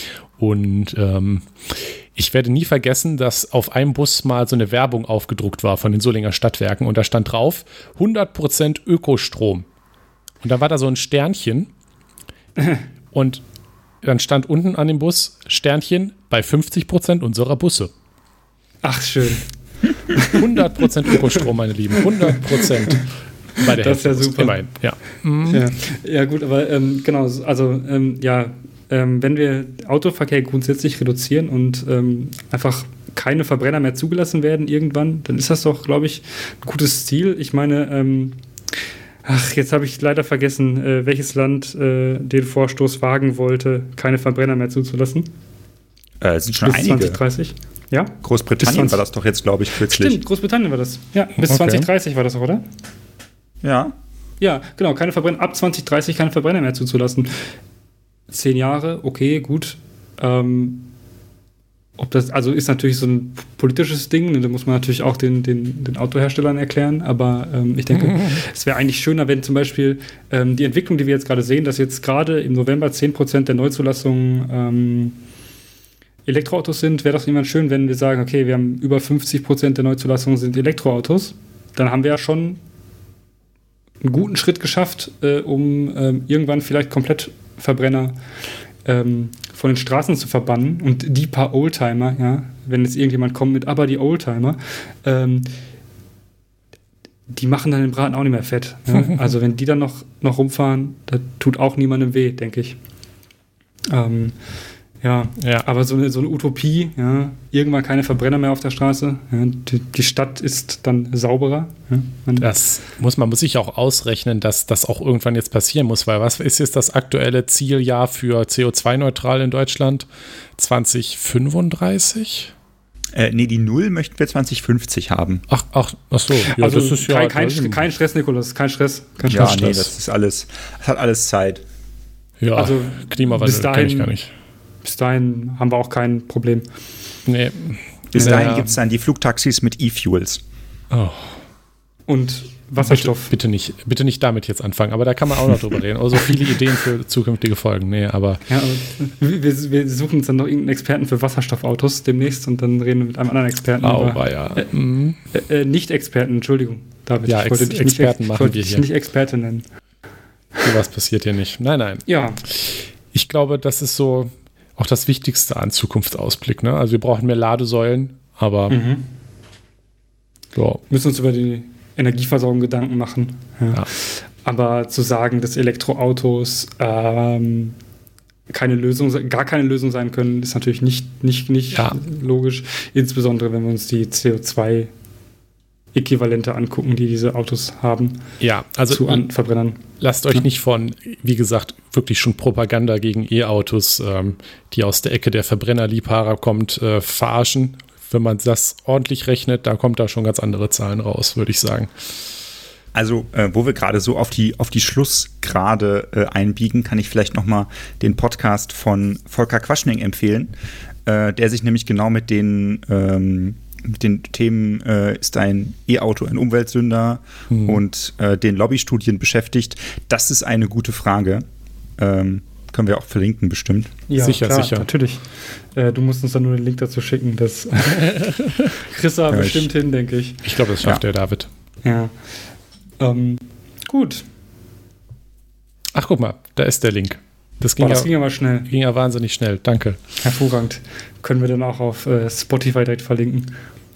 [SPEAKER 1] Und ähm, ich werde nie vergessen, dass auf einem Bus mal so eine Werbung aufgedruckt war von den Solinger Stadtwerken und da stand drauf hundert Prozent Ökostrom. Und da war da so ein Sternchen und dann stand unten an dem Bus Sternchen bei fünfzig Prozent unserer Busse.
[SPEAKER 2] ach, schön.
[SPEAKER 1] hundert Prozent Ökostrom, meine Lieben, hundert Prozent bei der
[SPEAKER 2] Das ist ja
[SPEAKER 1] Hälfte.
[SPEAKER 2] super.
[SPEAKER 1] Immerhin, ja.
[SPEAKER 2] Ja, ja gut, aber ähm, genau, also ähm, ja, ähm, wenn wir Autoverkehr grundsätzlich reduzieren und ähm, einfach keine Verbrenner mehr zugelassen werden irgendwann, dann ist das doch, glaube ich, ein gutes Ziel. Ich meine, ähm, Ach, jetzt habe ich leider vergessen, äh, welches Land äh, den Vorstoß wagen wollte, keine Verbrenner mehr zuzulassen.
[SPEAKER 3] Äh, sind schon
[SPEAKER 2] bis
[SPEAKER 3] einige.
[SPEAKER 2] zwanzig dreißig. Ja?
[SPEAKER 3] Großbritannien
[SPEAKER 2] zwanzig
[SPEAKER 3] war das doch jetzt, glaube ich, kürzlich.
[SPEAKER 2] Stimmt, Großbritannien war das. Ja, bis
[SPEAKER 1] Okay.
[SPEAKER 2] zwanzig dreißig war das auch, oder?
[SPEAKER 3] Ja.
[SPEAKER 2] Ja, genau, keine Verbrenner, ab zwanzig dreißig keine Verbrenner mehr zuzulassen. Zehn Jahre, okay, gut. Ähm, ob das, also ist natürlich so ein politisches Ding, ne, da muss man natürlich auch den, den, den Autoherstellern erklären, aber ähm, ich denke, es wäre eigentlich schöner, wenn zum Beispiel ähm, die Entwicklung, die wir jetzt gerade sehen, dass jetzt gerade im November zehn Prozent der Neuzulassungen ähm, Elektroautos sind, wäre doch jemand schön, wenn wir sagen, okay, wir haben über fünfzig Prozent der Neuzulassungen sind Elektroautos, dann haben wir ja schon einen guten Schritt geschafft, äh, um ähm, irgendwann vielleicht komplett Verbrenner ähm, von den Straßen zu verbannen und die paar Oldtimer, ja, wenn jetzt irgendjemand kommt mit, aber die Oldtimer, ähm, die machen dann den Braten auch nicht mehr fett. Ja? Also wenn die dann noch, noch rumfahren, das tut auch niemandem weh, denke ich. Ähm, ja,
[SPEAKER 1] Ja.
[SPEAKER 2] aber so eine, so eine Utopie, ja, irgendwann keine Verbrenner mehr auf der Straße, ja, die, die Stadt ist dann sauberer. Ja, man,
[SPEAKER 1] Das muss man muss sich auch ausrechnen, dass das auch irgendwann jetzt passieren muss, weil was ist jetzt das aktuelle Zieljahr für C O zwei neutral in Deutschland? zwanzig fünfunddreißig?
[SPEAKER 3] Äh, nee, die Null möchten wir zwanzig fünfzig haben.
[SPEAKER 1] Ach, ach, ach so. Ja,
[SPEAKER 2] also
[SPEAKER 1] das ist ja
[SPEAKER 2] kein, kein,
[SPEAKER 1] das ist-
[SPEAKER 2] kein Stress, Nikolaus, kein Stress. Kein
[SPEAKER 3] Ja,
[SPEAKER 2] Stress.
[SPEAKER 3] nee, das ist alles, das hat alles Zeit.
[SPEAKER 1] ja,
[SPEAKER 2] also
[SPEAKER 1] Klimawandel
[SPEAKER 2] bis dahin-
[SPEAKER 1] kann ich gar nicht.
[SPEAKER 2] Bis dahin haben wir auch kein Problem.
[SPEAKER 1] Nee.
[SPEAKER 3] Bis
[SPEAKER 1] Ja.
[SPEAKER 3] dahin gibt es dann die Flugtaxis mit E-Fuels.
[SPEAKER 1] Oh.
[SPEAKER 2] Und
[SPEAKER 1] Bitte,
[SPEAKER 2] Wasserstoff.
[SPEAKER 1] bitte, nicht, bitte nicht damit jetzt anfangen, aber da kann man auch noch drüber reden. Also viele Ideen für zukünftige Folgen. Nee, aber
[SPEAKER 2] Ja, aber wir, wir suchen uns dann noch irgendeinen Experten für Wasserstoffautos demnächst und dann reden wir mit einem anderen Experten
[SPEAKER 1] au,
[SPEAKER 2] über
[SPEAKER 1] war ja. Mhm.
[SPEAKER 2] äh, äh, Nicht-Experten, Entschuldigung, David.
[SPEAKER 1] Ja,
[SPEAKER 2] ich wollte
[SPEAKER 1] Ex-
[SPEAKER 2] dich nicht,
[SPEAKER 1] Experten
[SPEAKER 2] ich
[SPEAKER 1] machen
[SPEAKER 2] wollte
[SPEAKER 1] wir
[SPEAKER 2] dich
[SPEAKER 1] hier.
[SPEAKER 2] nicht Experte nennen.
[SPEAKER 1] Sowas passiert hier nicht. Nein, nein.
[SPEAKER 2] Ja,
[SPEAKER 1] Ich glaube, das ist so auch das Wichtigste an Zukunftsausblick. Ne? Also wir brauchen mehr Ladesäulen, aber
[SPEAKER 2] mhm.
[SPEAKER 1] ja,
[SPEAKER 2] müssen uns über die Energieversorgung Gedanken machen. Ja.
[SPEAKER 1] Ja.
[SPEAKER 2] Aber zu sagen, dass Elektroautos ähm, keine Lösung, gar keine Lösung sein können, ist natürlich nicht, nicht, nicht
[SPEAKER 1] Ja.
[SPEAKER 2] logisch. Insbesondere, wenn wir uns die C O zwei Äquivalente angucken, die diese Autos haben,
[SPEAKER 1] ja, also
[SPEAKER 2] zu an Verbrennern.
[SPEAKER 1] lasst euch nicht von, wie gesagt, wirklich schon Propaganda gegen E-Autos, ähm, die aus der Ecke der Verbrennerliebhaber kommt, äh, verarschen. Wenn man das ordentlich rechnet, da kommt da schon ganz andere Zahlen raus, würde ich sagen.
[SPEAKER 3] Also, äh, wo wir gerade so auf die, auf die Schlussgrade äh, einbiegen, kann ich vielleicht noch mal den Podcast von Volker Quaschning empfehlen, äh, der sich nämlich genau mit den, ähm, mit den Themen, äh, ist ein E-Auto ein Umweltsünder
[SPEAKER 1] Hm.
[SPEAKER 3] und äh, den Lobbystudien beschäftigt. Das ist eine gute Frage. Ähm, können wir auch verlinken bestimmt.
[SPEAKER 2] Ja,
[SPEAKER 1] Sicher,
[SPEAKER 2] klar,
[SPEAKER 1] sicher.
[SPEAKER 2] natürlich. Äh, du musst uns dann nur den Link dazu schicken. Das kriegst du aber
[SPEAKER 3] Ja,
[SPEAKER 2] bestimmt
[SPEAKER 3] ich-
[SPEAKER 2] hin, denke ich.
[SPEAKER 1] Ich glaube, das schafft
[SPEAKER 3] Ja.
[SPEAKER 1] der David.
[SPEAKER 2] Ja. Ähm, gut.
[SPEAKER 1] Ach, guck mal, da ist der Link. Das ging,
[SPEAKER 2] Boah, das
[SPEAKER 1] ja,
[SPEAKER 2] ging aber schnell.
[SPEAKER 1] ging ja wahnsinnig schnell. Danke.
[SPEAKER 2] Hervorragend. Können wir dann auch auf äh, Spotify direkt verlinken.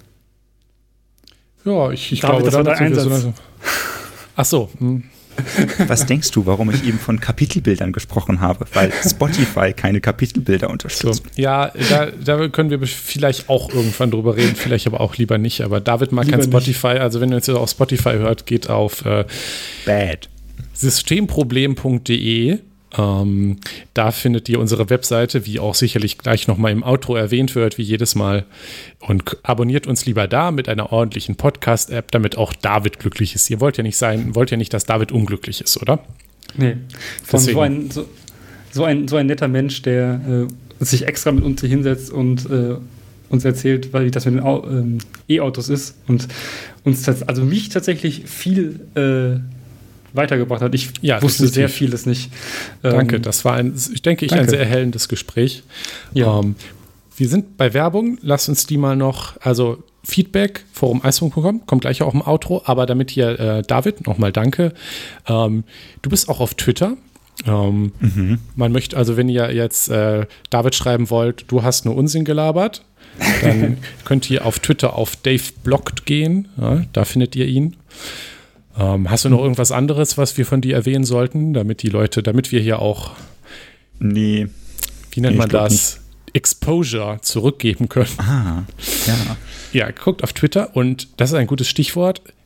[SPEAKER 1] Ja, ich, ich
[SPEAKER 2] David,
[SPEAKER 1] glaube,
[SPEAKER 2] das war
[SPEAKER 1] damit
[SPEAKER 2] dein
[SPEAKER 1] sind wir so
[SPEAKER 2] Einsatz.
[SPEAKER 1] langsam- Ach so, hm.
[SPEAKER 3] Was denkst du, warum ich eben von Kapitelbildern gesprochen habe? Weil Spotify keine Kapitelbilder
[SPEAKER 1] so.
[SPEAKER 3] unterstützt.
[SPEAKER 1] Ja, da, da können wir vielleicht auch irgendwann drüber reden, vielleicht aber auch lieber nicht. Aber David mag
[SPEAKER 2] Lieber
[SPEAKER 1] kein
[SPEAKER 2] nicht.
[SPEAKER 1] Spotify. Also wenn ihr uns jetzt auf Spotify hört, geht auf äh,
[SPEAKER 3] Bad.
[SPEAKER 1] systemproblem punkt de. Ähm, da findet ihr unsere Webseite, wie auch sicherlich gleich nochmal im Outro erwähnt wird, wie jedes Mal. Und k- abonniert uns lieber da mit einer ordentlichen Podcast-App, damit auch David glücklich ist. Ihr wollt ja nicht sein, wollt ja nicht, dass David unglücklich ist, oder?
[SPEAKER 2] Nee. Von
[SPEAKER 1] Deswegen.
[SPEAKER 2] so ein, so, so, ein, so ein netter Mensch, der äh, sich extra mit uns hier hinsetzt und äh, uns erzählt, weil das mit den Au- ähm, E-Autos ist und uns tats- also mich tatsächlich viel äh, weitergebracht hat. Ich
[SPEAKER 1] Ja,
[SPEAKER 2] wusste
[SPEAKER 1] definitiv.
[SPEAKER 2] sehr vieles nicht.
[SPEAKER 1] Danke,
[SPEAKER 2] Ähm,
[SPEAKER 1] das war ein, ich denke ich, ein
[SPEAKER 2] danke.
[SPEAKER 1] sehr erhellendes Gespräch.
[SPEAKER 2] Ja.
[SPEAKER 1] Ähm, wir sind bei Werbung, lasst uns die mal noch, also Feedback, forum eis punkt com, kommt gleich auch im Outro, aber damit hier äh, David, nochmal danke. Ähm, du bist auch auf Twitter. Ähm,
[SPEAKER 3] Mhm.
[SPEAKER 1] Man möchte, also wenn ihr jetzt äh, David schreiben wollt, du hast nur Unsinn gelabert, dann könnt ihr auf Twitter auf Dave Blockt gehen, ja, da findet ihr ihn. Ähm, hast du noch irgendwas anderes, was wir von dir erwähnen sollten, damit die Leute, damit wir hier auch,
[SPEAKER 3] Nee.
[SPEAKER 1] wie nennt
[SPEAKER 3] Nee,
[SPEAKER 1] man
[SPEAKER 3] ich glaub
[SPEAKER 1] das, Exposure zurückgeben können?
[SPEAKER 3] Ah, ja.
[SPEAKER 1] Ja, guckt auf Twitter und das ist ein gutes Stichwort.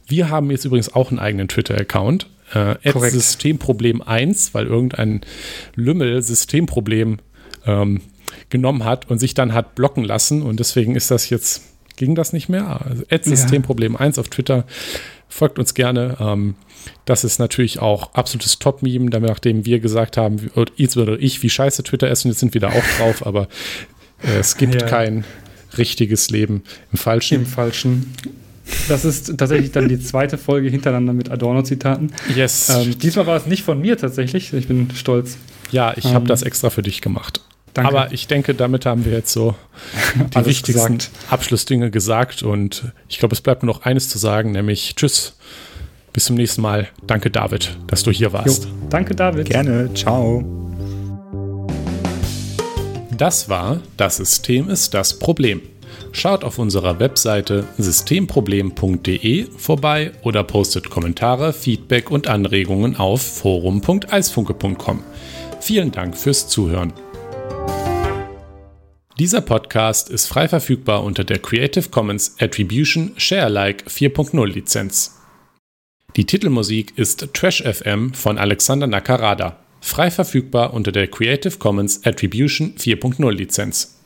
[SPEAKER 1] Wir haben jetzt übrigens auch einen eigenen Twitter-Account. Äh, Systemproblem eins, weil irgendein Lümmel Systemproblem ähm, genommen hat und sich dann hat blocken lassen. Und deswegen ist das jetzt, ging das nicht mehr. Also Systemproblem eins auf Twitter. Folgt uns gerne. Ähm, das ist natürlich auch absolutes Top-Meme, nachdem wir gesagt haben, oder ich, wie scheiße Twitter ist, und jetzt sind wir da auch drauf, aber äh, es gibt ja. kein richtiges Leben im Falschen.
[SPEAKER 2] Im Falschen. Das ist tatsächlich dann die zweite Folge hintereinander mit Adorno-Zitaten.
[SPEAKER 1] Yes.
[SPEAKER 2] Ähm, diesmal war es nicht von mir tatsächlich. Ich bin stolz.
[SPEAKER 1] Ja, ich ähm, habe das extra für dich gemacht.
[SPEAKER 2] Danke.
[SPEAKER 1] Aber ich denke, damit haben wir jetzt so die wichtigsten gesagt. Abschlussdinge gesagt. Und ich glaube, es bleibt nur noch eines zu sagen, nämlich tschüss. Bis zum nächsten Mal. Danke, David, dass du hier warst.
[SPEAKER 2] Jo, danke, David.
[SPEAKER 3] Gerne. Ciao.
[SPEAKER 1] Das war Das System ist das Problem. Schaut auf unserer Webseite systemproblem punkt de vorbei oder postet Kommentare, Feedback und Anregungen auf forum punkt eisfunke punkt com. Vielen Dank fürs Zuhören. Dieser Podcast ist frei verfügbar unter der Creative Commons Attribution Share Alike vier Punkt null Lizenz. Die Titelmusik ist Trash F M von Alexander Nakarada, frei verfügbar unter der Creative Commons Attribution vier Punkt null Lizenz.